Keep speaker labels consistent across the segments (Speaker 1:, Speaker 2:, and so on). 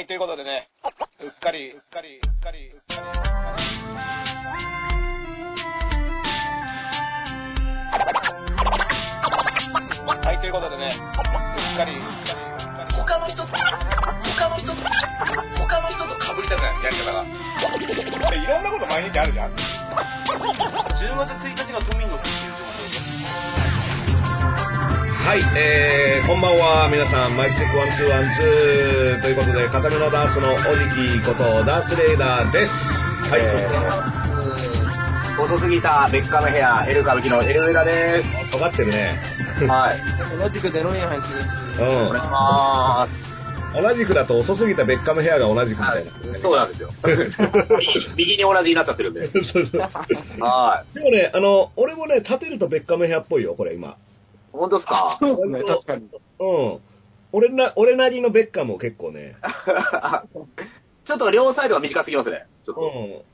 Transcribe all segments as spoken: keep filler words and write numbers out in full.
Speaker 1: ということでね、うっかり、うっかり、うっかり、うっかり、うっかり。はい、ということでね、うっかり、うっかり、うっかり。他の人と、他の人と、他の人と被りたくない、やり方が。いろんなこと毎日あるじゃん。じゅうがつついたちが都民の日っていう情報
Speaker 2: はい、えー、こんばんは、皆さん、マイスティックワンツーワンツーということで、固めのダースのおじきこと、ダースレーダーです。はい、え
Speaker 3: ー、遅すぎたベッカムヘア、エル歌舞伎のエルウエダです。
Speaker 2: 尖ってるね。
Speaker 3: はい。
Speaker 4: 同じくデロイン配信です。
Speaker 2: うん。
Speaker 3: お願いしまーす。
Speaker 2: 同じくだと遅すぎたベッカムヘアが同じくみたいな。
Speaker 3: そうなんですよ。右に同じになっちゃってるんで。
Speaker 2: そうそう。
Speaker 3: はい。
Speaker 2: でもね、あの、俺もね、立てるとベッカムヘアっぽいよ、これ今。
Speaker 3: 本当ですか？
Speaker 4: そうですね、確かに。
Speaker 2: うん。俺な、俺なりのベッカムも結構ね。
Speaker 3: ちょっと両サイドが短すぎますね。ちょっと。
Speaker 2: うん。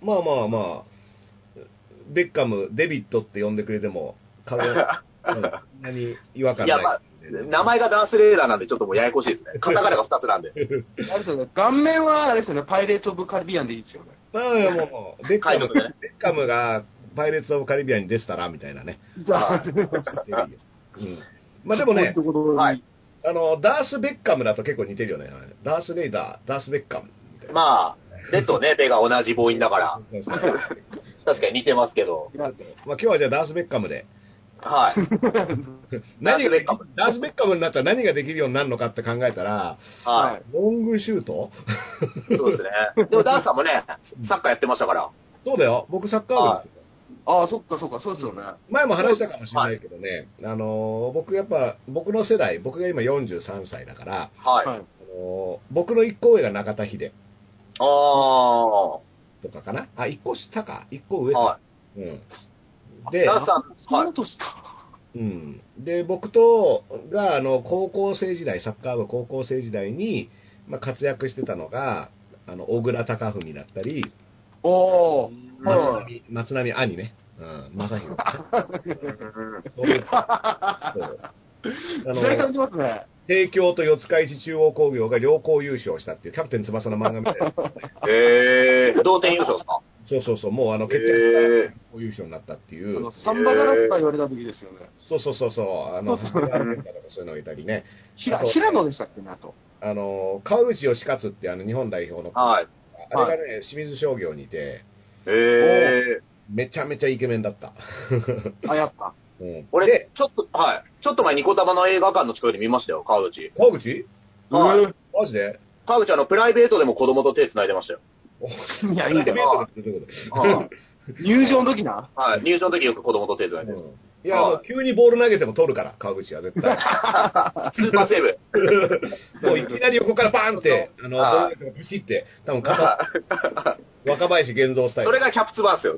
Speaker 2: まあまあまあ、ベッカム、デビッドって呼んでくれても、顔は、そんなに違和感ない。いや、まあ、
Speaker 3: 名前がダースレーダーなんでちょっともうややこしいですね。カタカナがふたつなんで。
Speaker 4: あれですよね、顔面はあれですよね、パイレーツ・オブ・カリビアンでいいですよね。
Speaker 2: まあもう、ベッカム、ね、ベッカムがパイレーツ・オブ・カリビアンに出てたら、みたいなね。
Speaker 4: じゃあ、
Speaker 2: うん、まあでもね、
Speaker 3: はい、
Speaker 2: あの、ダース・ベッカムだと結構似てるよね。ダース・レイダー、ダース・ベッカムみたいな。
Speaker 3: まあ、レとね、ベが同じ母音だから。確かに似てますけど。
Speaker 2: まあ今日はじゃあダース・ベッカムで。
Speaker 3: はい。
Speaker 2: 何が、ダース・ベッカムになったら何ができるようになるのかって考えたら、
Speaker 3: はい。
Speaker 2: ロングシュート
Speaker 3: そうですね。でもダースさんもね、サッカーやってましたから。
Speaker 2: そうだよ。僕サッカー部ですよ。
Speaker 4: ああ、そっかそっか、そうですよね。
Speaker 2: 前も話したかもしれないけどね、はい、あの、僕やっぱ、僕の世代、僕が今よんじゅうさんさいだから、
Speaker 3: はい。
Speaker 2: あの僕の一個上が中田秀。
Speaker 3: ああ。
Speaker 2: とかかなあ、一個下か。一個上か。
Speaker 3: はい。
Speaker 2: うん。で、
Speaker 3: ダースさん、
Speaker 4: そんな年か。
Speaker 2: うん。で、僕と、が、あの、高校生時代、サッカー部高校生時代に、まあ、活躍してたのが、あの、小倉貴文だったり、
Speaker 4: おー、
Speaker 2: 松波、松波兄ね。うん、正宏。そういう、そう。あ
Speaker 4: の、時代感じますね。
Speaker 2: 帝京と四日市中央工業が両校優勝したっていう、キャプテン翼の漫画みたいな。
Speaker 3: へー、同点優勝ですか？
Speaker 2: そうそうそう、もうあの決着したら優勝になったっていう。
Speaker 4: あのサンバガラスパ言われた時ですよね。
Speaker 2: そうそうそうそう、あの、そういうのがいたりね。
Speaker 4: 平野でしたっけね、あと。
Speaker 2: あの、川口義勝ってあの日本代表の、
Speaker 3: はい。
Speaker 2: あれがね、清水商業にいて、
Speaker 3: へー。
Speaker 2: めちゃめちゃイケメンだった。
Speaker 4: あ、やった。
Speaker 2: うん、
Speaker 3: 俺、ちょっと、はい。ちょっと前、ニコタマの映画館の近くで見ましたよ、川口。
Speaker 2: 川口？
Speaker 3: はい。
Speaker 2: マジで？
Speaker 3: 川口、あの、プライベートでも子供と手繋いでましたよ。
Speaker 4: いや、いいけど。入場の時な。
Speaker 3: はい。入場の時よく子供と手繋いでる。うん
Speaker 2: いや、もう急にボール投げても取るから、川口は絶対。
Speaker 3: スーパーセー
Speaker 2: ブ。もういきなり横からバーンって、あの、ボール投げてもプシって、多分若林源三スタイル。
Speaker 3: それがキャプツバーっすよ。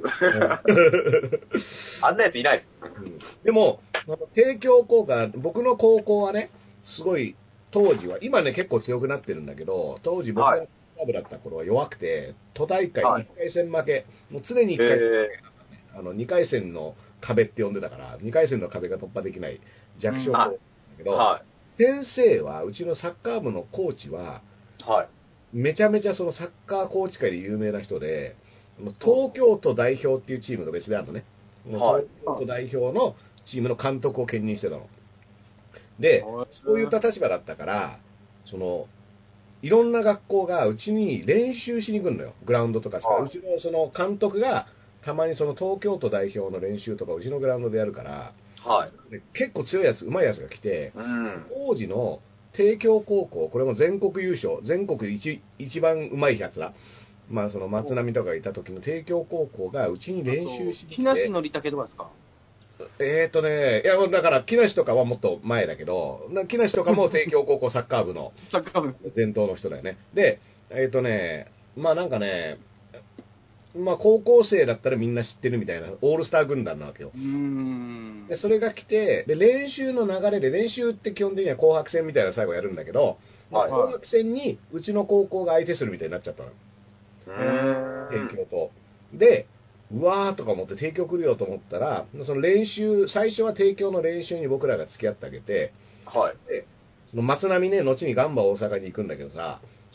Speaker 3: あんなやついないです。
Speaker 2: うん、でも、帝京高校、僕の高校はね、すごい、当時は、今ね結構強くなってるんだけど、当時僕がクラブだった頃は弱くて、都大会いっかい戦負け、もう常にいっかい戦負け、あの、にかい戦の壁って呼んでたから、にかい戦の壁が突破できない弱小校なんだけど、はい、先生は、うちのサッカー部のコーチは、
Speaker 3: はい、
Speaker 2: めちゃめちゃそのサッカーコーチ界で有名な人で、東京都代表っていうチームが別であるのね。はい、東京都代表のチームの監督を兼任してたの。で、そういった立場だったから、その、いろんな学校がうちに練習しに来るのよ。グラウンドとかしか。はい、うちのその監督が、たまにその東京都代表の練習とかうちのグラウンドでやるから、
Speaker 3: はい、
Speaker 2: で結構強いやつ、上手いやつが来て、
Speaker 3: うん、
Speaker 2: 当時の帝京高校、これも全国優勝、全国一一番上手いやつら、まあその松並とかがいた時の帝京高校がうちに練習しに来て、
Speaker 4: 木梨憲武とかですか？
Speaker 2: えーとね、いや、だから、木梨とかはもっと前だけど、木梨とかも帝京高校サッカー部の
Speaker 4: サッカー部
Speaker 2: 伝統の人だよね。で、えーとね、まあなんかね、まあ高校生だったらみんな知ってるみたいな、オールスター軍団なわけよ。
Speaker 4: うーん
Speaker 2: で、それが来て、で、練習の流れで、練習って基本的には紅白戦みたいな最後やるんだけど、はい、紅白戦にうちの高校が相手するみたいになっちゃったの。帝京と。で、うわーとか思って帝京来るよと思ったら、その練習、最初は帝京の練習に僕らが付き合ってあげて、
Speaker 3: はい。
Speaker 2: で、その松並ね、後にガンバ大阪に行くんだけどさ、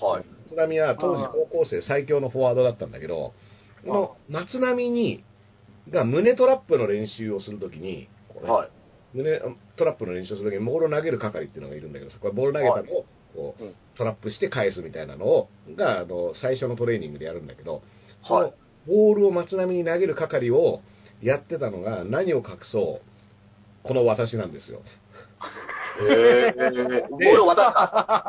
Speaker 3: はい。
Speaker 2: 松波は当時高校生最強のフォワードだったんだけど、この松波に、が胸トラップの練習をするときに、
Speaker 3: はい。
Speaker 2: 胸トラップの練習をするときにボールを投げる係っていうのがいるんだけど、これボール投げたのをこう、トラップして返すみたいなのを、が、あの、最初のトレーニングでやるんだけど、そのボールを松波に投げる係をやってたのが何を隠そう、この私なんですよ。
Speaker 3: へぇー。ボールを渡した。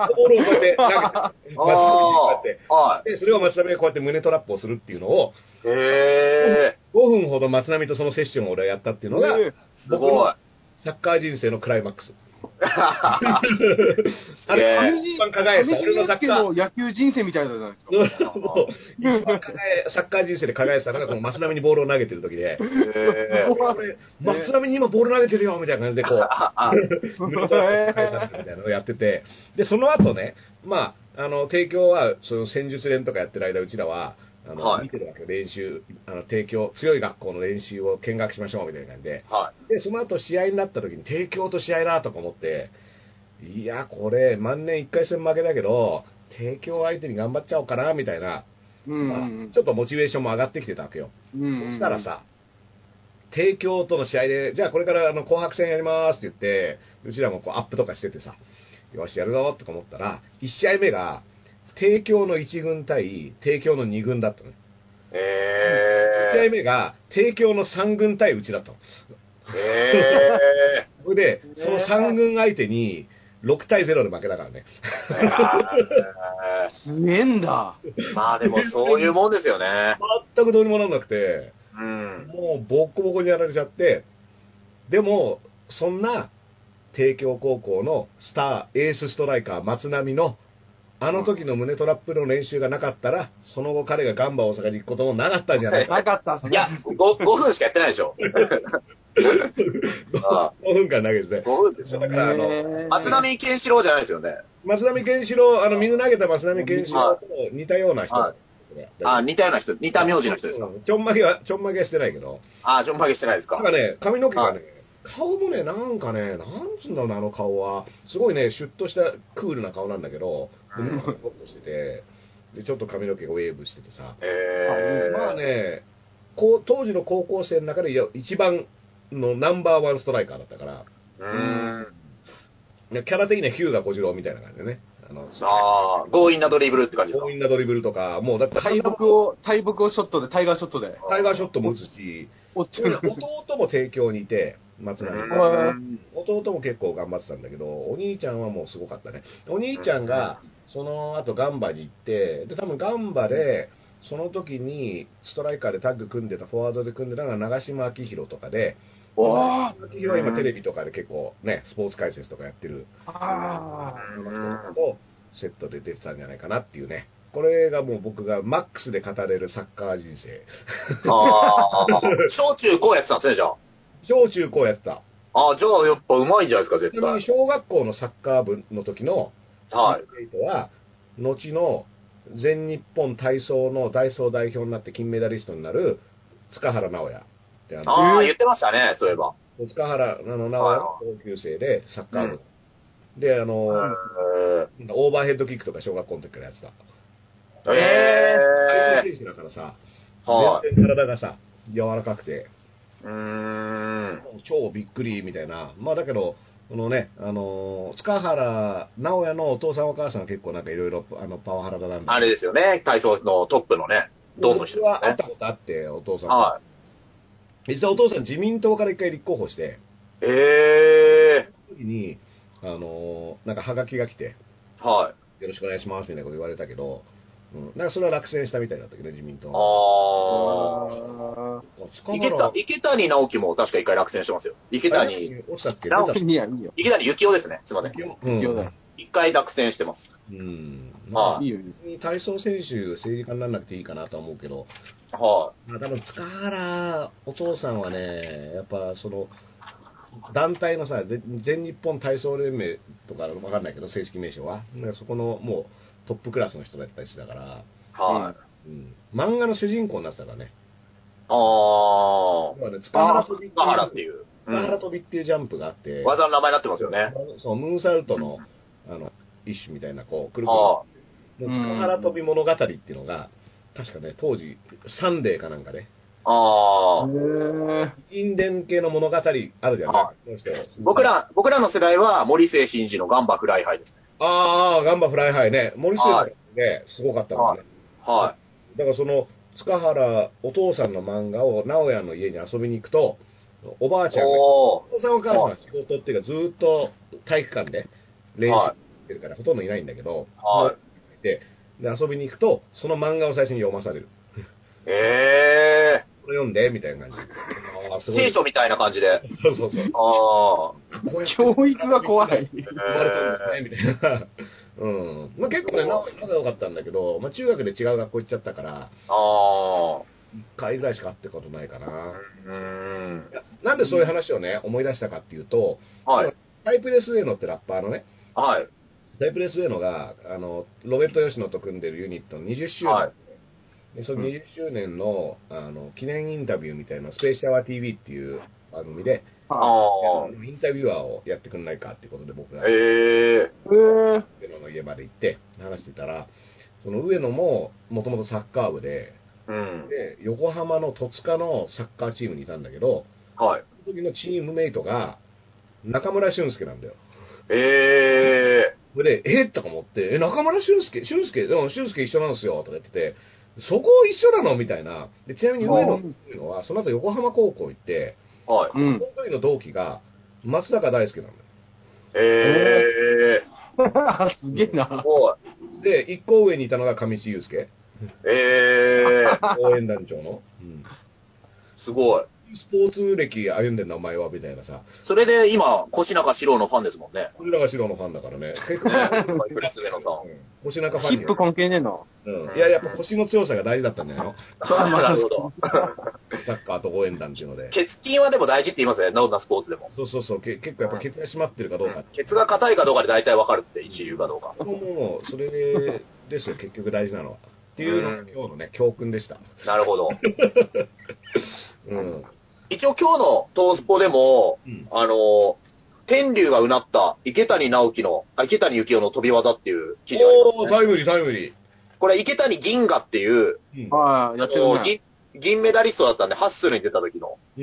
Speaker 2: ボールをこうやって投げて、松波にこうやって、
Speaker 3: はい。
Speaker 2: で、それを松波がこうやって胸トラップをするっていうのを、
Speaker 3: へ
Speaker 2: ー。ごふんほど松波とそのセッションを俺はやったっていうのが、僕のサッカー人生のクライマックス。あれ、一番輝いた。俺のサッカー。
Speaker 4: 野球人生みたいだじゃないですか。
Speaker 2: 一番輝いサッカー人生で輝いてたのが、この松波にボールを投げてる時で、松波に今ボール投げてるよみたいな感じで、こう、みたいなのをやってて、で、その後ね、まあ、あの、帝京は、その戦術練とかやってる間、うちらは、あの、はい、見てるわけよ、練習、あの、帝京、強い学校の練習を見学しましょうみたいな感じで、はい、で、その後試合になった時に帝京と試合だとか思って、いや、これ、万年一回戦負けだけど、帝京相手に頑張っちゃおうかな、みたいな、うんうんまあ、ちょっとモチベーションも上がってきてたわけよ。うんうんうん、そしたらさ、帝京との試合で、じゃあこれからあの紅白戦やりますって言って、うちらもこうアップとかしててさ、よし、やるぞとか思ったら、いち試合目が、帝京のいち軍対帝京のに軍だったの。えー。いち試合目が帝京のさん軍対うちだったの。えー。それで、そのさん軍相手にろく対ゼロで負けたからね。
Speaker 4: えー、すげえんだ。
Speaker 3: まあでもそういうもんですよね。
Speaker 2: 全くどうにもなんなくて、
Speaker 3: うん、
Speaker 2: もうボッコボコにやられちゃって、でも、そんな帝京高校のスター、エースストライカー松波のあの時の胸トラップの練習がなかったら、その後彼がガンバ大阪に行くこともなかったんじゃないか。
Speaker 4: なかったっすね。
Speaker 3: いや、ごふんしかやってないでしょ。
Speaker 2: ごふんかん投げてね。
Speaker 3: ごふんでしょ。だから、あの、松波健志郎じゃないですよね。
Speaker 2: 松波健志郎、あの、水投げた松波健志郎と似たような人。
Speaker 3: はいあ、似たような人、似た名字の人ですか。
Speaker 2: ちょんまげは、ちょんまげはしてないけど。
Speaker 3: あ、ちょんまげしてないですか。
Speaker 2: なんかね、髪の毛がね、顔もね、なんかね、なんつうんだろうな、あの顔は。すごいね、シュッとしたクールな顔なんだけど、胸がポッとしてて、で、ちょっと髪の毛がウェーブしててさ。
Speaker 3: へ
Speaker 2: まあね、こう、当時の高校生の中で一番のナンバーワンストライカーだったから。
Speaker 3: うん。
Speaker 2: キャラ的にはヒューガ小次郎みたいな感じでね。
Speaker 3: あの、ああ、強引なドリブルって感じですか。
Speaker 2: 強引なドリブルとか、もうだって
Speaker 4: 大木を、大木をショットで、タイガーショットで。
Speaker 2: タイガーショットも打つし、弟も帝京にいて、松波。弟も結構頑張ってたんだけど、お兄ちゃんはもうすごかったね。お兄ちゃんが、その後ガンバに行って、で、多分ガンバで、その時にストライカーでタッグ組んでた、フォワードで組んでたのが長嶋昭宏とかで、長嶋昭宏は今テレビとかで結構ね、スポーツ解説とかやってる、ああ、とセットで出てたんじゃないかなっていうね。これがもう僕がマックスで語れるサッカー人生。
Speaker 3: ああ、小中高やってたんですね、じゃあ。
Speaker 2: 小中高やってた。
Speaker 3: ああ、じゃあやっぱ上手いじゃないですか、絶対。
Speaker 2: ちなみに小学校のサッカー部の時の、はい。は、後の全日本体操の体操代表になって金メダリストになる塚原直也って
Speaker 3: あの。ああ、言ってましたね、そういえば。
Speaker 2: 塚原直也の同級生でサッカー部。うん、で、あの、オーバーヘッドキックとか小学校の時からやってた。
Speaker 3: へえー。
Speaker 2: 体操選手だからさ、はい、全然体がさ、柔らかくて、
Speaker 3: うーん。
Speaker 2: 超びっくりみたいな。まあだけど、このね、あのー、塚原直也のお父さんお母さんは結構なんかいろいろあのパワハラだなんだ。
Speaker 3: あれですよね、体操のトップのね、ドンの人、ね。
Speaker 2: 僕は会ったことあって、お父さんは。はい。実はお父さん自民党から一回立候補して、
Speaker 3: ええー。
Speaker 2: その時に、あのー、なんかハガキが来て、
Speaker 3: はい。
Speaker 2: よろしくお願いしますみたいなこと言われたけど、うん、なんかそれは落選したみたいだったけどね、自民党
Speaker 3: は。ああ。池田、池谷直樹も確か一回落選してますよ。池谷。
Speaker 2: 落ちたっけ？
Speaker 4: 直樹にはいいよ。
Speaker 3: 池谷幸雄ですね。すみません。
Speaker 2: 幸雄だ。
Speaker 3: 一回落選してます。
Speaker 2: うん。
Speaker 3: まあ、
Speaker 2: いいよ。体操選手、政治家にならなくていいかなとは思うけど。
Speaker 3: はい。
Speaker 2: まあ多分塚原お父さんはね、やっぱその、団体のさ、全日本体操連盟とかわかんないけど、正式名称は。そこのもうトップクラスの人だったりしたから、
Speaker 3: はい、
Speaker 2: うん。漫画の主人公になってたからね。
Speaker 3: ああ。
Speaker 2: ね、塚原飛び
Speaker 3: 塚原っていう。
Speaker 2: 塚原飛びっていうジャンプがあって。
Speaker 3: 技の名前になってますよね。
Speaker 2: そう、ムーンサルトの、あの、一種みたいな、こう、くるくる。 の塚原飛び物語っていうのが、確かね、当時、サンデーかなんかね。
Speaker 3: ああ。
Speaker 2: 人伝系の物語あるじゃない、
Speaker 3: はい、僕ら、僕らの世代は森末慎二のガンバフライハイですね。
Speaker 2: ああ、ガンバフライハイね。森末さんね、すごかったもんね。
Speaker 3: はい。はい、
Speaker 2: だからその、塚原、お父さんの漫画を直哉の家に遊びに行くと、おばあちゃんが、お父さんお母さんは仕事っていうかずーっと体育館で練習してるから、ほとんどいないんだけど、
Speaker 3: はい。
Speaker 2: で、で遊びに行くと、その漫画を最初に読まされる。
Speaker 3: ええー。
Speaker 2: これ読んで、みたいな感じ。
Speaker 3: あすごい聖書みたいな感じで。
Speaker 2: そうそうそう。
Speaker 3: あ
Speaker 4: あ。教育が怖い。
Speaker 2: 生まれたんですね、みたいな。うん。まあ結構ね、仲良かったんだけど、まあ中学で違う学校行っちゃったから、ああ。一回ぐらいしか会ってことないかな。うん。なんでそういう話をね、思い出したかっていうと、はい。タイプレスウェイノってラッパーのね、はい。タイプレスウェイノが、あの、ロベルト・ヨシノと組んでるユニットのにじゅっしゅうねん。はい。でそのにじゅっしゅうねんの、うん、あの記念インタビューみたいなスペーシアワー ティーブイ っていう番組で、あインタビュアーをやってくんないかっていうことで僕が、えー、上野の家まで行って話してたら、その上野ももともとサッカー部で、うん、で、横浜の戸塚のサッカーチームにいたんだけど、はい。その時のチームメイトが中村俊輔なんだよ。えー。で、えとか思って、え、中村俊輔俊輔でも俊輔一緒なんですよとか言ってて、そこ一緒なのみたいな。で、ちなみに上野っていうのは、その後横浜高校行って、はい。その時の同期が、松坂大輔なのよ。
Speaker 4: へえー。すげえな。
Speaker 2: で、一個上にいたのが上地雄介。えー。応援団長の。うん。すごい。スポーツ歴歩んでんな、お前は、みたいなさ。
Speaker 3: それで今、越中史郎のファンですもんね。
Speaker 2: 越中史郎のファンだからね。結構、
Speaker 3: プレス上野さん。
Speaker 2: 越中ファン。
Speaker 4: ヒップ関係ねえな。
Speaker 2: うん。いや、やっぱ腰の強さが大事だったんだよ。
Speaker 3: なるほど。
Speaker 2: サッカーと応援団っていうので。
Speaker 3: 血筋はでも大事って言いますね、どんなスポーツでも。
Speaker 2: そうそうそう。け結構やっぱケツが締まってるかどうか。うん、
Speaker 3: ケツが硬いかどうかで大体わかるって、一流かどうか。
Speaker 2: もう、それでですよ、結局大事なのは。っていうのが今日のね、教訓でした。
Speaker 3: なるほど。うん。一応今日のトースポでも、うん、あの、天竜がうなった池谷直樹の、あ、池谷幸雄の飛び技っていう記事があります、ね。
Speaker 2: おー、タイムリー、タイムリー。
Speaker 3: これ池谷銀河っていう、うん、ああ、やってるね、銀、銀メダリストだったんで、ハッスルに出た時の、うん、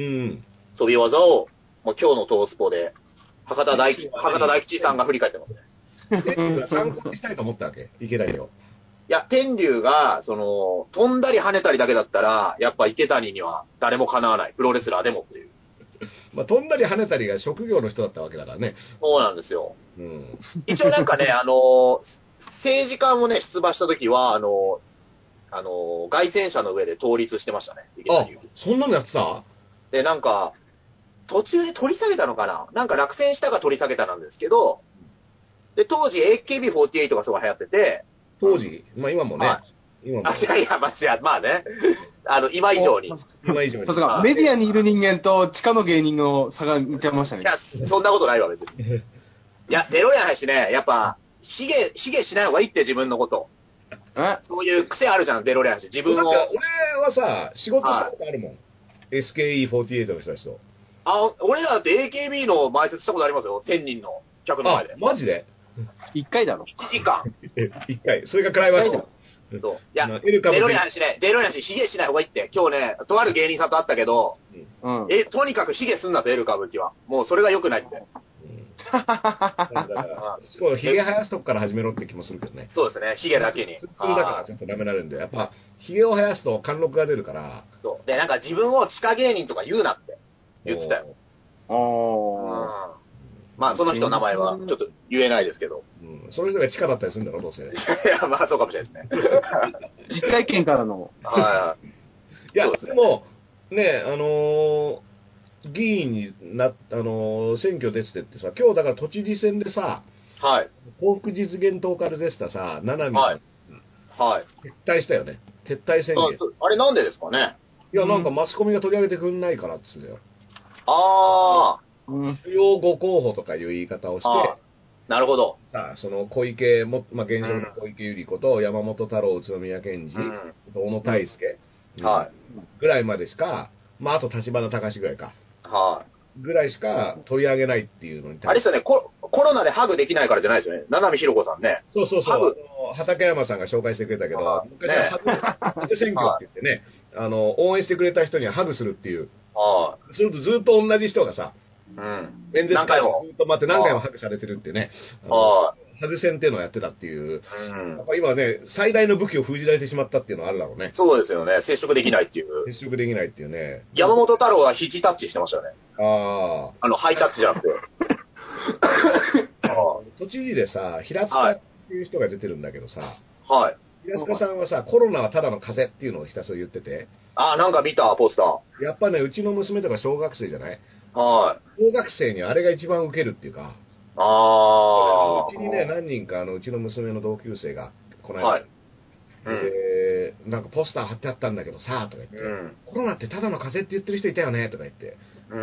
Speaker 3: 飛び技を、もう今日のトースポで、博多大吉、博多大吉さんが振り返ってますね。
Speaker 2: 参考にしたいと思ったわけ、池谷を。
Speaker 3: いや、天竜が、その、飛んだり跳ねたりだけだったら、やっぱ池谷には誰もかなわない。プロレスラーでもっていう。
Speaker 2: まあ、飛んだり跳ねたりが職業の人だったわけだからね。
Speaker 3: そうなんですよ。うん、一応なんかね、あの、政治家もね、出馬した時は、あの、あの、街宣車の上で倒立してましたね。池谷。
Speaker 2: あ、そんなのやってた？
Speaker 3: で、なんか、途中で取り下げたのかな？なんか落選したか取り下げたなんですけど、で、当時 エーケービーフォーティーエイト がすごい流行ってて、
Speaker 2: 当時、まあ今もね。はい、
Speaker 3: 今も。あ、いやいや、まあ、まあね。あの、今以上に。
Speaker 2: 今以上に。
Speaker 4: さすが、メディアにいる人間と地下の芸人の差が似てましたね。
Speaker 3: いや、そんなことないわ、別に。いや、ゼロやないしね、やっぱ、卑下、卑下しない方がいいって、自分のこと。えそういう癖あるじゃん、ゼロやんし、自分を。
Speaker 2: 俺はさ、仕事したことあるもん。エスケーイーフォーティーエイト の人たちと。
Speaker 3: あ、俺らだって エーケービー の前説したことありますよ、せんにんの客の前で。
Speaker 2: あ、マジで？
Speaker 4: 一回だろ。
Speaker 3: いちじかん。
Speaker 2: 一回。それがクライマック
Speaker 3: ス。そう。いや、ゼロやんしね、ゼロやんし、卑下しない方がいいって。今日ね、とある芸人さんと会ったけど、うん、え、とにかく卑下すんなと、エル歌舞伎は。もうそれが良くないって。
Speaker 2: そう、ヒゲ生やすとこから始めろって気もするけどね。
Speaker 3: そうですね、ヒゲだけに。
Speaker 2: 普通だからちょっとダメになるんで、やっぱ、ヒゲを生やすと貫禄が出るから。
Speaker 3: そう。で、なんか自分を地下芸人とか言うなって言ってたよ。ああ。まあ、その人の名前はちょっと言えないですけど。
Speaker 2: うん。その人が地下だったりするんだろう、どうせ。い
Speaker 3: や、まあ、そうかもしれないですね。
Speaker 4: 実体験からの。
Speaker 3: はい。
Speaker 2: いや、でも、ね、あのー、議員になっ、あのー、選挙出てってさ、今日だから都知事選でさ、はい。幸福実現党からでしたさ、七海、はい。はい。撤退したよね。撤退宣言。
Speaker 3: あ, あれなんでですかね。
Speaker 2: いや、なんかマスコミが取り上げてくんないからっつうんだよ。
Speaker 3: ああ。
Speaker 2: 主要ご候補とかいう言い方をして、
Speaker 3: なるほど。
Speaker 2: さあ、その小池も、まあ、現状の小池百合子と山本太郎、宇都宮健治、うん、小野泰輔、うん、はい。ぐらいまでしか、まあ、あと立花隆ぐらいか。はい。ぐらいしか取り上げないっていうのに対して。
Speaker 3: あれですよね、コ、コロナでハグできないからじゃないですよね。七海ひろ子さんね。
Speaker 2: そうそうそう。ハグ。 の、畠山さんが紹介してくれたけど、昔はハグ選挙って言ってね、あの、応援してくれた人にはハグするっていう。するとずっと同じ人がさ、うん。演説会をずっと待って何回もハグされてるってね。ハグ戦っていうのをやってたっていう。うん。やっぱ今ね、最大の武器を封じられてしまったっていうのはあるだろうね。
Speaker 3: そうですよね。接触できないっていう。
Speaker 2: 接触できないっていうね。
Speaker 3: 山本太郎は肘タッチしてましたよね。
Speaker 2: あ
Speaker 3: あ。あの、ハイタッチじゃなくて。
Speaker 2: 都知事でさ、平塚っていう人が出てるんだけどさ。
Speaker 3: はい。
Speaker 2: 平塚さんはさ、コロナはただの風邪っていうのをひたすら言ってて。
Speaker 3: ああ、なんか見た、ポスタ
Speaker 2: ー。やっぱね、うちの娘とか小学生じゃない？
Speaker 3: はい。
Speaker 2: 小学生にあれが一番ウケるっていうか。
Speaker 3: ああ。
Speaker 2: うちにね、何人か、あの、うちの娘の同級生が、この間、
Speaker 3: はい。
Speaker 2: えー、なんかポスター貼ってあったんだけどさ、とか言って、うん、コロナってただの風邪って言ってる人いたよね、とか言って、
Speaker 3: うん。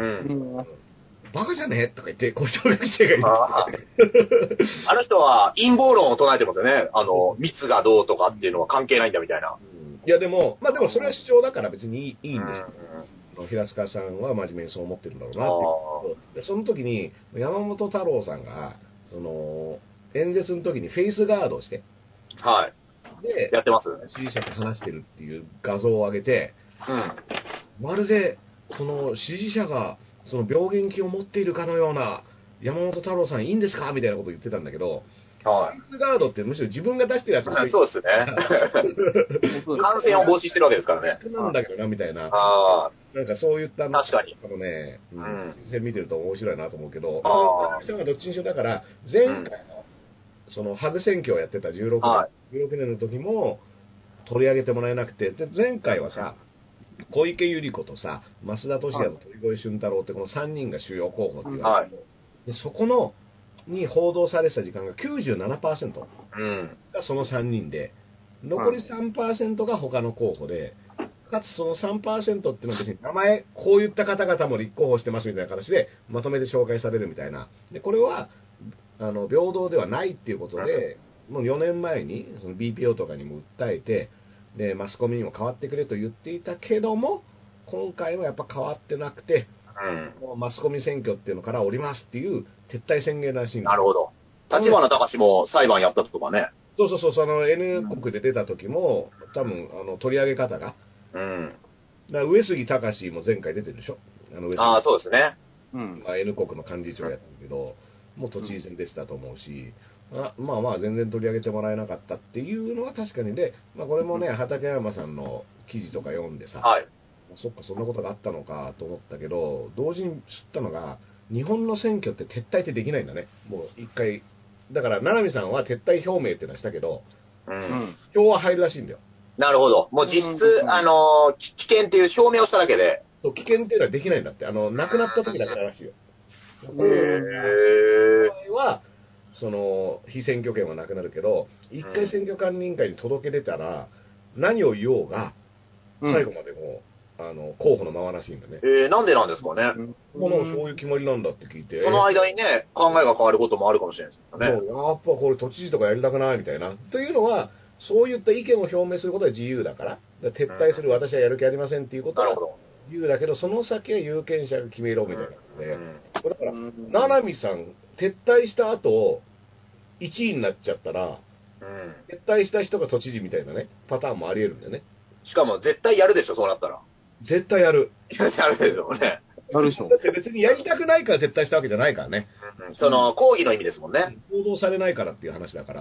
Speaker 2: バカじゃねとか言って、小学生が言って
Speaker 3: あ。あの人は陰謀論を唱えてますよね。あの、密がどうとかっていうのは関係ないんだみたいな。
Speaker 2: うん、いやでも、まあでもそれは主張だから別にいいんですよ。うん、平塚さんは真面目にそう思ってるんだろうなっていう。で、その時に、山本太郎さんが、その、演説の時にフェイスガードをして、
Speaker 3: はい。
Speaker 2: で、
Speaker 3: やってますよね。
Speaker 2: 支持者と話してるっていう画像を上げて、うん、まるで、その支持者が、その病原菌を持っているかのような、山本太郎さんいいんですかみたいなことを言ってたんだけど、
Speaker 3: はい。
Speaker 2: フェイスガードってむしろ自分が出してるやつが、
Speaker 3: そうですね。感染を防止してるわけですからね。
Speaker 2: なんだけどな、みたいな。
Speaker 3: あ
Speaker 2: なんかそういった、
Speaker 3: 確かに。
Speaker 2: あのね、うん。実践見てると面白いなと思うけど、
Speaker 3: ああ。
Speaker 2: 人がどっちにしろだから、前回の、うん、そのハグ選挙をやってたじゅうろくねん、はい、じゅうろくねんの時も取り上げてもらえなくて、で、前回はさ、小池百合子とさ、増田俊也と鳥越俊太郎ってこのさんにんが主要候補って言われて、はい、でそこの、に報道されてた時間が きゅうじゅうななパーセント がそのさんにんで、残り さんパーセント が他の候補で、かつその さんパーセント っていうのは別に名前、こういった方々も立候補してますみたいな形でまとめて紹介されるみたいな。で、これは、あの、平等ではないっていうことで、もうよねんまえにその ビーピーオー とかにも訴えて、で、マスコミにも変わってくれと言っていたけども、今回はやっぱ変わってなくて、うん、もうマスコミ選挙っていうのから降りますっていう撤退宣言らしいんです。
Speaker 3: なるほど。立花隆も裁判やったとかね。
Speaker 2: そうそうそう、その N 国で出た時も、多分、あの、取り上げ方が。
Speaker 3: うん。
Speaker 2: だ上杉隆も前回出てるでしょ。
Speaker 3: あの上杉。ああ、そうですね。
Speaker 2: うん。まあ、N 国の幹事長やったけど、もう都知事選出てたと思うし、あまあまあ全然取り上げてもらえなかったっていうのは確かにで、まあこれもね、畠山さんの記事とか読んでさ、
Speaker 3: はい。
Speaker 2: そっか、そんなことがあったのかと思ったけど、同時に知ったのが、日本の選挙って撤退ってできないんだね。もう一回。だから、七海さんは撤退表明っていうのはしたけど、
Speaker 3: うん。
Speaker 2: 票は入るらしいんだよ。
Speaker 3: なるほど。もう実質、うん、あの、危険っていう証明をしただけで。
Speaker 2: そう、危険っていうのはできないんだって。あの、亡くなった時だかららしいよ。
Speaker 3: へー。
Speaker 2: 場合は、その、非選挙権はなくなるけど、一回選挙管理委員会に届け出たら、何を言おうが、最後までもう、うんあの、候補のままらしいんだね。
Speaker 3: えー、なんでなんですかね。
Speaker 2: ものそういう決まりなんだって聞いて。
Speaker 3: その間にね、考えが変わることもあるかもしれないですよね。
Speaker 2: そう、やっぱこれ都知事とかやりたくないみたいな。というのは、そういった意見を表明することは自由だから、だから撤退する、うん、私はやる気ありませんっていうことは自由だけど、その先は有権者が決めろみたいなので、うん、だから、七海さん、撤退した後、いちいになっちゃったら、
Speaker 3: うん、
Speaker 2: 撤退した人が都知事みたいなね、パターンもあり得るんだよね。
Speaker 3: しかも絶対やるでしょ、そうなったら。
Speaker 2: 絶対やる。
Speaker 3: やるでしょうね。
Speaker 2: やるでしょ。だって別にやりたくないから撤退したわけじゃないからね。
Speaker 3: うん、その、抗議の意味ですもんね。
Speaker 2: 報道されないからっていう話だから。
Speaker 3: うん。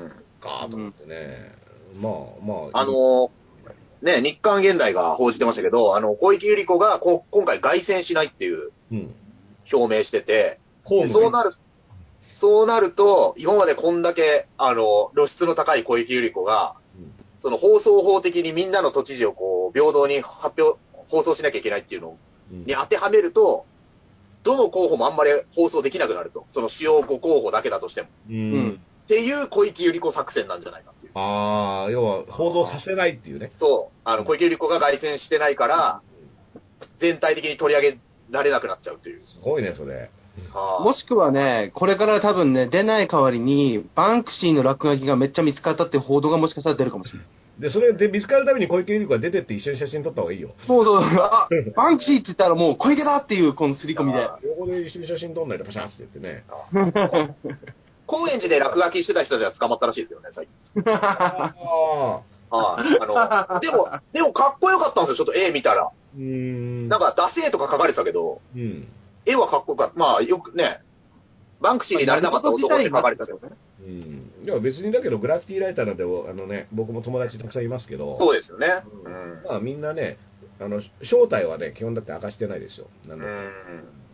Speaker 2: かーと思ってね。うん、まあま
Speaker 3: あ。あのー、ね、日刊現代が報じてましたけど、あの、小池百合子がこ今回凱旋しないっていう表明してて、うん、そうなる、そうなると、今までこんだけ、あの、露出の高い小池百合子が、その放送法的にみんなの都知事をこう、平等に発表、放送しなきゃいけないっていうのに当てはめると、どの候補もあんまり放送できなくなると。その主要ご候補だけだとしても。
Speaker 2: うん。
Speaker 3: っていう小池百合子作戦なんじゃないかっていう。
Speaker 2: ああ、要は報道させないっていうね。
Speaker 3: そう。あの、小池百合子が凱旋してないから、全体的に取り上げられなくなっちゃうっていう。
Speaker 2: すごいね、それ。
Speaker 4: もしくはね、これから多分ね、出ない代わりに、バンクシーの落書きがめっちゃ見つかったっていう報道がもしかしたら出るかもしれない。
Speaker 2: で、それで見つかるために小池百合子が出てって一緒に写真撮った方がいいよ。
Speaker 4: そうそう。あ、バンクシーって言ったらもう小池だっていうこの刷り込みで。
Speaker 2: 横で一緒に写真撮んないとパシャーって言ってね。
Speaker 3: 高円寺で落書きしてた人たちは捕まったらしいですよね、最近。ああ。あの、でも、でもかっこよかったんですよ、ちょっと絵見たら。うん。なんか、ダセーとか書かれてたけど、うん。絵はかっこよかった。まあ、よくね、バンクシーになれなかった男って書かれてたけどね。
Speaker 2: うん。いや、別にだけど、グラフィティライターなんて、あのね、僕も友達たくさんいますけど。
Speaker 3: そうですよね。
Speaker 2: うん。まあ、みんなね、あの、正体はね、基本だって明かしてないですよ。なんだって。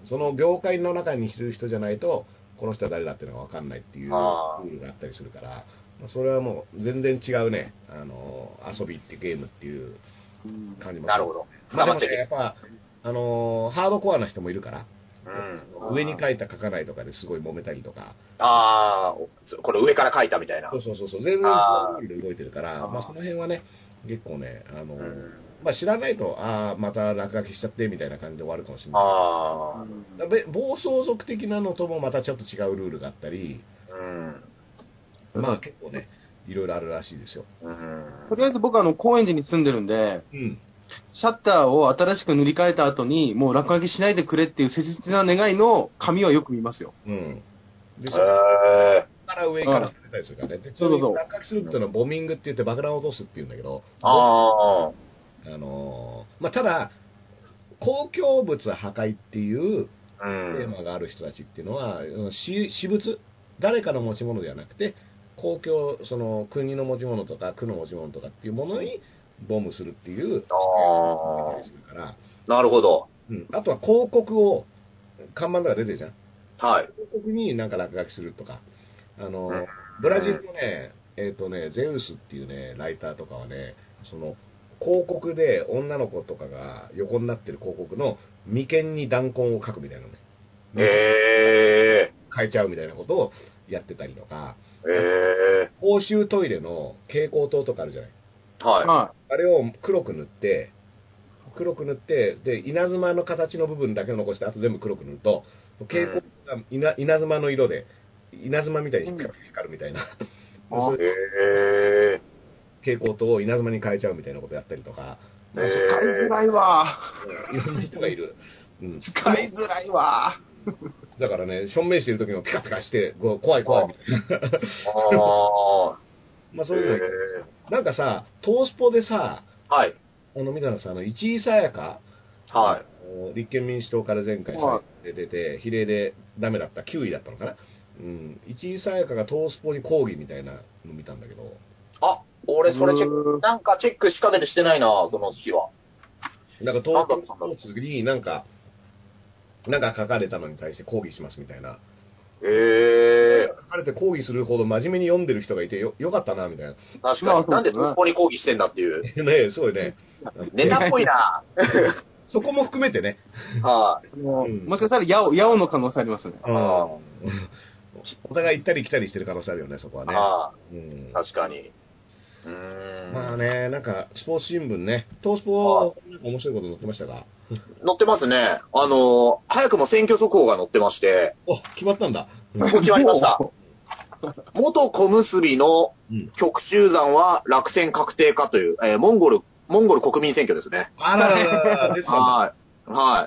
Speaker 2: その業界の中にいる人じゃないと、この人は誰だっていうのが分かんないっていうルールがあったりするから、まあ、それはもう全然違うね、あの、遊びってゲームっていう感じもする。
Speaker 3: なるほど。
Speaker 2: まあでもね、やっぱ、あの、ハードコアな人もいるから、うん、上に書いた書かないとかですごい揉めたりとか。
Speaker 3: ああ、これ上から書いたみたいな。
Speaker 2: そうそうそうそう、全然違うルールで動いてるから、あまあその辺はね、結構ね、あの、うん、まあ知らないと、ああ、また落書きしちゃってみたいな感じで終わるかもしれない。ああ。暴走族的なのともまたちょっと違うルールがあったり、うん、まあ結構ね、いろいろあるらしいですよ。
Speaker 4: うん、とりあえず僕はあの、高円寺に住んでるんで、うん、シャッターを新しく塗り替えた後に、もう落書きしないでくれっていう切実な願いの紙はよく見ますよ。うん。
Speaker 2: で、そこから上からされたりするからね。で、そうそうそう。落書きするっていうのはボミングって言って爆弾を落とすっていうんだけど、ああ。あのー、まあ、ただ、公共物破壊っていうテーマがある人たちっていうのは、うん、私物、誰かの持ち物ではなくて、公共、その国の持ち物とか区の持ち物とかっていうものにボムするっていう、あ
Speaker 3: あ。から。なるほど。
Speaker 2: うん。あとは広告を、看板とか出てるじゃん。
Speaker 3: はい。
Speaker 2: 広告になんか落書きするとか。あの、うん、ブラジルのね、えっ、ー、とね、ゼウスっていうね、ライターとかはね、その、広告で女の子とかが横になってる広告の眉間に弾痕を書くみたいなね。へー。書いちゃうみたいなことをやってたりとか。へー。公衆トイレの蛍光灯とかあるじゃない。はい。あれを黒く塗って、黒く塗って、で、稲妻の形の部分だけを残して、あと全部黒く塗ると、蛍光が稲、稲妻の色で、稲妻みたいに光るみたいな。うん、へー。蛍光灯を稲妻に変えちゃうみたいなことやったりとか。
Speaker 4: 使いづらいわ。
Speaker 2: いろんな人がいる。
Speaker 4: うん、使いづらいわ。
Speaker 2: だからね、証明してる時もピカピカして、怖い怖いみたいな。ああ。まあそういうのもいい。なんかさ、トースポでさ、はい。あの、見たのさ、あの、市井さやか、はい。立憲民主党から前回で出て、比例でダメだった、きゅういだったのかな。うん。市井さやかがトースポに抗議みたいなの見たんだけど。
Speaker 3: あ、俺それチェック、なんかチェック仕掛けてしてないな、その日は。
Speaker 2: なんかトースポの次になんか、なんか書かれたのに対して抗議しますみたいな。ええー。書かれて抗議するほど真面目に読んでる人がいてよ、よかったな、みたいな。
Speaker 3: 確かに。なんでトースポに抗議してんだっていう。
Speaker 2: ねえ、すごいね。
Speaker 3: ネタっぽいな。
Speaker 2: そこも含めてね。
Speaker 4: はい、うん。もしかしたら、ヤオ、ヤオの可能性ありますね。あ
Speaker 2: お互い行ったり来たりしてる可能性あるよね、そこはね。ああ、
Speaker 3: うん。確かに。
Speaker 2: うーん。まあね、なんか、スポーツ新聞ね。トースポ、なんか面白いこと載ってましたか？
Speaker 3: 載ってますね。あの、早くも選挙速報が載ってまして。
Speaker 2: お、決まったんだ。
Speaker 3: 決まりました。元小結の極集団は落選確定かという、えー、モンゴル、モンゴル国民選挙ですね。
Speaker 2: あらららら、ですか。
Speaker 3: はい。はい。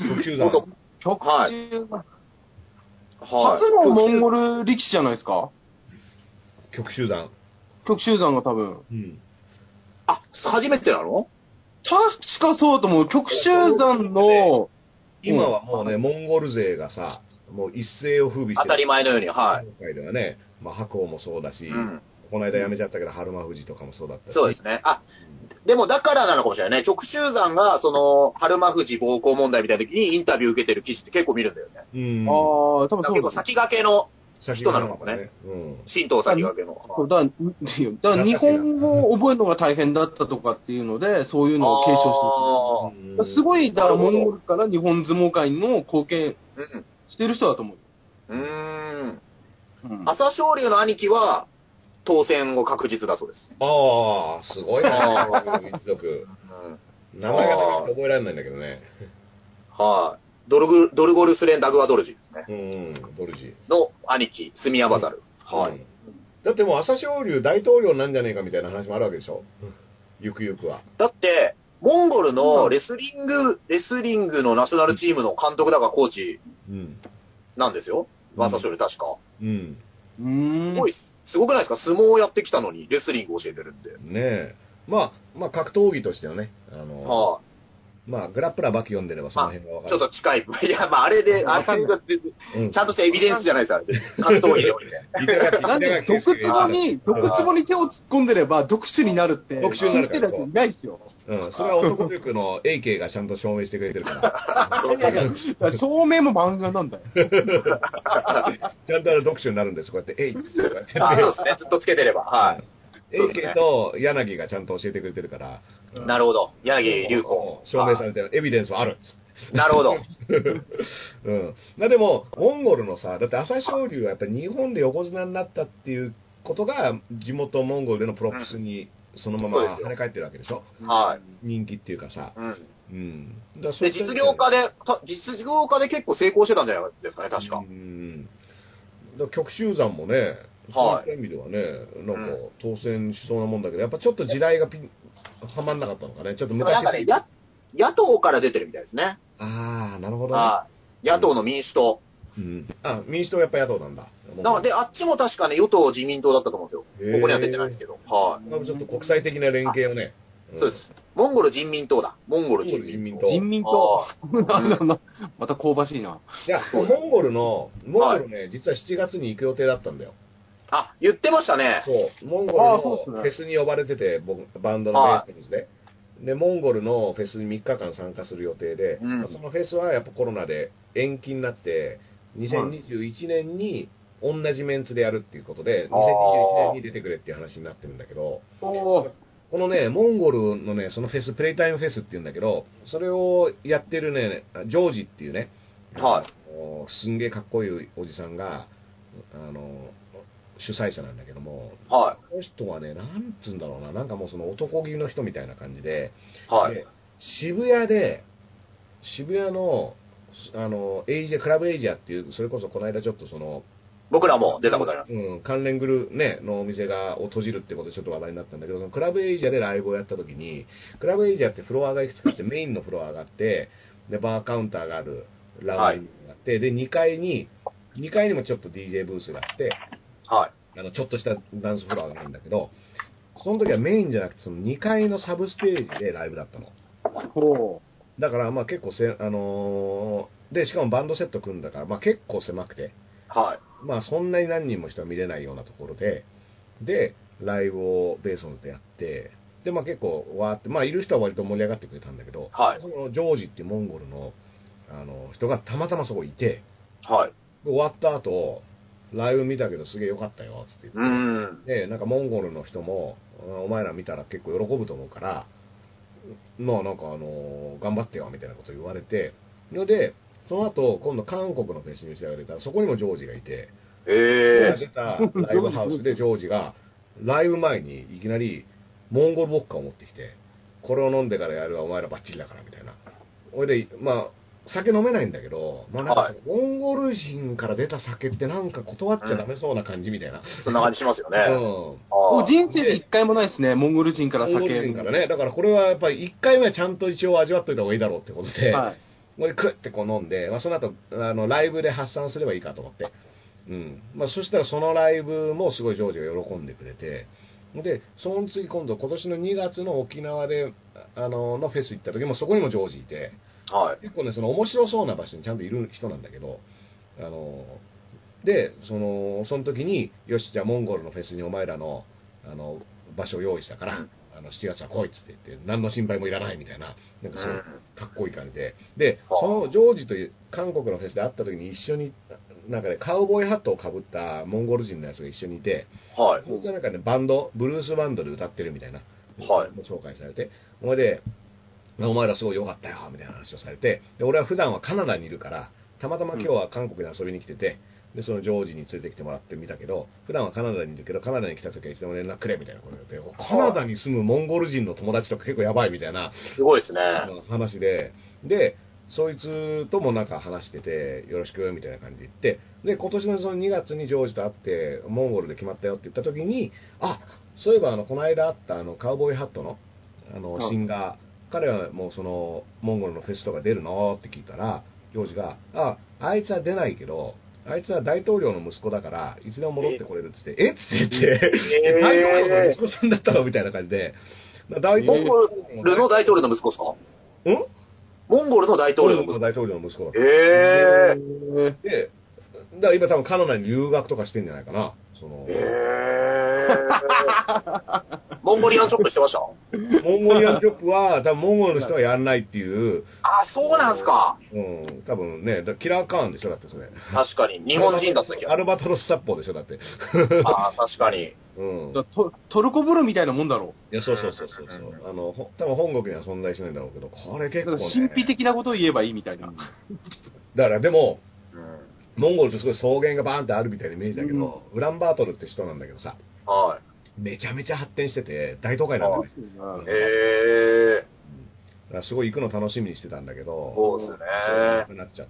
Speaker 2: 極集団。
Speaker 4: 極集団。はい。初のモンゴル力士じゃないですか？
Speaker 2: 極集団。
Speaker 4: 極集団が多分。うん。
Speaker 3: あ、初めてなの？
Speaker 4: 確かそうと思う。極集団の、
Speaker 2: 今はもうね、モンゴル勢がさ、もう一世を風靡してる。
Speaker 3: 当たり前のように、はい。
Speaker 2: 今回ではね、まあ、白鵬もそうだし、うん、この間辞めちゃったけど、春馬富士とかもそうだったし。
Speaker 3: そうですね。あ、でもだからなのかもしれないね。極集団が、その、春馬富士暴行問題みたいな時にインタビュー受けてる記事って結構見るんだよね。うん。ああ、多分そう。結構先駆けの人なのかもね。うん。神道先駆けの。
Speaker 4: だから、だ日本語を覚えるのが大変だったとかっていうので、そういうのを継承してる。すごい、だからモンゴルから日本相撲界の貢献してる人だと思う。うーん。
Speaker 3: 朝青龍の兄貴は、当選を確実だそうです。
Speaker 2: ああ、すごいな、一族。うん、名前が覚えられないんだけどね。
Speaker 3: はい。ドルグ、ドルゴルスレン・ダグア・ドルジですね。
Speaker 2: うん、ドルジ。
Speaker 3: の兄貴、スミヤバザル。うん、はい、うん。
Speaker 2: だってもう朝青龍大統領なんじゃねえかみたいな話もあるわけでしょ？ゆくゆくは。
Speaker 3: だって、モンゴルのレスリング、レスリングのナショナルチームの監督だかコーチなんですよ。朝青龍確か。うん。 うーん。すごい、すごくないですか？相撲をやってきたのに、レスリングを教えてるって。
Speaker 2: ねえ。まあ、まあ、格闘技としてはね、あの、はあ、まあ、グラップラーバキ読んでればその辺がわかる、
Speaker 3: まあ。ちょっと近い。いや、まあ、あれで、あれが、うん、ちゃんとしたエビデンスじゃないですか、格闘技でおいて。
Speaker 4: なんで、毒ツボに、毒ツボに手を突っ込んでれば、毒手になるって、
Speaker 2: 毒手になるから。
Speaker 4: いないっすよ。
Speaker 2: うん、それは男塾の エーケー がちゃんと証明してくれてるから。いやい
Speaker 4: や、証明も漫画なんだよ。
Speaker 2: ちゃんと読書になるんです、こうやって、えいって。
Speaker 3: あ、そうですね、ずっとつけてれば。はい。
Speaker 2: エーケー と柳がちゃんと教えてくれてるから。
Speaker 3: なるほど。柳流子。
Speaker 2: 証明されてる。エビデンスはある。
Speaker 3: なるほど。
Speaker 2: うん。まあでも、モンゴルのさ、だって朝青龍はやっぱり日本で横綱になったっていうことが、地元モンゴルでのプロプスにそのまま跳ね返ってるわけでしょ。
Speaker 3: はい。
Speaker 2: 人気っていうかさ。うん。うん。
Speaker 3: だで、実業家で、実業家で結構成功してたんじゃないですかね、確か。うん。
Speaker 2: だ極秀山もね、そういう意味ではね、なんか当選しそうなもんだけど、やっぱちょっと時代がピン、はまんなかったのかね。ちょっと昔。
Speaker 3: なんかね、や、野党から出てるみたいですね。
Speaker 2: ああ、なるほどね。
Speaker 3: 野党の民主党。
Speaker 2: うん。あ、民主党やっぱ野党なんだ。
Speaker 3: なんで、あっちも確かね、与党自民党だったと思うんですよ。ここには出てないですけど。はい。
Speaker 2: ちょっと国際的な連携をね。
Speaker 3: そうです。モンゴル人民党だ。モンゴル人民党。
Speaker 4: 人民党。また香ばしいな。
Speaker 2: いや、モンゴルの、モンゴルね、実はしちがつに行く予定だったんだよ。
Speaker 3: あ、言ってましたね。
Speaker 2: そう。モンゴルのフェスに呼ばれてて、僕、バンドのベースですね。で、モンゴルのフェスにみっかかん参加する予定で、うん、そのフェスはやっぱコロナで延期になって、にせんにじゅういちねんに同じメンツでやるっていうことで、にせんにじゅういちねんに出てくれっていう話になってるんだけど、このね、モンゴルのね、そのフェス、プレイタイムフェスっていうんだけど、それをやってるね、ジョージっていうね、はい、すんげえかっこいいおじさんが、あの、主催者なんだけども、はい、この人はね、なんつうんだろうな、なんかもうその男気の人みたいな感じで、はい、で渋谷で、渋谷の、あの、エイジア、クラブエイジアっていう、それこそこの間ちょっとその、
Speaker 3: 僕らも出たことあります。
Speaker 2: うん、関連グループね、のお店が、を閉じるってことでちょっと話題になったんだけど、そのクラブエイジアでライブをやった時に、クラブエイジアってフロアがいくつかあって、メインのフロアがあって、で、バーカウンターがあるラウンジがあって、はい、で、にかいに、にかいにもちょっと ディージェー ブースがあって、はい。あの、ちょっとしたダンスフロアがあるんだけど、その時はメインじゃなくて、そのにかいのサブステージでライブだったの。ほう。だから、まあ結構せ、あのー、で、しかもバンドセット組んだから、まあ結構狭くて、はい。まあそんなに何人も人は見れないようなところで、で、ライブをベースのでやって、で、まあ結構わーって、まあいる人は割と盛り上がってくれたんだけど、はい。そのジョージっていうモンゴルの、あの、人がたまたまそこいて、はい。終わった後、ライブ見たけどすげえ良かったよ、つって言って。うん。で、なんかモンゴルの人も、お前ら見たら結構喜ぶと思うから、まあなんかあの、頑張ってよ、みたいなこと言われて、ので、その後、今度韓国のフェスにしてあげたら、そこにもジョージがいて、えー、出たライブハウスでジョージが、ライブ前にいきなり、モンゴルボッカを持ってきて、これを飲んでからやるわ、お前らバッチリだから、みたいな。ほいで、まあ、酒飲めないんだけど、まあなんか、はい、モンゴル人から出た酒ってなんか断っちゃダメそうな感じみたいな。うん、
Speaker 3: そんな感じしますよね。うん。
Speaker 4: もう人生で一回もないですね、モンゴル人から酒。モンゴル
Speaker 2: 人からね。だからこれはやっぱり一回目はちゃんと一応味わっといた方がいいだろうってことで、はい。これクッってこう飲んで、まあその後、あの、ライブで発散すればいいかと思って。うん。まあそしたらそのライブもすごいジョージが喜んでくれて、で、その次今度今年のにがつの沖縄で、あの、のフェス行った時もそこにもジョージいて、はい、結構ね、その面白そうな場所にちゃんといる人なんだけど、あの、で、その、その時に、よし、じゃあモンゴルのフェスにお前らの、あの、場所を用意したから、うん、あの、しちがつは来いっつって言って、何の心配もいらないみたいな、なんかそう、かっこいい感じで。で、そのジョージという韓国のフェスで会った時に一緒に、なんかね、カウボーイハットをかぶったモンゴル人のやつが一緒にいて、はい。それでなんかね、バンド、ブルースバンドで歌ってるみたいな、はい。紹介されて、それで、お前らすごい良かったよ、みたいな話をされて、で、俺は普段はカナダにいるから、たまたま今日は韓国に遊びに来てて、で、そのジョージに連れてきてもらってみたけど、普段はカナダにいるけど、カナダに来た時はいつでも連絡くれ、みたいなこと言って、カナダに住むモンゴル人の友達とか結構やばいみたいな。
Speaker 3: すごいですね。
Speaker 2: 話で、で、そいつともなんか話してて、よろしく、みたいな感じで言って、で、今年のそのにがつにジョージと会って、モンゴルで決まったよって言った時に、あ、そういえばあの、この間あったあの、カウボーイハットの、あの、シンガー、彼はもうその、モンゴルのフェスとか出るのって聞いたら、ジョージが、あ、あいつは出ないけど、 あいつは大統領の息子だから、いつでも戻ってこれるっつって、えっつって言って、えー、大統領の息子さんだったのみたいな感じで、
Speaker 3: 大統領モンゴルの大統領の息子ですか？
Speaker 2: ん
Speaker 3: モンゴルの大統領の息子。
Speaker 2: 大統領の息子だった。
Speaker 3: へ
Speaker 2: ー。で、だから今多分カナダに留学とかしてんじゃないかな。その
Speaker 3: へー。モンゴリアンチョップしてました？
Speaker 2: モンゴリアンチョップは、多分モンゴルの人はやんないっていう。
Speaker 3: あ、そうなんすか。
Speaker 2: うん、多分ね、キラーカーンでしょ、だってそれ。
Speaker 3: 確かに。日本人だったっけ？
Speaker 2: アルバトロス殺法でしょ、だって。
Speaker 3: ああ、確かに。
Speaker 2: うん。
Speaker 4: ト, トルコブルみたいなもんだろ
Speaker 2: う。いや、そうそうそうそうそう。あの、多分本国には存在しないんだろうけど、これ結構、ね。
Speaker 4: 神秘的なことを言えばいいみたいな。
Speaker 2: だからでも、うん、モンゴルってすごい草原がバーンってあるみたいなイメージだけど、うん、ウランバートルって人なんだけどさ。
Speaker 3: はい。
Speaker 2: めちゃめちゃ発展してて、大都会なんだね。
Speaker 3: へ
Speaker 2: ー。すごい行くの楽しみにしてたんだけど、
Speaker 3: そうですね。
Speaker 2: なくなっちゃって、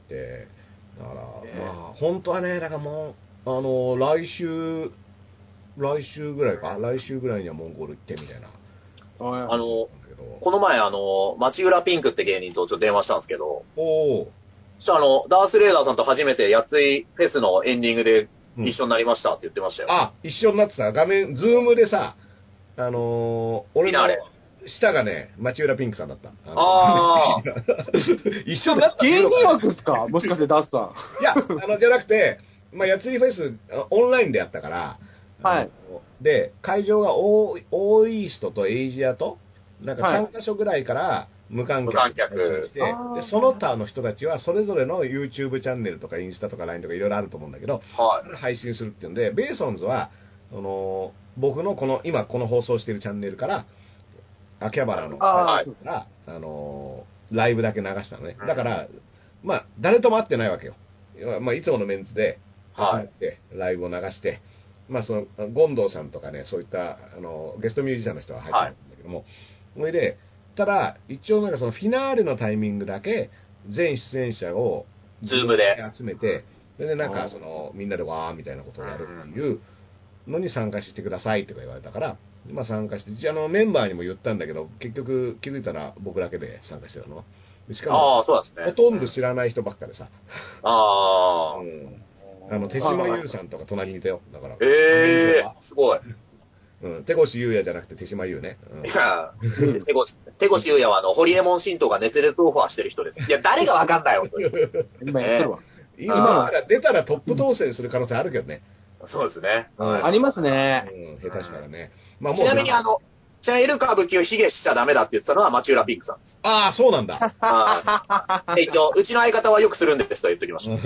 Speaker 2: だから、まあ、本当はね、だからもう、あの、来週、来週ぐらいか、来週ぐらいにはモンゴル行ってみたいな。
Speaker 3: あの、この前、あの、町浦ピンクって芸人とちょっと電話したんですけど、
Speaker 2: お
Speaker 3: そしたらあの、ダースレーダーさんと初めてやついフェスのエンディングで一緒になりましたって言ってましたよ。
Speaker 2: うん、あ、一緒になってた。画面、ズームでさ、あのー、俺の下がね、町浦ピンクさんだった。
Speaker 3: ああ。
Speaker 2: 一緒になった。
Speaker 4: 芸人枠ですか？もしかしてダースさ
Speaker 2: ん。いや、あの、じゃなくて、まあ、やついフェス、オンラインでやったから、
Speaker 4: はい。
Speaker 2: で、会場がオー、オーイーストとエイジアと、なんかさんカ所ぐらいから無観客して、はい、で、その他の人たちはそれぞれの YouTube チャンネルとかインスタとか ライン とかいろいろあると思うんだけど、
Speaker 3: はい、
Speaker 2: 配信するっていうんで、ベーソンズは、あの、僕のこの、今この放送しているチャンネルから、秋葉原の会場から、あの、ライブだけ流したのね。だから、まあ、誰とも会ってないわけよ。まあ、いつものメンツで、集まって、ライブを流して、まあ、その、権藤さんとかね、そういった、あの、ゲストミュージシャンの人は入ってるんだけども、はい、それで、ただ、一応なんかそのフィナーレのタイミングだけ、全出演者を、
Speaker 3: ズームで
Speaker 2: 集めて、それでなんかその、みんなでわーみたいなことをやるっていうのに参加してくださいとか言われたから、まあ参加して、あの、メンバーにも言ったんだけど、結局気づいたら僕だけで参加してたの。しかも、
Speaker 3: あそうですね、
Speaker 2: ほとんど知らない人ばっかでさ。
Speaker 3: ああ。
Speaker 2: うん。あの、手島優さんとか隣にいたよ。だから。
Speaker 3: ええー、すごい。
Speaker 2: うん。手越優也じゃなくて手島優ね。
Speaker 3: うん、いや、手越、手越優也はあの、ホリエモン新党が熱烈オファーしてる人です。いや、誰がわかんないよ、
Speaker 4: 今言ってるわ。
Speaker 2: 今から出たらトップ当選する可能性あるけどね。
Speaker 3: そうですね。
Speaker 4: うん、ありますね。
Speaker 2: うん、下手したらね。まあも
Speaker 3: うちなみにあの、チャンエル歌舞伎を卑下しちゃダメだって言ってたのは町浦ピンクさんです。
Speaker 2: ああ、そうなんだ。
Speaker 3: あ一応、うちの相方はよくするんですと言っておきました。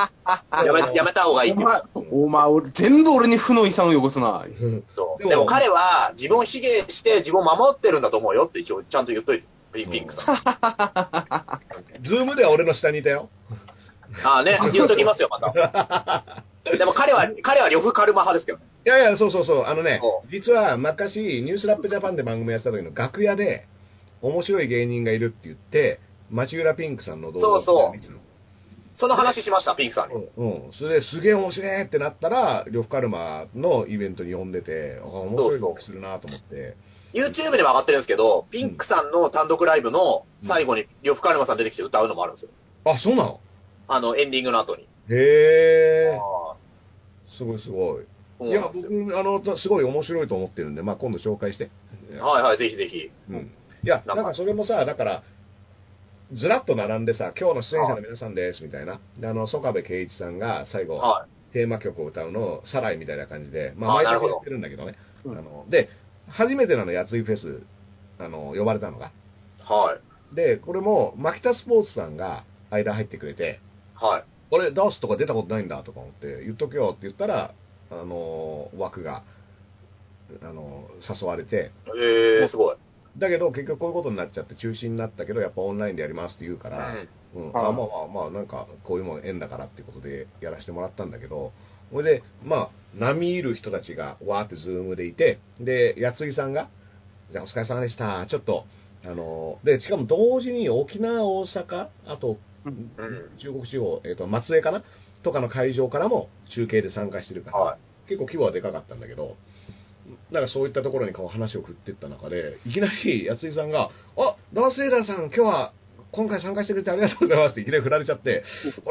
Speaker 3: やめ、やめた方がいいって。
Speaker 4: お前、お前全部俺に負の遺産を汚すな。
Speaker 3: そう。でも、でも彼は自分を卑下して自分を守ってるんだと思うよって一応ちゃんと言っといて。ピンクさん。
Speaker 2: ズームでは俺の下にいたよ。
Speaker 3: ああね、言っときますよ、また。でも彼は、彼は呂布カルマ派ですけどね。
Speaker 2: いやいや、そうそうそう。あのね、実は昔、ニュースラップジャパンで番組やってた時の楽屋で、面白い芸人がいるって言って、町浦ピンクさんの動画を見てたの。
Speaker 3: そうそう。その話しました、ピンクさんに。
Speaker 2: うん。それですげえ面白いってなったら、呂布カルマのイベントに呼んでて、あ面白い動きするなと思って。
Speaker 3: YouTube でも上がってるんですけど、ピンクさんの単独ライブの最後に呂布カルマさん出てきて歌うのもあるんですよ。
Speaker 2: あ、そうなの？
Speaker 3: あの、エンディングの後に。
Speaker 2: へー。すごいすごい。いや、僕、あの、すごい面白いと思ってるんで、まあ今度紹介して。
Speaker 3: はいはい、ぜひぜひ。
Speaker 2: うん。いや、なんかそれもさ、だから、ずらっと並んでさ、今日の出演者の皆さんです、みたいな。で、あの、曽我部圭一さんが最後、はい、テーマ曲を歌うのを、サライみたいな感じで、まあ毎年やってるんだけどね。あの、で、初めてなの、やついフェス、あの、呼ばれたのが。
Speaker 3: はい。
Speaker 2: で、これも、マキタスポーツさんが間入ってくれて、
Speaker 3: はい。
Speaker 2: 俺、ダースとか出たことないんだとか思って、言っとけよって言ったら、あの、枠が、あの、誘われて。
Speaker 3: えー、すごい。
Speaker 2: だけど、結局こういうことになっちゃって中止になったけど、やっぱオンラインでやりますって言うから、うん。うん、あまあまあまあ、なんか、こういうもん縁だからっていうことでやらせてもらったんだけど、それで、まあ、並みいる人たちがわーってズームでいて、で、やついさんが、じゃあお疲れ様でした。ちょっと、あの、で、しかも同時に沖縄、大阪、あと、うん、中国地方、えっ、ー、と、松江かなとかの会場からも中継で参加してるから、はい、結構規模はでかかったんだけど、なんかそういったところにこう話を振っていった中で、いきなりやついさんが、あ、ダースレーダーさん、今日は、今回参加してくれてありがとうございますっていきなり振られちゃって、あれ、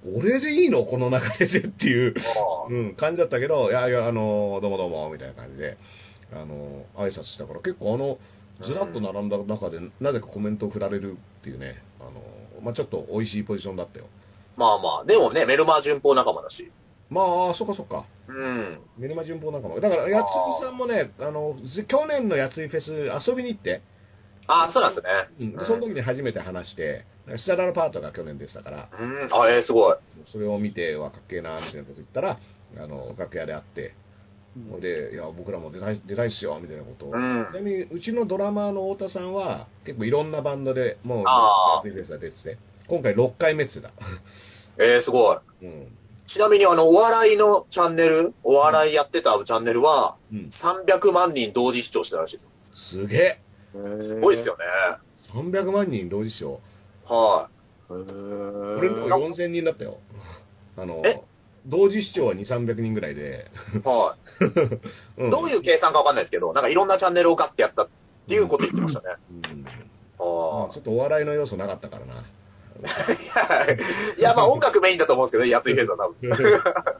Speaker 2: 俺でいいのこの流れでっていう、うん、感じだったけど、いやいや、あの、どうもどうも、みたいな感じで、あの、挨拶したから、結構あの、ずらっと並んだ中で、なぜかコメントを振られるっていうね、あの、まあちょっと美味しいポジションだったよ。
Speaker 3: まあまあ、でもね、メルマー順法仲間だし。
Speaker 2: まあ、そっかそっか。
Speaker 3: うん。
Speaker 2: メルマ順法仲間。だから、やついさんもね、あの、去年のやついフェス遊びに行って、
Speaker 3: ああ、そうなんですね。
Speaker 2: うん。で、その時に初めて話して、スタダのパートが去年でしたから、
Speaker 3: うん、あ、えー、すごい。
Speaker 2: それを見て、わ、かっけえな、みたいなこと言ったら、あの、楽屋で会って、うん、で、いや、僕らも出たい、出たいっすよ、みたいなことを。うん、ちなみに、うちのドラマーの太田さんは、結構いろんなバンドでもう、やついフェスが出てて、今回ろっかいめって言ってた。
Speaker 3: えー、すごい。うん。ちなみに、あの、お笑いのチャンネル、お笑いやってたチャンネルは、うん、さんびゃくまんにん同時視聴してたらしいですよ。
Speaker 2: すげえ。
Speaker 3: すごいっすよね。
Speaker 2: さんびゃくまんにん同時視聴。
Speaker 3: はい。
Speaker 2: 俺のよんせんにんだったよ。あの、同時視聴はに、さんびゃくにんぐらいで。
Speaker 3: はい、うん。どういう計算かわかんないですけど、なんかいろんなチャンネルをガッてやったっていうこと言ってましたね。うん。
Speaker 2: あ、ちょっとお笑いの要素なかったからな。
Speaker 3: いや、いやまあ音楽メインだと思うんですけど、やついフェスは多分。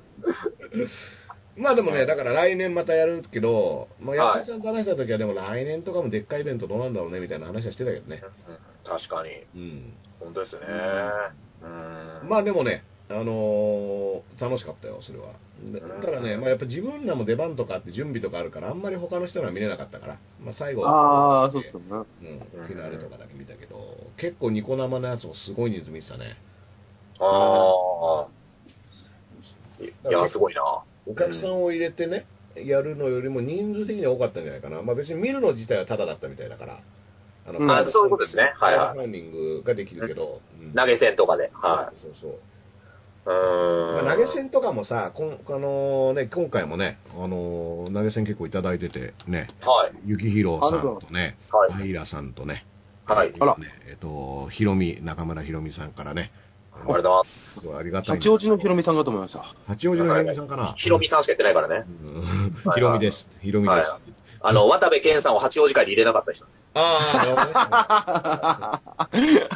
Speaker 2: まあでもね、だから来年またやるけど、まあ、やついさんと話した時はでも来年とかもでっかいイベントどうなんだろうねみたいな話はしてたけどね。
Speaker 3: うん、確かに。うん。本当ですね。
Speaker 2: うん。まあでもね、あのー、楽しかったよ、それは。ただね、まあやっぱ自分らも出番とかって準備とかあるから、あんまり他の人のは見れなかったから、まあ最後
Speaker 4: は、ああ、そうっすよね。
Speaker 2: うん、フィナーレとかだけ見たけど、結構ニコ生のやつもすごい人数見てたね。
Speaker 3: ああ。いや、すごいな。
Speaker 2: お客さんを入れてね、やるのよりも人数的には多かったんじゃないかな。まあ別に見るの自体はタダだったみたいだから。
Speaker 3: あの、うん、あそういうことですね。はいはい。
Speaker 2: ファーミングができるけど。
Speaker 3: うん、投げ銭とかで。はい。
Speaker 2: そうそうそう。う
Speaker 3: ーん。
Speaker 2: まあ、投げ銭とかもさ、こんあのー、ね、今回もね、あのー、投げ銭結構いただいててね。
Speaker 3: はい。
Speaker 2: ゆきひろさんとね、
Speaker 3: はい。
Speaker 2: マイラさんとね。
Speaker 3: はい。
Speaker 2: あら。えっと、ひろみ、中村ひろみさんからね。
Speaker 3: ありがとうございます。
Speaker 2: すごいありがたい。
Speaker 4: 八王子のひろみさんかと思いました。
Speaker 2: 八王子のひろみさんかな。
Speaker 3: ひろみさんしか言ってないからね。
Speaker 2: ひろみです。ひろみです。
Speaker 3: あの、渡部健さんを八王子会に入れなかった人。
Speaker 2: ああ、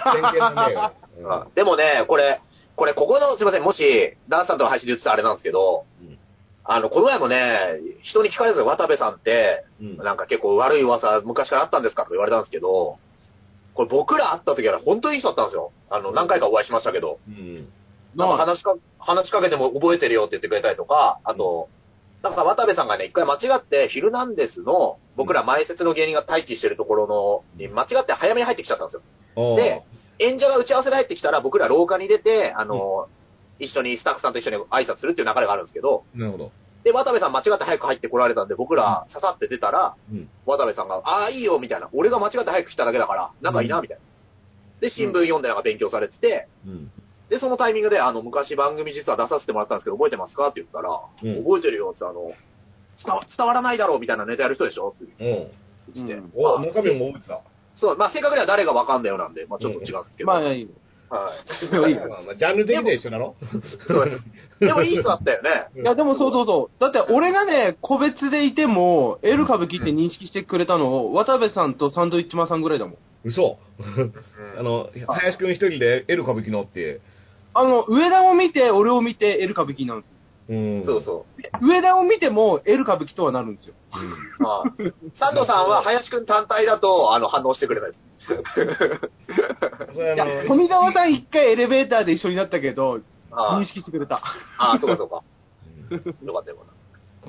Speaker 3: でもね、これ、これ、ここの、すいません、もし、ダンさんとの配信で言ってたらあれなんですけど、うん、あの、この前もね、人に聞かれたんですよ、渡部さんって、うん、なんか結構悪い噂、昔からあったんですかとか言われたんですけど、これ僕ら会った時は本当にいい人だったんですよ。あの、何回かお会いしましたけど。うん。なんか話しか、話しかけても覚えてるよって言ってくれたりとか、あと、なんか渡部さんがね、一回間違って、ヒルナンデスの、僕ら前説の芸人が待機してるところの、に間違って早めに入ってきちゃったんですよ。で、演者が打ち合わせで入ってきたら、僕ら廊下に出て、あの、うん、一緒にスタッフさんと一緒に挨拶するっていう流れがあるんですけど、
Speaker 2: なるほど。
Speaker 3: で、渡部さん間違って早く入ってこられたんで、僕ら刺さって出たら、うん、渡部さんが、ああ、いいよ、みたいな。俺が間違って早く来ただけだから、仲いいな、みたいな。で、新聞読んでなんか勉強されてて、うん、で、そのタイミングで、あの、昔番組実は出させてもらったんですけど、覚えてますかって言ったら、うん、覚えてるよって、あの、伝わ、伝わらないだろうみたいなネタやる人でしょって言って。うん。
Speaker 2: お、中身も覚えてた。
Speaker 3: そう、まあ、正確には誰がわかんだよなんで、まあ、ちょっと違うんですけど。
Speaker 4: うん、まあ、いいよ。
Speaker 3: はい。
Speaker 2: まあまあ、ジャンル的には一緒だろ
Speaker 3: そうです。でもいい人だったよね。
Speaker 4: いや、でもそうそうそう。だって俺がね、個別でいても、エル歌舞伎って認識してくれたのを、渡部さんとサンドウィッチマンさんぐらいだもん。
Speaker 2: 嘘あの、林くん一人でエル歌舞伎のって。
Speaker 3: あ
Speaker 4: の、上田を見て、俺を見て、エル歌舞伎なんですよ。
Speaker 3: うん。そうそう。
Speaker 4: 上田を見ても、エル歌舞伎とはなるんですよ。
Speaker 3: うん。まあ、サンドさんは林くん単体だと、あの、反応してくれないです。
Speaker 4: いや、富澤さん一回エレベーターで一緒になったけど、認識してくれた。
Speaker 3: ああ、そうかそうか。よかったよかった。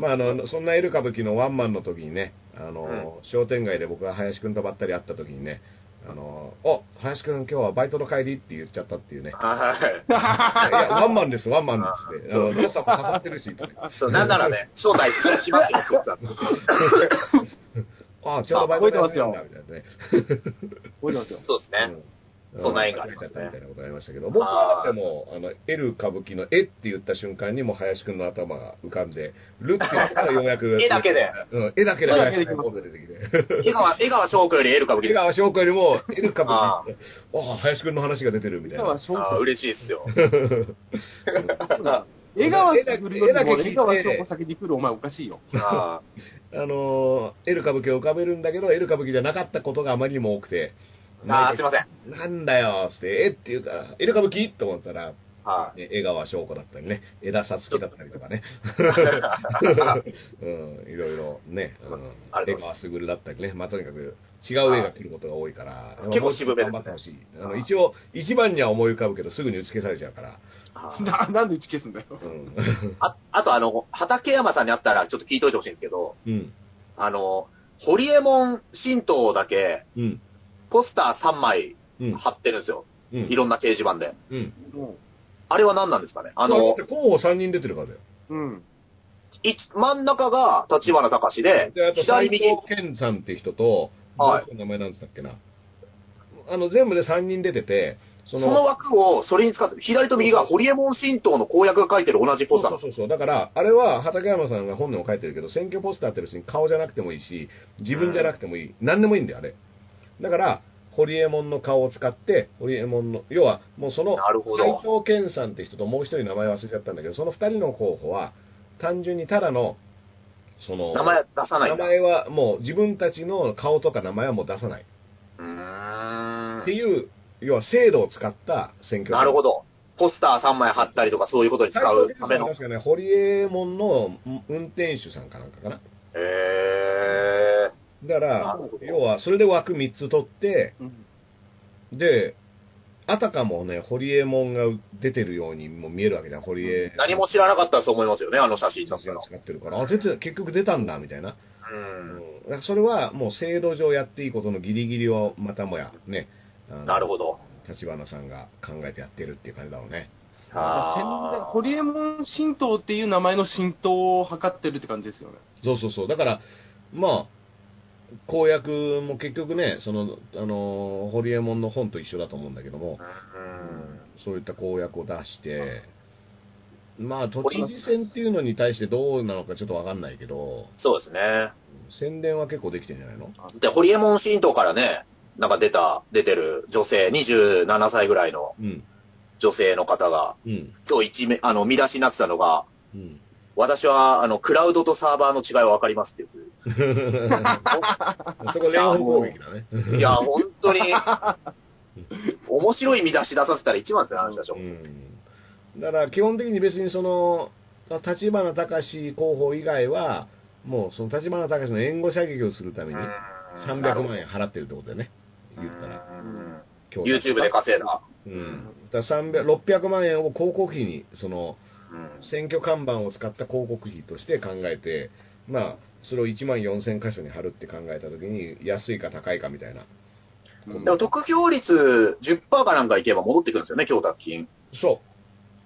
Speaker 2: まあ、あの、そんなエル歌舞伎のワンマンの時にね、あの、うん、商店街で僕が林くんとばったり会った時にね、あの、お、林くん今日はバイトの帰りって言っちゃったっていうね。
Speaker 3: はい。
Speaker 2: いや、ワンマンです、ワンマンですって。あの、ロスターもかかってるし、って。
Speaker 3: そう、なんならね、招待しますよ、って言って
Speaker 2: た。ああ、ちょうどバイト
Speaker 4: の帰りなんだ、
Speaker 2: みたいなね。
Speaker 4: 覚えてますよ。
Speaker 3: そうですね。そんな縁がありました
Speaker 2: みたいなことありましたけど、僕はだってもう、あの、エル歌舞伎の絵って言った瞬間にもう林くんの頭が浮かんで、ルって言ったらようやく。
Speaker 3: 絵だけで。
Speaker 2: うん、絵だけで林くんが出てきて。
Speaker 3: 江川、江川翔子よりエル歌舞伎。
Speaker 2: 江川翔子よりもエル歌舞伎。ああ、林くんの話が出てるみたいな。
Speaker 3: ああ、嬉しいっすよ。
Speaker 4: 江川翔子よりも江川翔子先に来るお前おかしいよ。
Speaker 3: あ
Speaker 2: あの、エル歌舞伎を浮かべるんだけど、エル歌舞伎じゃなかったことがあまりにも多くて、
Speaker 3: ああ、すいません。
Speaker 2: なんだよ、って、えって言うから、エル歌舞伎と思ったら、
Speaker 3: は
Speaker 2: い。江川翔子だったりね、枝さつきだったりとかね。うん、いろいろね、うん、江川卓だったりね、まあとにかく違う絵が来ることが多いから、
Speaker 3: 結構渋めですね。
Speaker 2: 頑張ってほしい。あの、一応、一番には思い浮かぶけど、すぐに打ち消されちゃうから。
Speaker 4: な、なんで打ち消すんだよ。
Speaker 2: うん、
Speaker 3: あ、あとあの、畠山さんに会ったらちょっと聞いといてほしいんですけど、
Speaker 2: うん、
Speaker 3: あの、ホリエモン神道だけ、うん、ポスターさんまい貼ってるんですよ。うん、いろんな掲示板で。うん、あれは何なんですかね。あの、
Speaker 2: 候補さんにん出てるからだよ。
Speaker 3: うん。い真ん中が立花隆で、
Speaker 2: で、あと、左右健さんって人と、はい。名前なんつったっけな。あの、全部でさんにん出てて、
Speaker 3: その、その枠をそれに使って、左と右がホリエモン神道の公約が書いてる同じポスター。
Speaker 2: そうそうそう。だから、あれは畠山さんが本でも書いてるけど、選挙ポスターって別に顔じゃなくてもいいし、自分じゃなくてもいい。うん、何でもいいんだよ、あれ。だから、ホリエモンの顔を使って、ホリエモンの、要は、もうその、斉藤健さんって人ともう一人名前忘れちゃったんだけど、その二人の候補は、単純にただの、その、
Speaker 3: 名前出さない
Speaker 2: んだ。名前はもう自分たちの顔とか名前はもう出さない。
Speaker 3: うーん。
Speaker 2: っていう、要は制度を使った選挙。
Speaker 3: なるほど。ポスターさんまい貼ったりとかそういうことに使うための。
Speaker 2: 確かね、ホリエモンの運転手さんかなんかかな。
Speaker 3: へ
Speaker 2: ー。だから、要はそれで枠みっつ取って、うん、で、あたかもね、ホリエモンが出てるようにも見えるわけじゃん、ホリエ。
Speaker 3: 何も知らなかったと思いますよね、あの写真
Speaker 2: だったら。使ってるから、あ、出て、結局出たんだ、みたいな。うん。うん、それはもう制度上やっていいことのギリギリをまたもや、ね。
Speaker 3: なるほど。
Speaker 2: 立花さんが考えてやってるっていう感じだろうね。
Speaker 4: あホリエモン神道っていう名前の神道を測ってるって感じですよね。
Speaker 2: そうそうそう。だから、まあ、公約も結局ね、その、あの、ホリエモンの本と一緒だと思うんだけども、うん、そういった公約を出して、まあ、都知事選っていうのに対してどうなのかちょっとわかんないけど、
Speaker 3: そうですね。
Speaker 2: 宣伝は結構できてるんじゃないの？
Speaker 3: で、ホリエモン神道からね、なんか出た、出てる女性、にじゅうななさいぐらいの女性の方が、うん、今日一面、あの、見出しになってたのが、うん、私は、あの、クラウドとサーバーの違いはわかりますっていう。
Speaker 2: そこ連邦攻撃だね。
Speaker 3: いや、本当に、面白い見出し出させたら一番ですよ、あの人たち。
Speaker 2: だから、基本的に別にその、立花隆候補以外は、もうその立花隆の援護射撃をするためにさんびゃくまんえん払ってるってことだよね。言ったら。
Speaker 3: YouTube で稼いだ。
Speaker 2: うん。だからろっぴゃくまんえんを広告費に、その、選挙看板を使った広告費として考えて、まあ、それをいちまんよんせん箇所に貼るって考えたときに、安いか高いかみたいな。
Speaker 3: でも得票率 じゅっパーセント かなんかいけば戻ってくるんですよね、供託金。
Speaker 2: そう。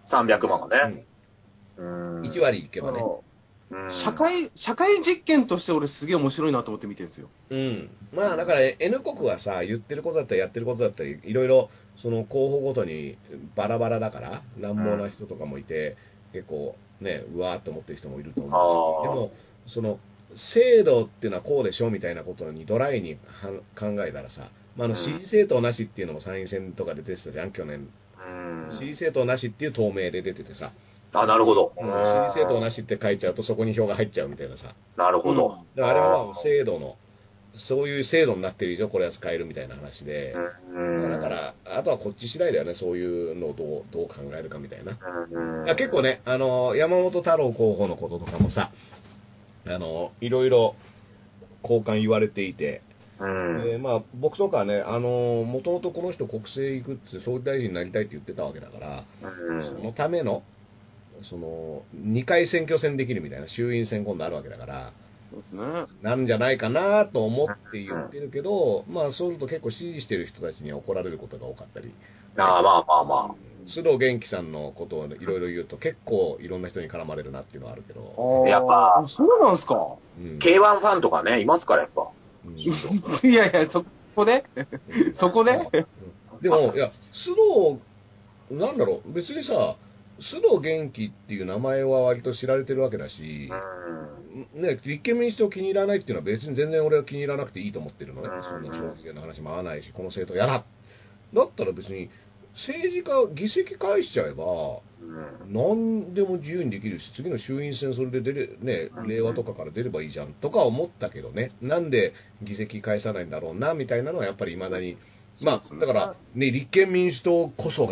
Speaker 3: さんびゃくまんがね。
Speaker 2: うん。いちわりいけばね。
Speaker 4: 社会、社会実験として俺すげえ面白いなと思って見てるんですよ。
Speaker 2: うん。まあだから N 国はさ、言ってることだったりやってることだったり、いろいろその候補ごとにバラバラだから、乱暴な人とかもいて、結構ね、うわーって思ってる人もいると思うし、でも、その、制度っていうのはこうでしょみたいなことにドライに考えたらさ、まあ、あの、支持政党なしっていうのも参院選とかで出てたじゃん、去年。支持政党なしっていう党名で出ててさ。
Speaker 3: あ、なるほど。
Speaker 2: うん、支持政党なしって書いちゃうとそこに票が入っちゃうみたいなさ。
Speaker 3: なるほど。
Speaker 2: うん、あれはまあ制度の、そういう制度になってる以上これは使えるみたいな話で。うん、だから、あとはこっち次第だよね、そういうのをどう、どう考えるかみたいな。うん、結構ね、あの、山本太郎候補のこととかもさ、あの、いろいろ交換言われていて、うんえー、まあ、僕とかはね、あの、もともとこの人国政行くって総理大臣になりたいって言ってたわけだから、うん、そのための、その、にかい選挙戦できるみたいな衆院選今度あるわけだから、
Speaker 4: そうですね。
Speaker 2: なんじゃないかなと思って言ってるけど、まあそうすると結構支持してる人たちには怒られることが多かったり。
Speaker 3: ああ、まあまあまあ。
Speaker 2: 須藤元気さんのことをいろいろ言うと結構いろんな人に絡まれるなっていうのはあるけど。
Speaker 3: やっぱ、
Speaker 4: そうなんすか、
Speaker 3: うん、ケーワン ファンとかね、いますからやっぱ。
Speaker 4: うん、いやいや、そこでそこで
Speaker 2: でも、いや、須藤、なんだろう、別にさ、須藤元気っていう名前は割と知られてるわけだし、ね、立憲民主党気に入らないっていうのは別に全然俺は気に入らなくていいと思ってるのね。そんな消費税の話も合わないし、この政党やらだったら別に政治家、議席返しちゃえば、何でも自由にできるし、次の衆院選それで出れ、ね、令和とかから出ればいいじゃんとか思ったけどね、なんで議席返さないんだろうな、みたいなのはやっぱり未だに、まあ、だから、ね、立憲民主党こそが、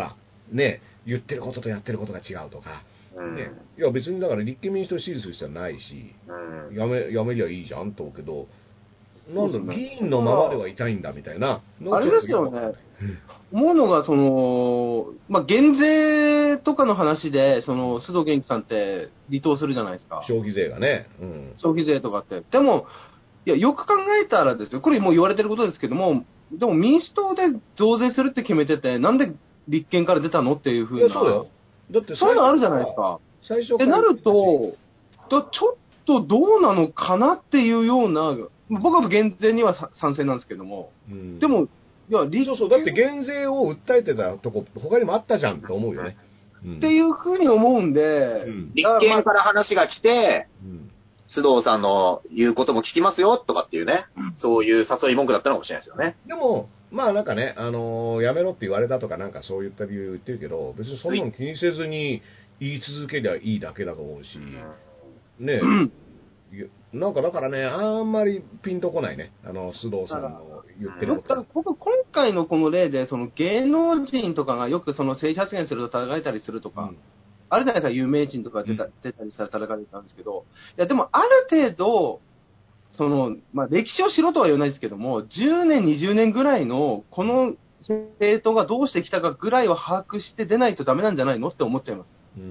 Speaker 2: ね、言ってることとやってることが違うとか、うん、ね、いや別にだから立憲民主党を支持する必要はないし、うん、やめ、やめりゃいいじゃんと思うけど、なんだろう、議員のままではいたいんだみたいな。
Speaker 4: あれですよね。思うのが、その、まあ、減税とかの話で、その、須藤元気さんって離党するじゃないですか。
Speaker 2: 消費税がね。うん、
Speaker 4: 消費税とかって。でも、いや、よく考えたらですよ、これもう言われてることですけども、でも民主党で増税するって決めてて、なんで立憲から出たのっていうふうな。いや、
Speaker 2: そうだよ。だって
Speaker 4: そういうのあるじゃないですか。
Speaker 2: 最初から。
Speaker 4: ってなると、ちょっとどうなのかなっていうような、僕は減税には賛成なんですけども、うん、でも、いや、
Speaker 2: そうそう、だって減税を訴えてたとこ、他にもあったじゃんと思うよね。
Speaker 4: うん、っていうふうに思うんで、うん、
Speaker 3: 立憲から話が来て、うん、須藤さんの言うことも聞きますよとかっていうね、うん、そういう誘い文句だったのかもしれないですよね。
Speaker 2: でも、まあなんかね、あのー、やめろって言われたとかなんかそういった理由言ってるけど、別にそんなの気にせずに言い続けりゃいいだけだと思うし、ねえ。うんなんかだからね、あんまりピンとこないね。あの、須藤さんの言ってること。
Speaker 4: 僕、今回のこの例で、その芸能人とかがよくその政治発言すると叩かれたりするとか、うん、あるじゃないですか、有名人とか出た、うん、出たりしたら叩かれたんですけど、いや、でもある程度、その、まあ、歴史をしろとは言わないですけども、じゅうねん、にじゅうねんぐらいの、この政党がどうしてきたかぐらいを把握して出ないとダメなんじゃないのって思っちゃいます。
Speaker 2: うん。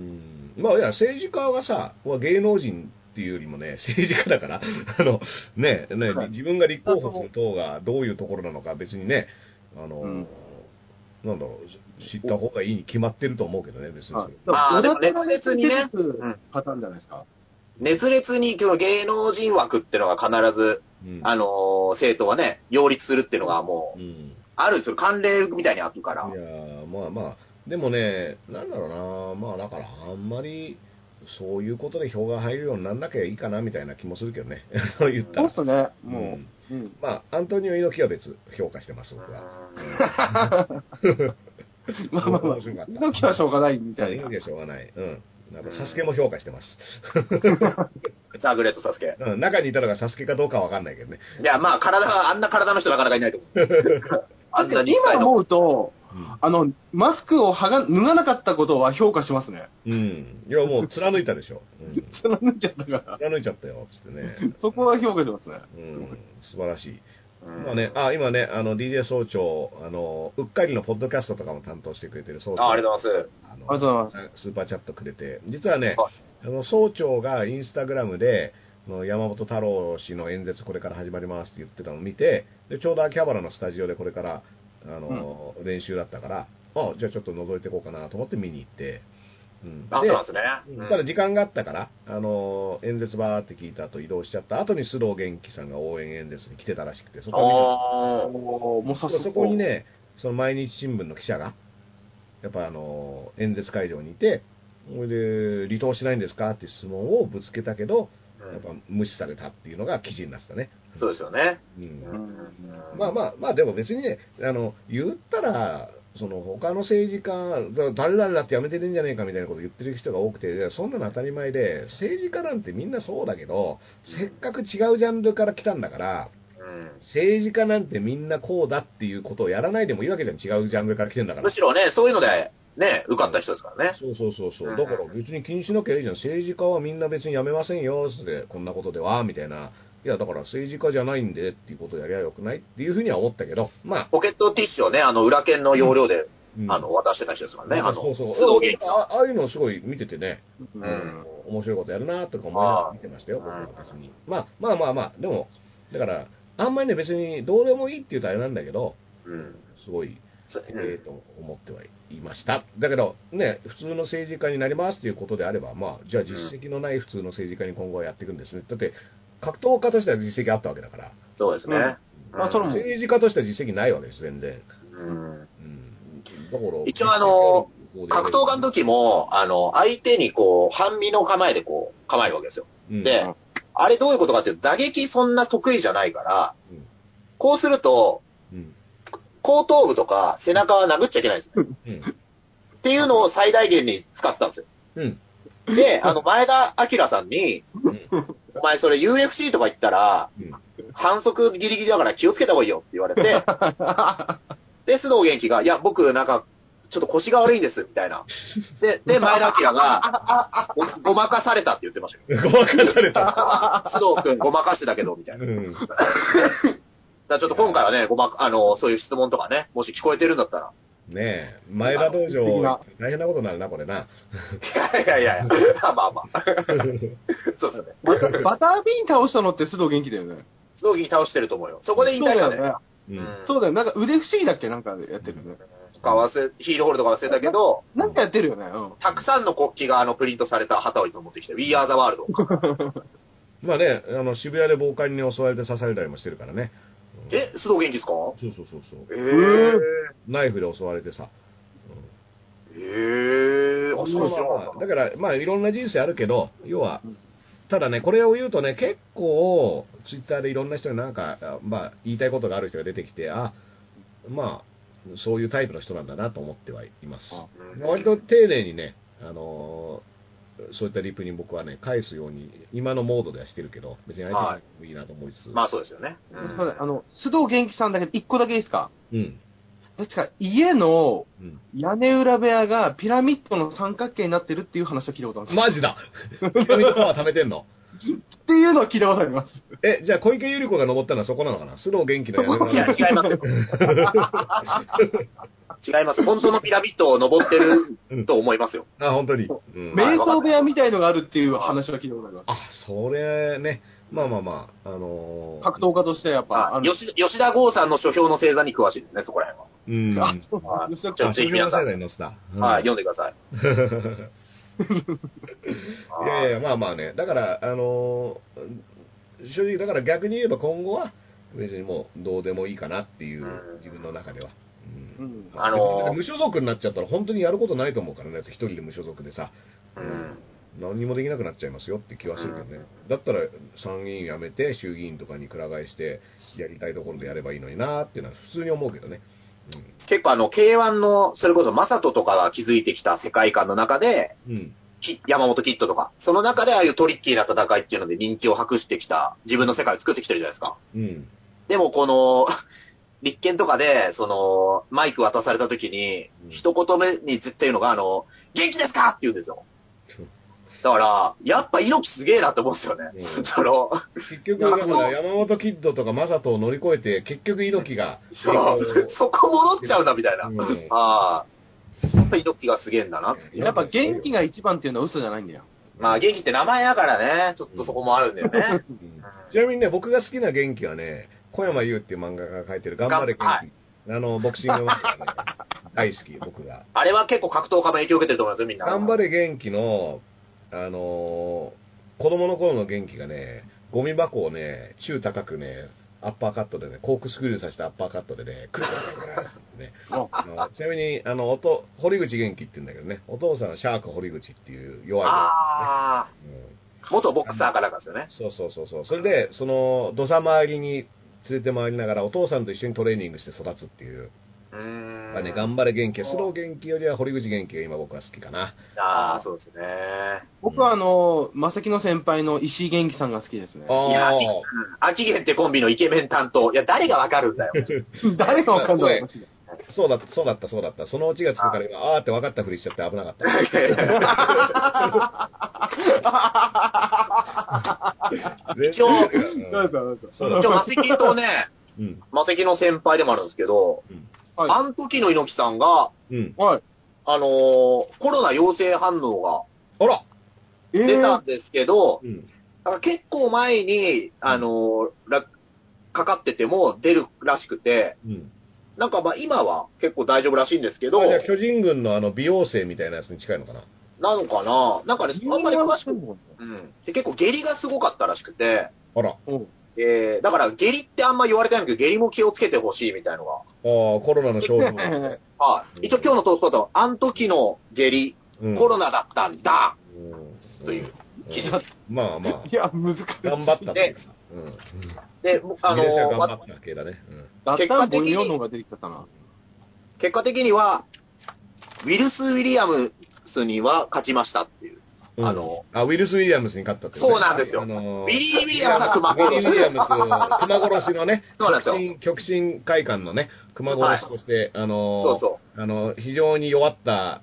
Speaker 2: まあ、いや、政治家がさ、芸能人、っていうよりもね、政治家だから、あの、ね、ね、はい、自分が立候補する党がどういうところなのか別にね、あの、うん、なんだろう、知った方がいいに決まってると思うけどね、別に。
Speaker 3: ああ、でも熱烈にね、
Speaker 4: パターンじゃないですか。
Speaker 3: 熱烈に今日芸能人枠っていうのが必ず、うん、あの、政党はね、擁立するっていうのがもう、うん、あるんですよ、慣例みたいにあるから。
Speaker 2: いやまあまあ、でもね、なんだろうな、まあだからあんまり、そういうことで票が入るようになんなきゃいいかなみたいな気もするけどね。そう言ったら。
Speaker 4: そうっすね。もう。
Speaker 2: うん。まあ、アントニオ猪木は別評価してます、僕は。
Speaker 4: まあまあまあ、猪木はしょうがないみたいな。
Speaker 2: 猪木はしょうがない。うん。なんか、サスケも評価してます。
Speaker 3: ザ・グレート・サスケ。
Speaker 2: うん、中にいたのがサスケかどうかわかんないけどね。
Speaker 3: いや、まあ、体、あんな体の人なかなかいないと思う。
Speaker 4: あんなに今思うと、うん、あの、マスクをはが、脱がなかったことは評価しますね。
Speaker 2: うん。いや、もう貫いたでしょ。
Speaker 4: うん、貫いちゃったから。
Speaker 2: 貫いちゃったよ、つってね。
Speaker 4: そこは評価しますね。
Speaker 2: うん。素晴らしい。うん、まあね、あ、今ね、あの、ディージェー 総長、あの、うっかりのポッドキャストとかも担当してくれてる総長。
Speaker 3: あ、ありがとうございます。
Speaker 4: ありがとうございます。
Speaker 2: スーパーチャットくれて。実はね、あの、総長がインスタグラムで、の山本太郎氏の演説これから始まりますって言ってたのを見て、で、ちょうど秋葉原のスタジオでこれから、あの、うん、練習だったから、あ、じゃあちょっと覗いていこうかなと思って見に行って、
Speaker 3: うん。あ、そうなんですね。
Speaker 2: うん、ただ時間があったから、あの、演説バーって聞いた後移動しちゃった後に須藤元気さんが応援演説に来てたらしくて、そこ
Speaker 3: を
Speaker 2: 見てた。そこにね、その毎日新聞の記者が、やっぱあの、演説会場にいて、それで、離党しないんですかって質問をぶつけたけど、やっぱ無視されたっていうのが記事になってたね。
Speaker 3: そうですよね。
Speaker 2: うん。まあまあ、まあでも別にね、あの、言ったら、その他の政治家、誰々だってやめてるんじゃねえかみたいなこと言ってる人が多くて、そんなの当たり前で、政治家なんてみんなそうだけど、せっかく違うジャンルから来たんだから、うん、政治家なんてみんなこうだっていうことをやらないでもいいわけじゃん。違うジャンルから来てんだから。
Speaker 3: むしろね、そういうので、ね、受かった人ですからね。
Speaker 2: そうそうそうそう。だから別に気にしなきゃいいじゃん。政治家はみんな別に辞めませんよ、って、こんなことでは、みたいな。いや、だから政治家じゃないんでっていうことをやりゃよくないっていうふうには思ったけど、まあ。
Speaker 3: ポケットティッシュをね、あの、裏剣の要領で、うん、あの、渡してた人ですからね。あの、
Speaker 2: そうそう。須藤元気さん。ああいうのをすごい見ててね、うん、面白いことやるなとか思いながら見てましたよ、僕は別に。まあ、まあまあまあ、でも、だから、あんまりね、別にどうでもいいって言うとあれなんだけど、うん、すごい、ええと思ってはいました。だけど、ね、普通の政治家になりますっていうことであれば、まあ、じゃあ実績のない普通の政治家に今後はやっていくんですね。だって、格闘家としては実績あったわけだから。
Speaker 3: そうですね。
Speaker 2: うんまあ、その政治家としては実績ないわけです、全然。うん。うん、
Speaker 3: だから一応あの、格闘家の時も、あの、相手にこう、半身の構えでこう、構えるわけですよ。うん、で、あれどういうことかっていうと、打撃そんな得意じゃないから、うん、こうすると、うん後頭部とか背中は殴っちゃいけないんですよ。うん、っていうのを最大限に使ってたんですよ。うん、で、あの、前田明さんに、うん、お前それ ユーエフシー とか言ったら、うん、反則ギリギリだから気をつけた方がいいよって言われて、で、須藤元気が、いや、僕なんか、 ちょっと腰が悪いんです、みたいな。で、で、前田明がご、ごまかされたって言ってましたよ。
Speaker 2: ごまかされた。
Speaker 3: 須藤くんごまかしてたけど、みたいな。うん、だからちょっと今回はね、ごま、あの、そういう質問とかね、もし聞こえてるんだったら。
Speaker 2: ねえ、前田道場、大変なことになるな、これな。
Speaker 3: いやいやいや、まあまあ。そうですね。
Speaker 4: バタ、バタービーン倒したのって須藤元気だよね。
Speaker 3: 須藤元気倒してると思うよ。そこで引退したね。
Speaker 4: うん、そうだよ。なんか腕不思議だっけなんかやってるね。
Speaker 3: か忘れ、ヒールホールとか忘れたけど、
Speaker 4: なんかやってるよね。うん。
Speaker 3: たくさんの国旗があのプリントされた旗をいつも持ってきて、We Are the World。
Speaker 2: まあね、あの、渋谷で暴漢に襲われて刺されたりもしてるからね。
Speaker 3: え、須藤元気ですか？
Speaker 2: そうそうそうそう。
Speaker 3: えー、
Speaker 2: ナイフで襲われてさ。
Speaker 3: うん、えー、あ、そうです
Speaker 2: よ。だから、まあいろんな人生あるけど、要は、ただね、これを言うとね、結構、ツイッターでいろんな人になんか、まあ、言いたいことがある人が出てきて、あ、まあ、そういうタイプの人なんだなと思ってはいます。割と丁寧にね、あのー、そういったリプに僕はね、返すように、今のモードではしてるけど、別に相手してもいいなと思いつつ。
Speaker 3: まあそうですよね。
Speaker 4: うん、あの、須藤元気さんだけど、一個だけいいですか？
Speaker 2: うん。
Speaker 4: 確か、家の屋根裏部屋がピラミッドの三角形になってるっていう話を聞いたことあるんですよ。
Speaker 2: マジだピラミッドは貯めてんの
Speaker 4: っていうのは聞いたことあります。
Speaker 2: え、じゃあ小池百合子が登ったのはそこなのかな？須藤元気の屋根裏部屋。
Speaker 3: いや、違いますよ。違います。本当のピラミッドを登ってると思いますよ。
Speaker 2: うん、あ、本当に。
Speaker 4: うん、瞑想部屋みたいのがあるっていう話は聞いたことあります。
Speaker 2: あ、それね。まあまあまあ、あのー、
Speaker 4: 格闘家としてやっぱ、
Speaker 3: あ吉吉田剛さんの書評の星座に詳しいですね、そこら辺は。
Speaker 2: うん。
Speaker 3: あ、そう
Speaker 2: 吉田剛さん。書評の星座に載せた。
Speaker 3: はい、読んでください。
Speaker 2: いやいや、まあまあね。だから、あのー、正直、だから逆に言えば今後は、別にもうどうでもいいかなっていう、自分の中では。うん。うん、あのー、無所属になっちゃったら本当にやることないと思うからね、一人で無所属でさ。うん。何にもできなくなっちゃいますよって気はするけどね。うん、だったら参議院辞めて衆議院とかにくら替えしてやりたいところでやればいいのになーっていうのは普通に思うけどね。
Speaker 3: うん、結構あの ケーワン のそれこそマサトとかが築いてきた世界観の中で、うん、山本キッドとかその中でああいうトリッキーな戦いっていうので人気を博してきた自分の世界を作ってきてるじゃないですか。うん、でもこの立憲とかでそのマイク渡された時に、うん、一言目に絶対言うのがあの元気ですかって言うんですよ。だから、やっぱ猪木すげえなって思うんですよね。うん、その
Speaker 2: 結局、だから山本キッドとかマサトを乗り越えて、結局猪木が。
Speaker 3: そう、そこ戻っちゃうんだみたいな。うん、ああ。やっぱ猪木がすげえんだな。
Speaker 4: やっぱ元気が一番っていうのは嘘じゃないんだよ。
Speaker 3: まあ元気って名前だからね、ちょっとそこもあるんだよね。うん、
Speaker 2: ちなみにね、僕が好きな元気はね、小山優っていう漫画が描いてる頑張れ元気。はい、あの、ボクシング漫画ね、大好き、僕が。
Speaker 3: あれは結構格闘家も影響を受けてると思いますよ、みんな。
Speaker 2: 頑張れ元気の、あのー、子供の頃の元気がね、ゴミ箱をね、中高くね、アッパーカットでね、コークスクリューさせたアッパーカットでね、クルクルクルってね。ちなみに、あの、おと、堀口元気って言うんだけどね、お父さんはシャーク堀口っていう弱い、ね。
Speaker 3: ああ、うん。元ボクサーかなんかですよね。
Speaker 2: そうそうそうそう。それで、その、土佐回りに連れて回りながら、お父さんと一緒にトレーニングして育つっていう。うーん。まあね、頑張れ元気、スロー元気よりは堀口元気が今僕は好きかな。
Speaker 3: ああ、そうですね。
Speaker 4: 僕はあの、まさきの先輩の石井元気さんが好きですね。
Speaker 3: いや、秋元ってコンビのイケメン担当。いや、誰がわかるんだよ。
Speaker 4: 誰がわかるんだよ。
Speaker 2: そうだった、そうだった、そうだった。そのオチがつくから今、あーって分かったふりしちゃって危なかった。
Speaker 3: 一応、一応、マセキとね、うん、マセキの先輩でもあるんですけど、うんはい、あの時の猪木さんが、うん、あのー、コロナ陽性反応が、
Speaker 2: あら
Speaker 3: 出たんですけど、えーうん、だから結構前に、あのー、かかってても出るらしくて、うん、なんかまあ今は結構大丈夫らしいんですけど、
Speaker 2: じゃあ巨人軍のあの美容生みたいなやつに近いのかな
Speaker 3: なのかななんかね、あんまり詳しく、うん。で結構下痢がすごかったらしくて、
Speaker 2: あら。
Speaker 3: えー、だから下痢ってあんま言われてないんだけど、下痢も気をつけてほしいみたいのが。あ
Speaker 2: あ、コロナの症状ですね。
Speaker 3: はい。一応今日のトースポットは、あの時の下痢、うん、コロナだったんだ、うん、という記事。
Speaker 2: まあまあ。
Speaker 4: いや、難しい。
Speaker 2: 頑張った
Speaker 3: で、
Speaker 2: うん、
Speaker 3: で、あのー、
Speaker 2: 頑張った系だね。
Speaker 4: うん、結果的に、が出てきたな。
Speaker 3: 結果的には、ウィルス・ウィリアムスには勝ちましたっていう。 うん、あの、
Speaker 2: あ、ウィルス・ウィリアムスに勝ったって、
Speaker 3: ね、そうなんですよ。あのー、ビリー・ウィリアムスは熊殺し。
Speaker 2: ビリー・ウィリアムス、熊殺しのね、
Speaker 3: そうなんですよ。
Speaker 2: 極真会館のね、熊殺しとして、はい、あのー、そうそう。あの、非常に弱った、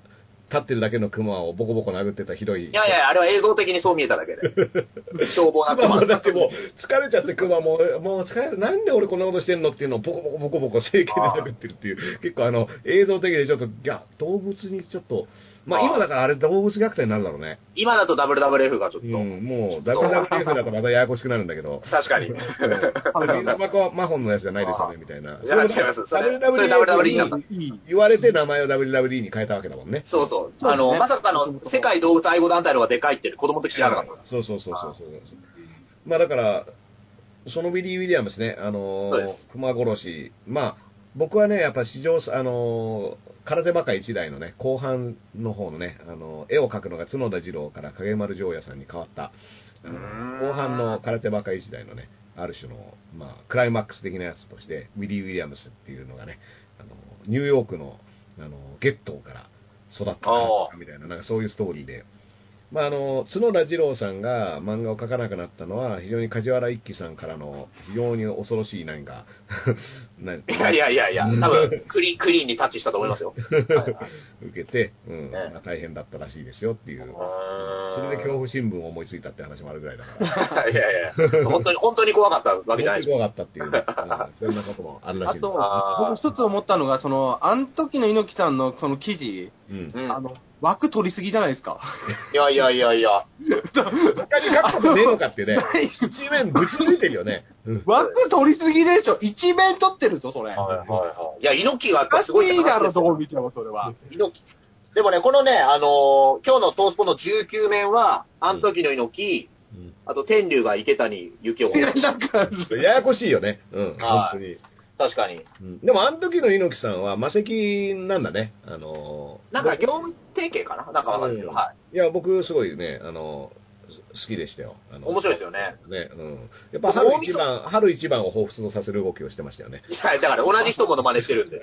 Speaker 2: 立ってるだけの熊をボコボコ殴ってたひどい。
Speaker 3: いやいや、あれは映像的にそう見えただけで。凶暴な熊。
Speaker 2: 熊もだってもう、疲れちゃって熊も、もう疲れる、なんで俺こんなことしてんのっていうのをボコボコボコボコ整形で殴ってるっていう、結構あの、映像的でちょっと、いや、動物にちょっと、まあ今だからあれ動物虐待になるだろうね。
Speaker 3: 今だと ダブリューダブリューエフ がちょっと。う
Speaker 2: ん、もう ダブリューダブリューエフ だとまたややこしくなるんだけど。
Speaker 3: 確かに。
Speaker 2: マホンのやつじゃないですよね、みたいな。
Speaker 3: いや、違います。
Speaker 2: ダブリューダブリューエフ に言われて名前を ダブリューダブリューイー に変えたわけだもんね。
Speaker 3: そうそう。あの、まさかの世界動物愛護団体の方がでかいって子供的知らなかった。
Speaker 2: そうそうそうそう。まあだから、そのビリー・ウィリアムスね、あのー、熊殺し、まあ、僕はね、やっぱ史上、あのー、空手バカ一代のね、後半の方のね、あのー、絵を描くのが角田二郎から影丸城也さんに変わった、後半の空手バカ一代のね、ある種の、まあ、クライマックス的なやつとして、ウィリー・ウィリアムスっていうのがね、あのー、ニューヨークの、あのー、ゲットーから育ったみたいな、なんかそういうストーリーで、まあ、あの、角田二郎さんが漫画を描かなくなったのは、非常に梶原一騎さんからの非常に恐ろしい何か、
Speaker 3: いやいやいやいや、多分クリ、クリーンにタッチしたと思いますよ。はいはい、
Speaker 2: 受けて、うん、ね、まあ、大変だったらしいですよっていう。それで恐怖新聞を思いついたって話もあるぐらいだか
Speaker 3: ら。いやいや、本当に、本当に怖かったわけじゃないです
Speaker 2: か。本当に怖かったっていうね。うん、そんなこともあるらしいです。
Speaker 4: あと、僕一つ思ったのが、その、あの時の猪木さんのその記事、うん、あの、枠取りすぎじゃないですか。
Speaker 3: いやいやいやいや。
Speaker 2: 他に書くことねえのかってね。一面ぶちついてるよね。
Speaker 4: 枠取りすぎでしょ。一面取ってるぞ、それ。はいはい
Speaker 3: はい。いや、猪木がやっぱすごい。
Speaker 4: いいだろ、どこ見ても、それは。
Speaker 3: 猪木。でもね、このね、あのー、今日のトースポのじゅうきゅうめんは、あの時の猪木、うん、あと天竜が池谷幸雄。
Speaker 2: いや、なんか、ややこしいよね。うん、本当に。
Speaker 3: 確かに、
Speaker 2: うん。でも、あの時の猪木さんは、魔石なんだね。あの
Speaker 3: ー、なんか、業務提携かななんかわかんないけど、うん、はい。
Speaker 2: いや、僕、すごいね、あのー、好きでしたよ。あの
Speaker 3: 面白いですよね。
Speaker 2: ね、うん。やっぱ、春一番、春一番を彷彿とさせる動きをしてましたよね。
Speaker 3: いや、だから、同じ人もの真似してるんで。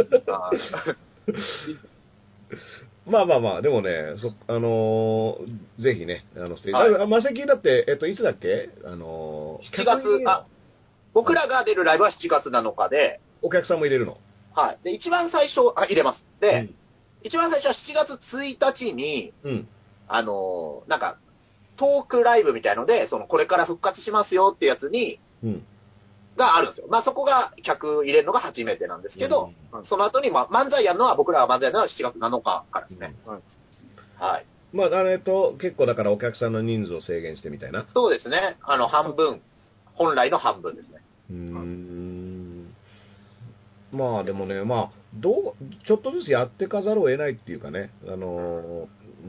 Speaker 2: まあまあまあ、でもね、そ、あのー、ぜひね、あの、はい、魔石だって、えっと、いつだっけあのー、
Speaker 3: しちがつ、あ、僕らが出るライブはしちがつなのかで、
Speaker 2: お客さんも入れるの？
Speaker 3: はい。で、一番最初、あ、入れます。で、うん、一番最初はしちがつついたちに、うん、あのー、なんか、トークライブみたいので、その、これから復活しますよってやつに、うん、があるんですよ。まあ、そこが客入れるのが初めてなんですけど、うん、その後に、まあ、漫才やるのは、僕らが漫才やるのはしちがつなのかからですね。うん、はい。
Speaker 2: まあ、あれと、結構だからお客さんの人数を制限してみたいな。
Speaker 3: そうですね。あの、半分、本来の半分ですね。
Speaker 2: うーん。まあでもね、まあ、どう、ちょっとずつやってかざるを得ないっていうかね、あの、うん、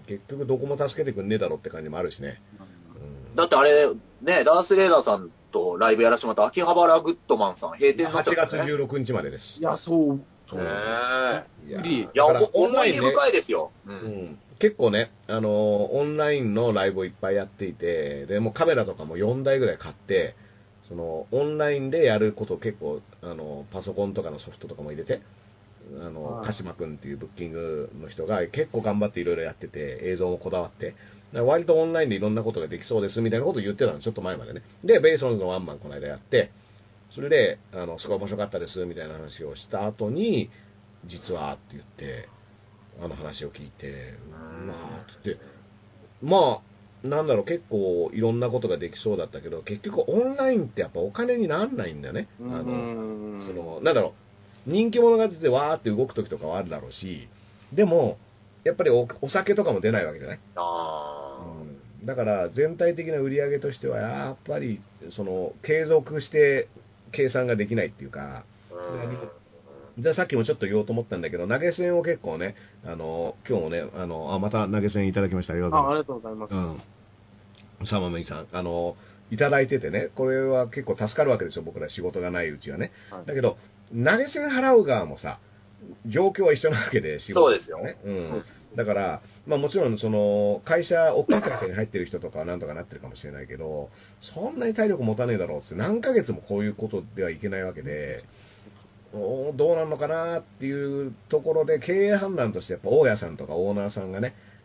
Speaker 2: 結局どこも助けてくんねえだろって感じもあるしね。
Speaker 3: うん、だってあれ、ね、ダースレーダーさんとライブやらせてもらった秋葉原グッドマンさん、閉店になっちゃった、ね。
Speaker 2: はちがつじゅうろくにちまでです。
Speaker 4: いや、そう。
Speaker 3: ねえ。いや、いや思い出深いですよ。
Speaker 2: うん。うん、結構ね、あの、オンラインのライブをいっぱいやっていて、で、もうカメラとかもよんだいぐらい買って、その、オンラインでやること結構、あの、パソコンとかのソフトとかも入れて、あの、鹿島くんっていうブッキングの人が結構頑張っていろいろやってて、映像もこだわって、割とオンラインでいろんなことができそうですみたいなことを言ってたの、ちょっと前までね。で、ベイソンズのワンマンこの間やって、それで、あの、すごい面白かったですみたいな話をした後に、実はって言って、あの話を聞いて、まあ、つって、まあ、なんだろう、結構いろんなことができそうだったけど、結局オンラインってやっぱお金にならないんだよね。あの、その、なんだろう、人気者が出てわーって動く時とかはあるだろうし、でも、やっぱり お, お酒とかも出ないわけじゃない。あ、うん、だから全体的な売り上げとしては、やっぱり、その、継続して計算ができないっていうか、じゃあさっきもちょっと言おうと思ったんだけど、投げ銭を結構ね、あの、今日もね、あの、あ、また投げ銭いただきました。ありがとうございます。
Speaker 4: あ、ありがとうございます。
Speaker 2: うん。サマメイさん、あの、いただいててね、これは結構助かるわけですよ、僕ら仕事がないうちはね。はい、だけど、投げ銭払う側もさ、状況は一緒なわけで、仕事、ね、
Speaker 3: そうですよ。
Speaker 2: うん。だから、まあもちろん、その、会社、大きい会社に入ってる人とかはなんとかなってるかもしれないけど、そんなに体力持たねえだろうって、何ヶ月もこういうことではいけないわけで、どうなるのかなっていうところで、経営判断としてやっぱ大家さんとかオーナーさんがね、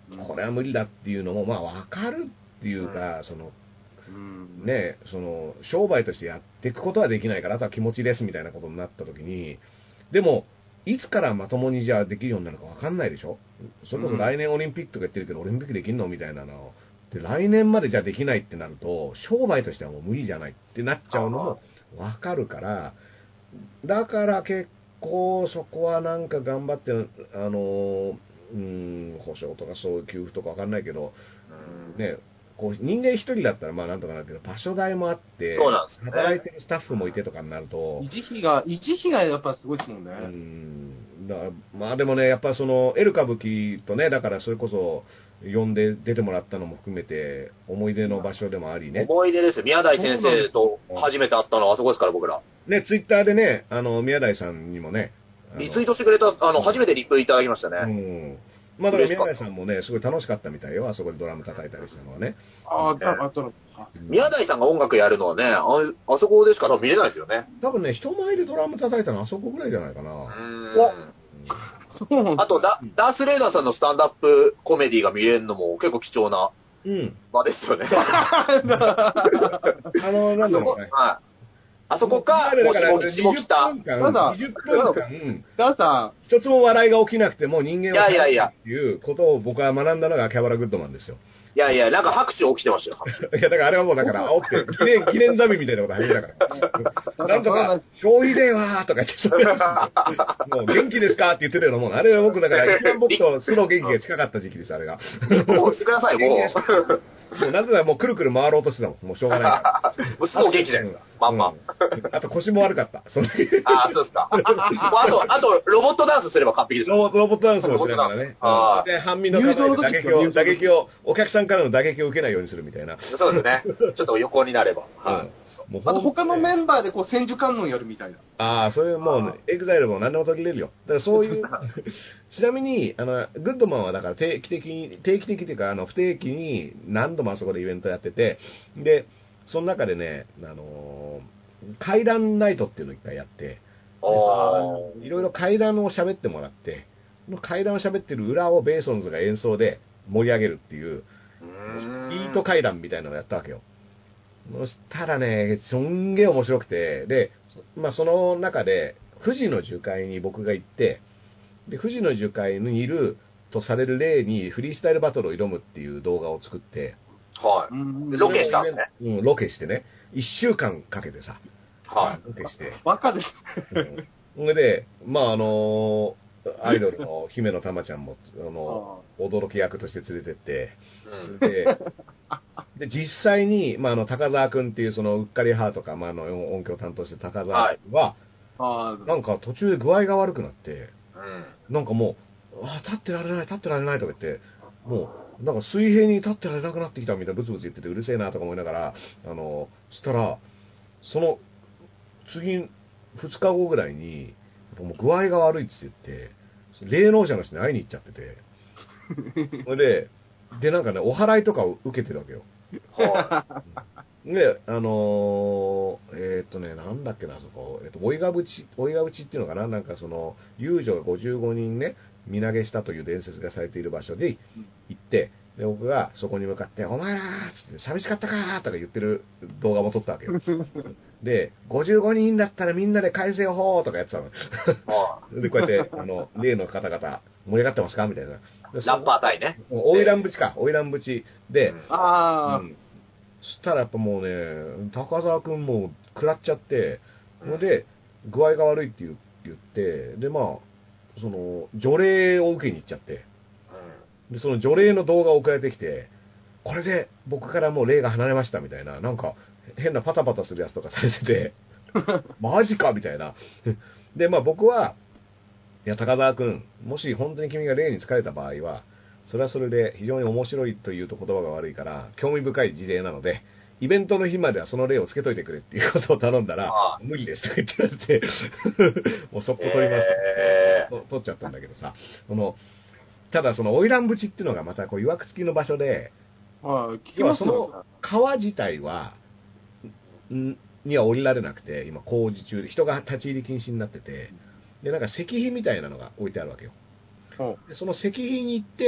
Speaker 2: これは無理だっていうのも、まあわかるっていうか、その、ね、その、商売としてやっていくことはできないから、あとは気持ちですみたいなことになった時に、でも、いつからまともにじゃあできるようになるかわかんないでしょ。それこそ来年オリンピックとか言ってるけど、オリンピックできんのみたいなので、来年までじゃできないってなると、商売としてはもう無理じゃないってなっちゃうのもわかるから、だから結構そこはなんか頑張って、あの、うん、保証とかそういう給付とかわかんないけど、ね、こう人間一人だったらまあなんとかなるけど、場所代もあって、
Speaker 3: そうなんですね、
Speaker 2: 働いてるスタッフもいてとかになると、
Speaker 4: 維持費が、維持費がやっぱすごいですもんね。
Speaker 2: うん、だからまあでもね、やっぱその、エル歌舞伎とね、だからそれこそ、呼んで出てもらったのも含めて、思い出の場所でもありね。
Speaker 3: 思い出ですよ。宮台先生と初めて会ったのはあそこですから、僕ら。
Speaker 2: ね、ツイッターでね、あの、宮台さんにもね、
Speaker 3: リツイートしてくれた、あの、初めてリプいただきましたね。
Speaker 2: うん。まあ、だから宮台さんもね、すごい楽しかったみたいよ、あそこでドラム叩いたりしたのはね。
Speaker 4: ああ、あったの。
Speaker 3: 宮台さんが音楽やるのはね、あ, あそこでしか多分見れないですよね。
Speaker 2: 多分ね、人前でドラム叩いたのはあそこぐらいじゃないかな。うん
Speaker 3: 。あとダ、ダース・レーダーさんのスタンドアップコメディが見れるのも結構貴重な場ですよね。うん、
Speaker 2: あの、なんだろうね。
Speaker 3: はい。あそこか、
Speaker 2: だから
Speaker 3: 下北。
Speaker 2: まだ、にじゅっぷんかん、
Speaker 4: ダーさん、
Speaker 2: 一つも笑いが起きなくても人間は
Speaker 3: 楽しい
Speaker 2: っていうことを僕は学んだのがキャバラ・グッドマンですよ。
Speaker 3: いやいや、なんか拍手起きてましたよ。
Speaker 2: いや、だからあれはもうだから、煽って、記念、記念ザミみたいなこと始めたから。なんとか、消費税はーとか言って、もう元気ですかって言ってたようなもん。あれは僕だから、一番僕とスロー元気が近かった時期です、あれが。
Speaker 3: もうしてください、もう。
Speaker 2: もうなぜならもうくるくる回ろうとしてたもん。もうしょうがない。
Speaker 3: もうすぐ元気じゃないですか。まんま。
Speaker 2: あと腰も悪かった。その
Speaker 3: ああ、そうですか。あと、あと、ロボットダンスすれば完璧です。
Speaker 2: ロボットダンスをしながらね。で、半身の方の打撃を、打撃を、お客さんからの打撃を受けないようにするみたいな。
Speaker 3: そうですね。ちょっと横になれば。
Speaker 4: はい。あと他のメンバーでこう千手観音やるみたいな。
Speaker 2: ああ、そういうもう、エグザイルも何でも途切れるよ。だからそういう、ちなみに、あの、グッドマンはだから定期的に、定期的っていうか、あの、不定期に何度もあそこでイベントやってて、で、その中でね、あのー、怪談ナイトっていうのを一回やって、いろいろ怪談を喋ってもらって、怪談を喋ってる裏をベーソンズが演奏で盛り上げるっていう、ビート怪談みたいなのをやったわけよ。そしたらね、すんげえ面白くて、で、まあその中で、富士の樹海に僕が行って、で、富士の樹海にいるとされる例にフリースタイルバトルを挑むっていう動画を作って、
Speaker 3: はい。ロケしたんですね。
Speaker 2: うん、ロケしてね。一週間かけてさ、
Speaker 3: はい。
Speaker 2: ロケして。
Speaker 4: バカです。
Speaker 2: それで、まああのー、アイドルの姫野玉ちゃんも、あの、驚き役として連れてって、うん、で、で、実際に、まあ、あの、高沢くんっていう、その、うっかりハーとか、まあ、あの、音響担当して高沢くんは、はい、なんか途中で具合が悪くなって、うん、なんかもう、あ、立ってられない、立ってられないとか言って、もう、なんか水平に立ってられなくなってきたみたいなブツブツ言っててうるせえなとか思いながら、あの、したら、その、次、二日後ぐらいに、もう具合が悪いって言って、霊能者の人に会いに行っちゃってて、それで、で、なんかね、お祓いとかを受けてるわけよ。はあ、で、あのー、えー、っとね、なんだっけな、そこ、えー、っと、追いがぶち、追いがぶちっていうのかな、なんかその、遊女がごじゅうごにんね、身投げしたという伝説がされている場所で行って、で、僕がそこに向かって、お前らーって寂しかったかーとか言ってる動画も撮ったわけよ。で、ごじゅうごにんだったらみんなで改正法とかやってたの。で、こうやって、あの、例の方々、盛り上がってますかみたいな。
Speaker 3: ラッパー隊ね。
Speaker 2: オイランブチか、オイランブチで、うん、
Speaker 4: ああ、
Speaker 2: うん、そしたらやっぱもうね、高沢くんもう食らっちゃって、それで、具合が悪いって言って、で、まあ、その、除霊を受けに行っちゃって、で、その除霊の動画を送られてきて、これで僕からもう霊が離れましたみたいな、なんか変なパタパタするやつとかされてて、マジかみたいな。で、まあ僕は、いや、高沢くん、もし本当に君が霊に疲れた場合は、それはそれで非常に面白いというと言葉が悪いから、興味深い事例なので、イベントの日まではその霊をつけといてくれっていうことを頼んだら、ああ無理ですとか言って言われて、もうそっぽ取ります、えー、取っちゃったんだけどさ、その、ただその、花魁淵っていうのがまたこう、曰く付きの場所で、
Speaker 4: はい、聞きますよ。
Speaker 2: その川自体は、んには降りられなくて、今工事中で人が立ち入り禁止になってて、で、なんか石碑みたいなのが置いてあるわけよ。でその石碑に行って、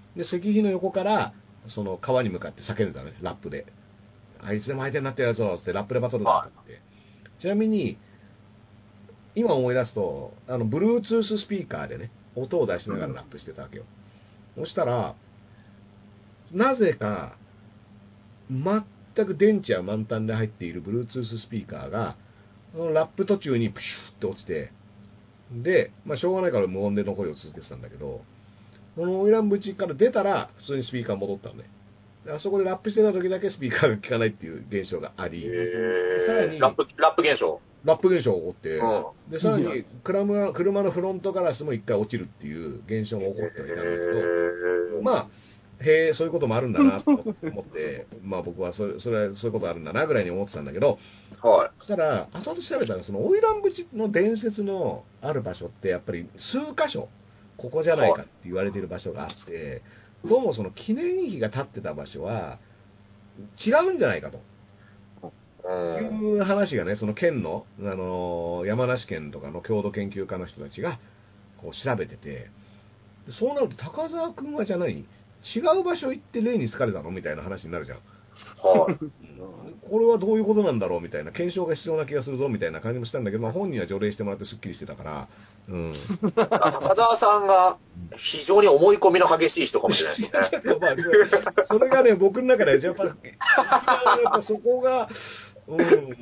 Speaker 2: で、石碑の横から、その川に向かって叫んでたね、ラップで。あいつでも相手になってやるぞってラップでバトルだって。ちなみに、今思い出すと、あの、Bluetooth スピーカーでね、音を出しながらラップしてたわけよ。そしたら、なぜか、全く電池は満タンで入っている Bluetooth スピーカーが、ラップ途中にプシュって落ちて、で、まあしょうがないから無音で残りを続けてたんだけど、このオイラン淵から出たら普通にスピーカー戻ったのね。あそこでラップしてた時だけスピーカーが効かないっていう現象があり、
Speaker 3: さらにラップ、ラップ現象
Speaker 2: ラップ現象が起こって、うん、で、さらに車、車のフロントガラスも一回落ちるっていう現象が起こってはいたんだけど、まあ、へえ、そういうこともあるんだなと思って、まあ僕はそれ、それはそういうことあるんだなぐらいに思ってたんだけど、
Speaker 3: はい。
Speaker 2: そしたら、後々調べたら、その、花魁淵の伝説のある場所って、やっぱり数箇所、ここじゃないかって言われている場所があって、どうもその記念碑が立ってた場所は、違うんじゃないかと。いう話がね、その県の、あの、山梨県とかの郷土研究家の人たちが、こう調べてて、そうなると高沢くんはじゃない、違う場所行って霊に好かれたのみたいな話になるじゃん。はい。これはどういうことなんだろうみたいな、検証が必要な気がするぞみたいな感じもしたんだけど、まあ本人は除霊してもらってスッキリしてたから、うん。
Speaker 3: 高沢さんが非常に思い込みの激しい人かもしれないですね。
Speaker 2: まあ、それがね、僕の中でやっぱり、やっぱそこが、うん、うん、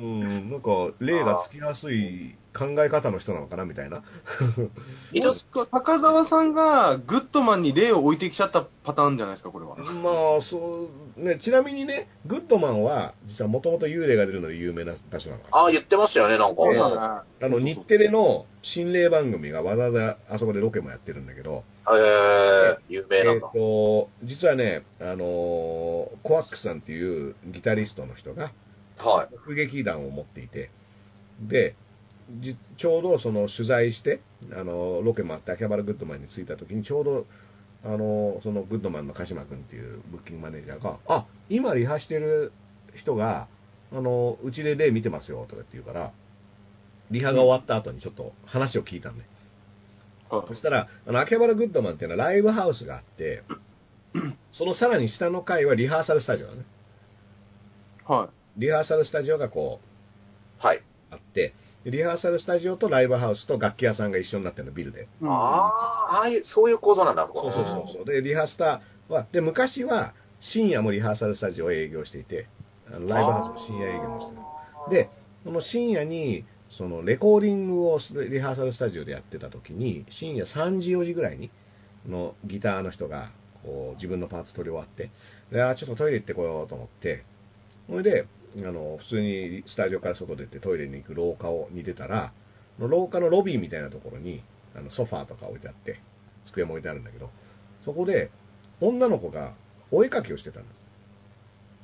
Speaker 2: なんか、霊がつきやすい考え方の人なのかなみたいな。
Speaker 4: 高沢さんがグッドマンに霊を置いてきちゃったパターンじゃないですか、これは。
Speaker 2: まあ、そう、ね、ちなみにね、グッドマンは、実はもともと幽霊が出るので有名な場所なの。
Speaker 3: ああ、言ってましたよね、なんか。
Speaker 2: あの、日テレの心霊番組がわざわざあそこでロケもやってるんだけど、
Speaker 3: えー、有名なんだ。
Speaker 2: えっと、実はね、あの、コアックさんっていうギタリストの人が、
Speaker 3: はい。
Speaker 2: 目撃談を持っていて、で、ちょうどその取材して、あの、ロケもあって秋葉原グッドマンに着いた時にちょうど、あの、そのグッドマンの鹿島くんっていうブッキングマネージャーが、あ、今リハしてる人が、あの、うちで霊見てますよ、とかって言うから、リハが終わった後にちょっと話を聞いたんで。うん、そしたら、あの、秋葉原グッドマンっていうのはライブハウスがあって、そのさらに下の階はリハーサルスタジオだね。
Speaker 4: はい。
Speaker 2: リハーサルスタジオがこ
Speaker 3: う、はい。
Speaker 2: あって、リハーサルスタジオとライブハウスと楽器屋さんが一緒になってるの、ビルで。
Speaker 3: ああ、ああいう、そういう構造なんだ、
Speaker 2: そうそうそうそう。で、リハスタは、で、昔は深夜もリハーサルスタジオを営業していて、あのライブハウスも深夜営業もしてる。で、その深夜に、そのレコーディングをリハーサルスタジオでやってた時に、深夜さんじよじぐらいに、のギターの人が、こう、自分のパーツ取り終わって、で、あ、ちょっとトイレ行ってこようと思って、それで、あの、普通にスタジオから外出てトイレに行く廊下をに出たら、廊下のロビーみたいなところに、あの、ソファーとか置いてあって、机も置いてあるんだけど、そこで、女の子がお絵かきをしてたんです。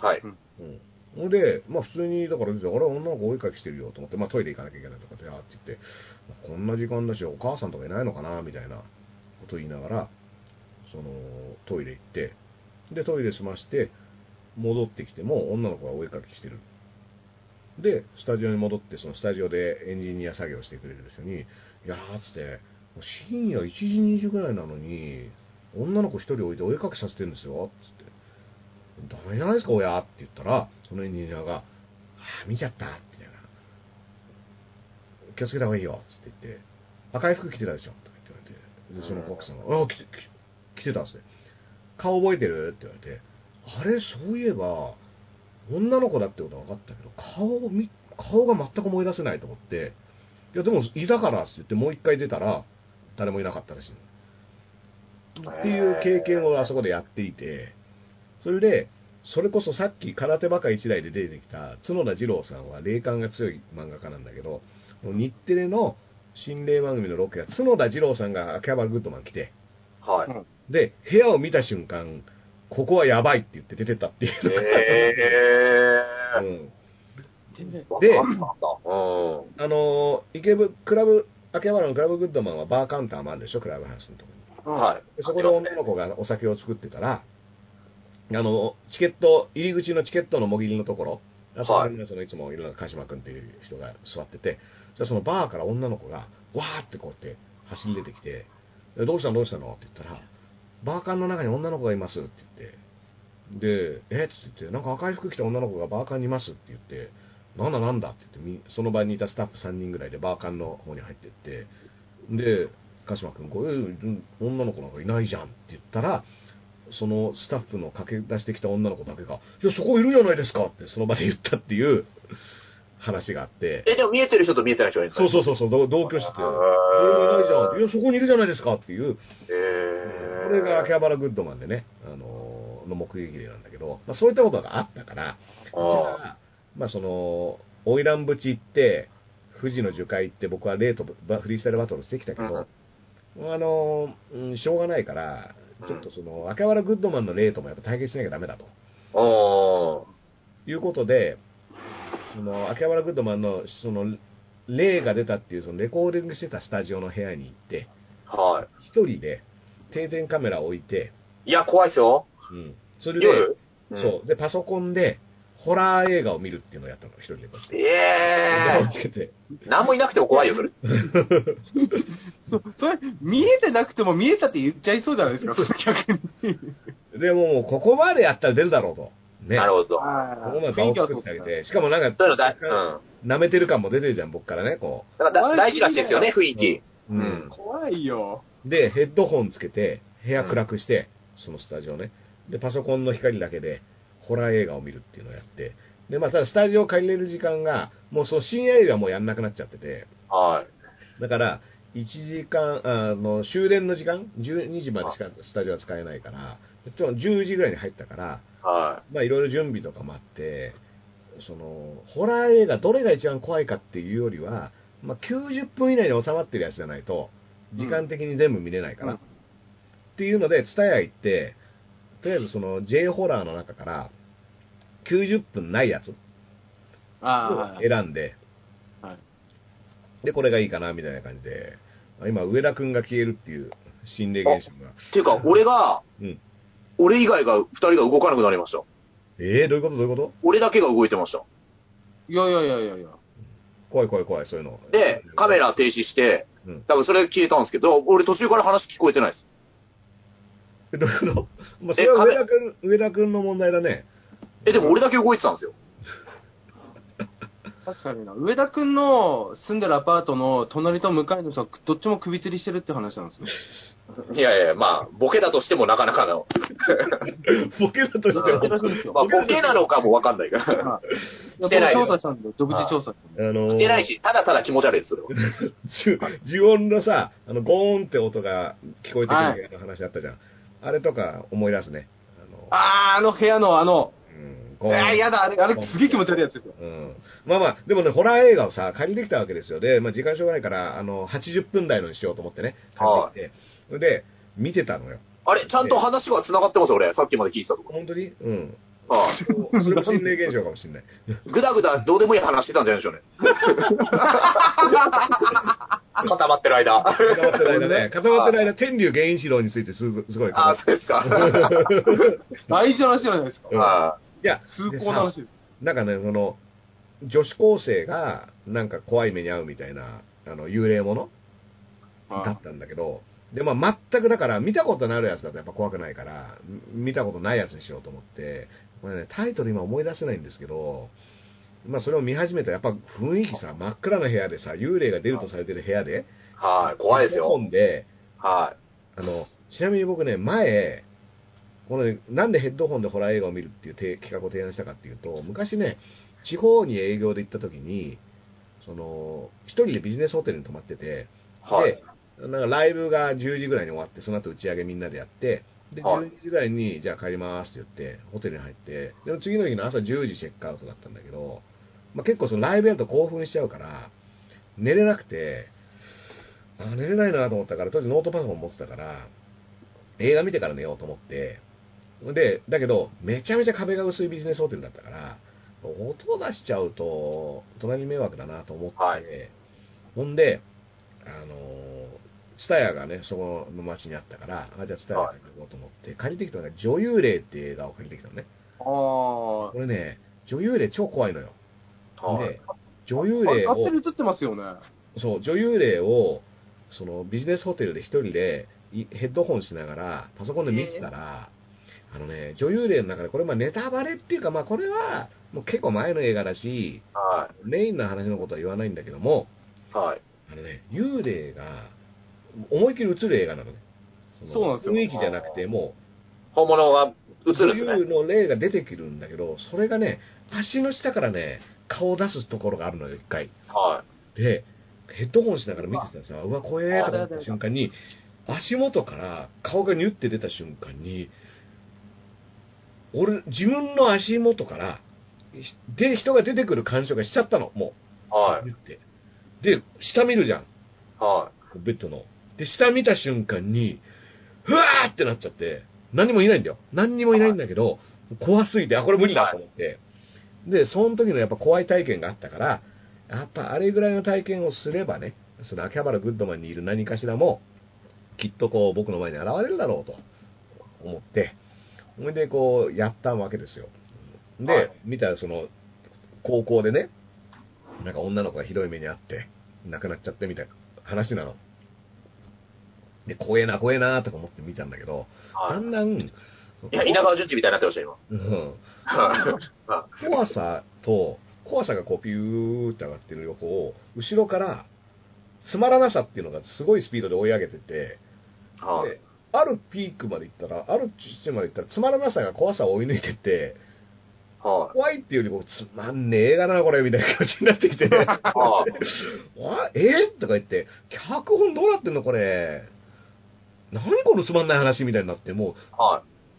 Speaker 3: はい。
Speaker 2: うん。で、まあ普通に、だから、あれ、女の子お絵かきしてるよと思って、まあトイレ行かなきゃいけないとかで、あーって言って、こんな時間だし、お母さんとかいないのかなみたいなことを言いながら、その、トイレ行って、で、トイレ済まして、戻ってきても女の子がお絵かきしてる。で、スタジオに戻って、そのスタジオでエンジニア作業してくれる人に、いやーつって、深夜いちじにじぐらいなのに、女の子一人置いてお絵かきさせてるんですよ、つって。ダメじゃないですか、親って言ったら、そのエンジニアが、あー、見ちゃった、みたいな。気をつけた方がいいよ、つって言って、赤い服着てたでしょ、とか言って言われて、で、その奥さんが、あー、着て、着てたんですね。顔覚えてるって言われて、あれ、そういえば、女の子だってことは分かったけど、顔を見、顔が全く思い出せないと思って、いや、でも、いたからって言ってもう一回出たら、誰もいなかったらしい。っていう経験をあそこでやっていて、それで、それこそさっき空手バカ一代で出てきた角田二郎さんは霊感が強い漫画家なんだけど、日テレの心霊番組のロケは角田二郎さんが秋葉原グッドマン来て、
Speaker 3: はい。
Speaker 2: で、部屋を見た瞬間、ここはやばいって言って出てったっていう。
Speaker 3: へー。
Speaker 2: うんで、あの、池部、クラブ、秋葉原のクラブグッドマンはバーカウンターもあるでしょ、クラブハウスのところに。
Speaker 3: はい。
Speaker 2: そこで女の子がお酒を作ってたら、あの、チケット、入り口のチケットのもぎりのところ、あそこにそのいつもいるのが鹿島くんっていう人が座ってて、じゃそのバーから女の子が、わーってこうやって走り出てきて、どうしたのどうしたのって言ったら、 バーカンの中に女の子がいますって言って、で、えっつって言って、なんか赤い服着た女の子がバーカンにいますって言って、なんだなんだって言って、その場にいたスタッフさんにんぐらいでバーカンの方に入ってって、で、鹿島くん、こういう女の子なんかいないじゃんって言ったら、そのスタッフの駆け出してきた女の子だけが、いや、そこいるじゃないですかってその場で言ったっていう話があって。
Speaker 3: え、でも見えてる人と見えてない人がいるんですか？
Speaker 2: そうそうそうそう、同居してて、いないじゃん。いや、そこにいるじゃないですかっていう。
Speaker 3: えー、
Speaker 2: これが秋葉原グッドマンでね、あのー、の目撃例なんだけど、まあ、そういったことがあったから、じゃあ、まあその、花魁淵行って、富士の樹海行って僕はレート、フリースタイルバトルしてきたけど、うん、あのー、うん、しょうがないから、ちょっとその、秋葉原グッドマンのレートもやっぱ対決しなきゃダメだと。いうことで、その、秋葉原グッドマンの、その、例が出たっていう、その、レコーディングしてたスタジオの部屋に行って、
Speaker 3: はい。
Speaker 2: 一人で、定点カメラを置いて、
Speaker 3: いや、怖いですよ。
Speaker 2: うん。それで、うん、そう。で、パソコンで、ホラー映画を見るっていうのをやったの、一人でこうして。
Speaker 3: ええー。何もいなくても怖いよ、それ。
Speaker 4: そ、それ、見えてなくても見えたって言っちゃいそうじゃないですか、逆に。
Speaker 2: でも、もうここまでやったら出るだろうと。
Speaker 3: ね。なるほど。こ
Speaker 2: こまで顔作ってあげて。しかもなんか、
Speaker 3: そういうのだ、
Speaker 2: うん。舐めてる感も出てるじゃん、僕からね、こ
Speaker 3: う。だから大事らしいですよね、雰囲気。
Speaker 4: うん。うん、怖いよ。
Speaker 2: で、ヘッドホンつけて、部屋暗くして、うん、そのスタジオね。で、パソコンの光だけで、ホラー映画を見るっていうのをやって、で、まあ、ただスタジオを借りれる時間が、もうその深夜映画もうやんなくなっちゃってて、
Speaker 3: はい。
Speaker 2: だから、いちじかん、あの、終電の時間 ?じゅうにじまでしかスタジオは使えないから、じゅうじぐらいに入ったから、
Speaker 3: はい。
Speaker 2: まあ、いろいろ準備とかもあって、その、ホラー映画どれが一番怖いかっていうよりは、まあ、きゅうじゅっぷん以内に収まってるやつじゃないと、時間的に全部見れないから、うん、っていうので、ツタヤ行って、とりあえずその J ホラーの中から、きゅうじゅっぷんないやつを選んで、
Speaker 4: はい、
Speaker 2: で、これがいいかな、みたいな感じで、今、上田くんが消えるっていう心霊現象が。
Speaker 3: っていうか、俺が、うん、俺以外が、二人が動かなくなりました。
Speaker 2: えー、どういうことどういうこと？
Speaker 3: 俺だけが動いてました。
Speaker 4: いやいやいやいやいや。
Speaker 2: 怖い怖い怖い、そういうの。
Speaker 3: で、カメラ停止して、うん、多分それ消えたんですけど、俺途中から話聞こえてないです。
Speaker 2: え、どういうこと？まあ、それは上田くん、上田くんの問題だね。
Speaker 3: え、でも俺だけ動いてたんですよ。
Speaker 4: 確かにな。上田くんの住んでるアパートの隣と向かいの人はどっちも首吊りしてるって話なんですよ。
Speaker 3: いやいや、まあ、ボケだとしてもなかなかの。
Speaker 2: ボケだとしても。
Speaker 3: まあ、ボケなのかもわかんないから。
Speaker 4: まあ、してない調査したんで、独自調査。
Speaker 2: あのー、
Speaker 3: してないし、ただただ気持ち悪いです、それは。
Speaker 2: 呪音のさ、あの、ゴーンって音が聞こえてくる部屋の話あったじゃん。はい、あれとか思い出すね。
Speaker 4: あのー、あー、あの部屋のあの、いや、やだ、あれ、あれ、すげえ気持ち悪いやつですよ。
Speaker 2: うん。まあまあ、でもね、ホラー映画をさ、借りてきたわけですよ。で、まあ、時間しょうがないから、あの、はちじゅっぷん台のにしようと思ってね、借りてきて。で、見てたのよ。
Speaker 3: あれ、ちゃんと話が繋がってますよ、俺。さっきまで聞いてたとこ。
Speaker 2: 本当に？うん。
Speaker 3: ああ。
Speaker 2: それも心霊現象かもしれない。
Speaker 3: ぐだぐだ、どうでもいい話してたんじゃないでしょうね。固まってる間。
Speaker 2: 固まってる間ね。固まってる間、天竜原因指導についてすごい。すごい
Speaker 3: ああ、そうですか。
Speaker 4: 大事な話じゃないですか。
Speaker 3: ああ。
Speaker 2: いや、
Speaker 4: 崇高な話です。
Speaker 2: なんかね、その、女子高生が、なんか怖い目に遭うみたいな、あの、幽霊ものだったんだけど、で、まあ、全くだから、見たことのあるやつだとやっぱ怖くないから、見たことないやつにしようと思って、これね、タイトル今思い出せないんですけど、まあ、それを見始めたら、やっぱ雰囲気さ、真っ暗な部屋でさ、幽霊が出るとされてる部屋で、
Speaker 3: はい、怖いですよ。
Speaker 2: 本で、
Speaker 3: はい。
Speaker 2: あの、ちなみに僕ね、前、この、ね、なんでヘッドホンでホラー映画を見るっていう企画を提案したかっていうと、昔ね、地方に営業で行った時に、その、一人でビジネスホテルに泊まってて、
Speaker 3: はい。
Speaker 2: で、なんかライブがじゅうじぐらいに終わって、その後打ち上げみんなでやって、で、じゅうにじぐらいに、じゃあ帰りますって言って、ホテルに入って、でも次の日の朝じゅうじチェックアウトだったんだけど、まあ、結構そのライブやると興奮しちゃうから、寝れなくて、あ、寝れないなと思ったから、当時ノートパソコン持ってたから、映画見てから寝ようと思って、で、だけど、めちゃめちゃ壁が薄いビジネスホテルだったから、音を出しちゃうと、隣に迷惑だなと思って、
Speaker 3: はい、
Speaker 2: ほんで、あの、ツタヤがね、そこの街にあったから、あ、じゃあツタヤ借りていこうと思って、はい、借りてきたのが女優霊っていう映画を借りてきたのね。
Speaker 4: ああ。
Speaker 2: これね、女優霊超怖いのよ。
Speaker 3: はい、
Speaker 2: で、女優霊を。
Speaker 4: あ、映ってますよね。
Speaker 2: そう、女優霊を、そのビジネスホテルで一人でヘッドホンしながら、パソコンで見てたら、あのね、女優霊の中で、これまあネタバレっていうか、まあこれは、もう結構前の映画だし、
Speaker 3: はい、
Speaker 2: メインの話のことは言わないんだけども、
Speaker 3: はい。
Speaker 2: あのね、幽霊が、思いっきり映る映画なのね。
Speaker 4: そうなんですよ。
Speaker 2: 雰囲気じゃなくて、も
Speaker 3: う、本物が映るんですね。
Speaker 2: 女優の霊が出てくるんだけど、それがね、足の下からね、顔を出すところがあるのよ、一回。
Speaker 3: はい。
Speaker 2: で、ヘッドホンしながら見てたらさ、うわ、怖えーとか思った瞬間に、足元から顔がニュって出た瞬間に、俺、自分の足元から、で、人が出てくる感触がしちゃったの、もう。
Speaker 3: はい。
Speaker 2: で、下見るじゃん。
Speaker 3: はい。
Speaker 2: ベッドの。で、下見た瞬間に、ふわーってなっちゃって、何もいないんだよ。何にもいないんだけど、怖すぎて、あ、これ無理だと思って。で、その時のやっぱ怖い体験があったから、やっぱあれぐらいの体験をすればね、その秋葉原グッドマンにいる何かしらも、きっとこう僕の前に現れるだろうと思って、それでこうやったわけですよ。で、はい、見たらその、高校でね、なんか女の子がひどい目にあって、亡くなっちゃってみたいな話なの。で、怖えな、怖えなとか思って見たんだけど、はい、だんだん、
Speaker 3: いや、稲川淳二みたいになってました、今。うん。
Speaker 2: 怖さと、怖さがこうピューって上がってる横を、後ろから、つまらなさっていうのがすごいスピードで追い上げてて、はい、で、あるピークまで行ったら、ある地点まで行ったら、つまらなさが怖さを追い抜いてって、はい、怖いっていうよりも、つまんねえ映画だな、これ、みたいな感じになってきて、あえとか言って、脚本どうなってんの、これ。何このつまんない話みたいになって、もう、はい、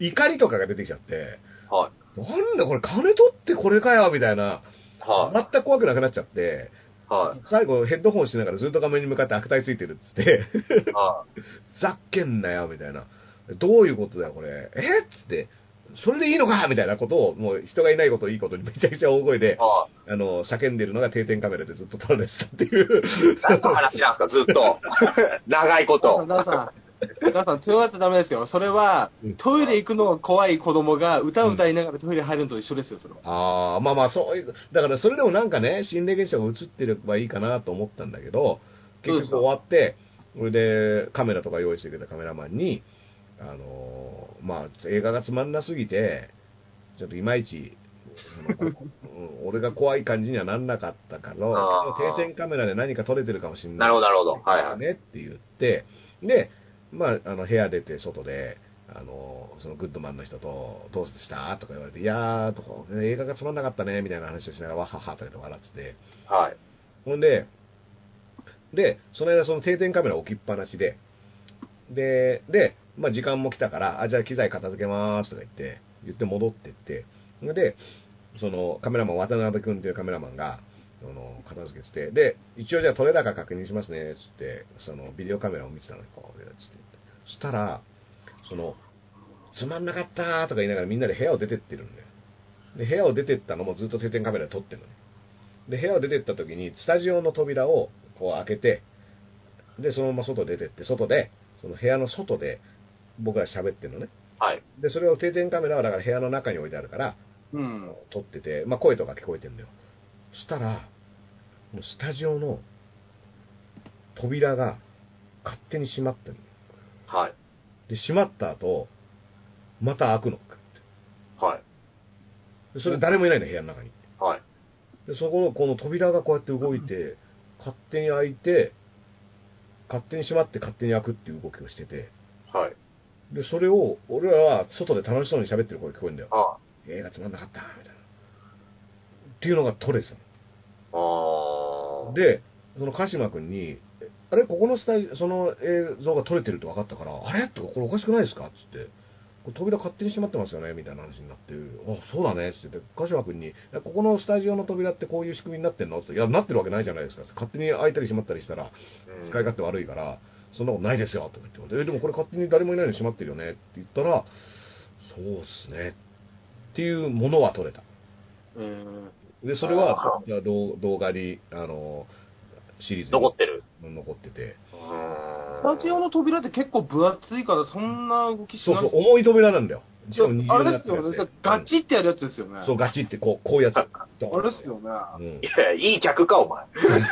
Speaker 2: 怒りとかが出てきちゃって、はい、なんだこれ金取ってこれかよみたいな、はい、全く怖くなくなっちゃって、はい、最後ヘッドホンしながらずっと画面に向かって悪態ついてるっつって、はい、ざっけんなよみたいな、どういうことだよこれ、えっつって、それでいいのかみたいなことを、もう人がいないことをいいことにめちゃくちゃ大声で、はい、あの、叫んでるのが定点カメラでずっと撮られてたっていう。
Speaker 3: 何の話なんですか、ずっと。長いこと。
Speaker 4: 皆さん、皆さん、強がっちゃダメですよ。それは、トイレ行くのが怖い子供が歌を歌いながらトイレ入るのと一緒ですよ、それは。
Speaker 2: ああ、まあまあ、そういう、だからそれでもなんかね、心霊現象が映ってればいいかなと思ったんだけど、結局終わって、それでカメラとか用意してくれたカメラマンに、あのー、まあ、映画がつまんなすぎて、ちょっといまいち、俺が怖い感じにはなんなかったから、定点カメラで何か撮れてるかもしれない。
Speaker 3: なるほど、なるほど。はいはい。
Speaker 2: ねって言って、で、まあ、あの、部屋出て外で、あの、そのグッドマンの人と、どうしたとか言われて、いやーとか、映画がつまんなかったね、みたいな話をしながら、わははとか言って笑ってて。
Speaker 3: はい。
Speaker 2: ほんで、で、その間その定点カメラ置きっぱなしで、で、で、まあ時間も来たから、あ、じゃあ機材片付けまーすとか言って、言って戻ってって、で、そのカメラマン、渡辺くんっていうカメラマンが、あの、片付けてて、で、一応じゃあ撮れ高確認しますね、つって、そのビデオカメラを見てたのに、こう、つって。そしたら、その、つまんなかったーとか言いながらみんなで部屋を出てってるんだよ。で、部屋を出てったのもずっと定点カメラで撮ってるのね。で、部屋を出てった時に、スタジオの扉をこう開けて、で、そのまま外出てって、外で、その部屋の外で僕ら喋ってるのね。
Speaker 3: はい。
Speaker 2: で、それを定点カメラはだから部屋の中に置いてあるから、うん、撮ってて、まあ声とか聞こえてるんだよ。そしたら、もうスタジオの扉が勝手に閉まってる
Speaker 3: の。はい。
Speaker 2: で、閉まった後、また開くの。
Speaker 3: はい。
Speaker 2: でそれ誰もいないんだ、部屋の中に。
Speaker 3: はい。
Speaker 2: で、そこの、この扉がこうやって動いて、勝手に開いて、勝手に閉まって勝手に開くっていう動きをしてて。
Speaker 3: はい。
Speaker 2: で、それを、俺らは外で楽しそうに喋ってる声聞こえるんだよ。
Speaker 3: ああ。
Speaker 2: 映画つまんなかった、みたいな。っていうのが撮れてた
Speaker 3: の。
Speaker 2: ああ。で、その鹿島くんに、あれここのスタジオ、その映像が撮れてるって分かったから、あれとかこれおかしくないですかつって。これ扉勝手に閉まってますよねみたいな話になって、あ、そうだねって言って、鹿島くんに、ここのスタジオの扉ってこういう仕組みになってんのって言って、いや、なってるわけないじゃないですか。勝手に開いたり閉まったりしたら、使い勝手悪いから、そんなことないですよとか言って、え、でもこれ勝手に誰もいないのに閉まってるよねって言ったら、そうっすね。っていうものは撮れた。
Speaker 3: うん
Speaker 2: で、それは動画に、あの、シリーズに
Speaker 3: 残ってる
Speaker 2: 残ってて。
Speaker 4: タジオの扉って結構分厚いからそんな動きしない。
Speaker 2: そうそう、重い扉なんだよ。
Speaker 4: しかもあれですよね。ガチってやるやつですよね。
Speaker 2: そう、ガチってこう、こういうやつ。あ
Speaker 4: れですよね。
Speaker 3: うん、いや、いい客か、お前。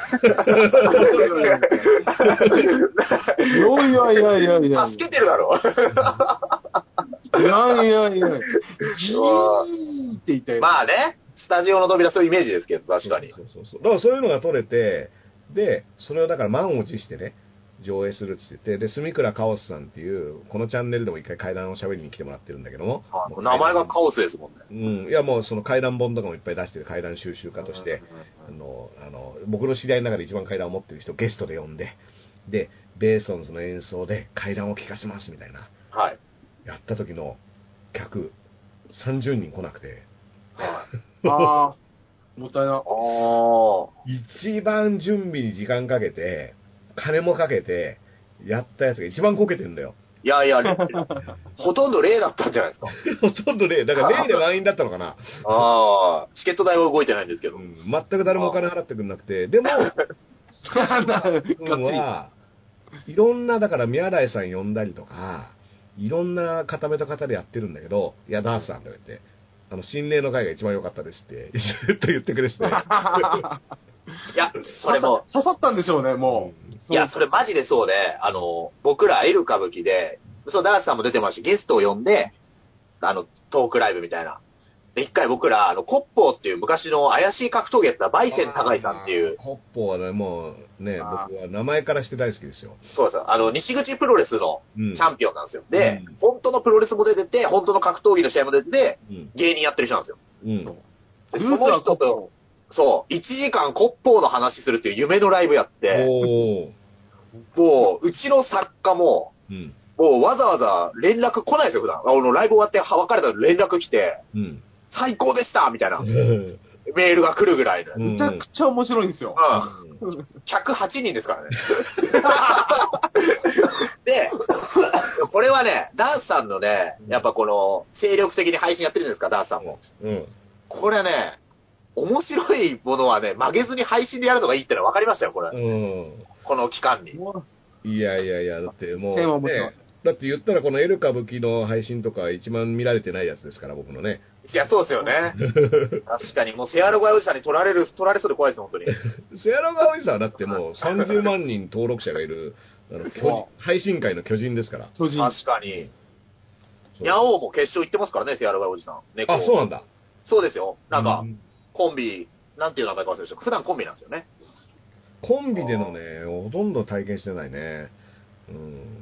Speaker 4: いやいやいやいや。
Speaker 3: 助けてるだろ。
Speaker 4: いやいやいや。ギーって言ったよ。
Speaker 3: まあね、スタジオの扉そういうイメージですけど、確かに。
Speaker 2: そうそうそう。だからそういうのが撮れて、で、それをだから満を持してね、上映するって言って、で、住倉カオスさんっていう、このチャンネルでも一回怪談を喋りに来てもらってるんだけども。
Speaker 3: も名前がカオスですもんね。
Speaker 2: うん。いやもうその怪談本とかもいっぱい出してる怪談収集家として、あの、あの、僕の知り合いの中で一番怪談を持ってる人をゲストで呼んで、で、ベーソンズの演奏で怪談を聞かせますみたいな。
Speaker 3: はい。
Speaker 2: やった時の客、さんじゅうにん来なくて。
Speaker 3: はい。
Speaker 4: ああ。もったいな。あ
Speaker 3: あ。
Speaker 2: 一番準備に時間かけて、金もかけて、やったやつが一番こけてんだよ。
Speaker 3: いやいや、ほとんど例だったんじゃないですか。
Speaker 2: ほとんど例。だから例で満員だったのかな。
Speaker 3: ああ。チケット代は動いてないんですけど。うん、
Speaker 2: 全く誰もお金払ってくれなくて。でも、君は、いろんな、だから宮台さん呼んだりとか、いろんな固めと方でやってるんだけど、いや、ダースさんとか言って、あの、心霊の会が一番良かったですって、ずっと言ってくれてて。
Speaker 3: いや、それも。
Speaker 4: 刺さったんでしょうね、も
Speaker 3: う。いや、それマジでそうで、あの、僕らエル歌舞伎で、そう、ダースさんも出てますし、ゲストを呼んで、あの、トークライブみたいな。で、一回僕ら、あの、コッポーっていう昔の怪しい格闘技やってたバイセン高井さんっていう。
Speaker 2: コッポーはね、もうね、僕は名前からして大好きですよ。
Speaker 3: そうですよ。あの、西口プロレスのチャンピオンなんですよ。うん、で、うん、本当のプロレスも出てて、本当の格闘技の試合も出てて、うん、芸人やってる人なんですよ。うん。で、その人と、そう、いちじかんコッポーの話するっていう夢のライブやって、もう、うちの作家も、うん、もうわざわざ連絡来ないですよ、普段。あの、ライブ終わって別れたら連絡来て、うん、最高でしたみたいな、メールが来るぐらいで。
Speaker 4: めちゃくちゃ面白いんですよ。
Speaker 3: うん。ひゃくはちにんですからね。で、これはね、ダースさんのね、やっぱこの、精力的に配信やってるんですか、ダースさんも。うん。これね、面白いものはね、曲げずに配信でやるのがいいってのは分かりましたよ、これ。うん。この期間に。
Speaker 2: いやいやいや、だってもう、ね、だって言ったらこのエル歌舞伎の配信とか一番見られてないやつですから、僕のね。
Speaker 3: いや、そうですよね。確かに、もうセアロガおじさんに取られる、取られそうで怖いです、本当に。
Speaker 2: セアロガおじさんはだってもうさんじゅうまんにん登録者がいる、あの、巨配信界の巨人ですから。
Speaker 3: 巨人。確かに。ニャオーも決勝行ってますからね、セアロガおじさん。
Speaker 2: 猫。あ、そうなんだ。
Speaker 3: そうですよ。なんか、うんコンビ、なんていう名前か忘れました。普段コンビなんですよね。
Speaker 2: コンビでのね、ほとんど体験してないね。
Speaker 3: うん、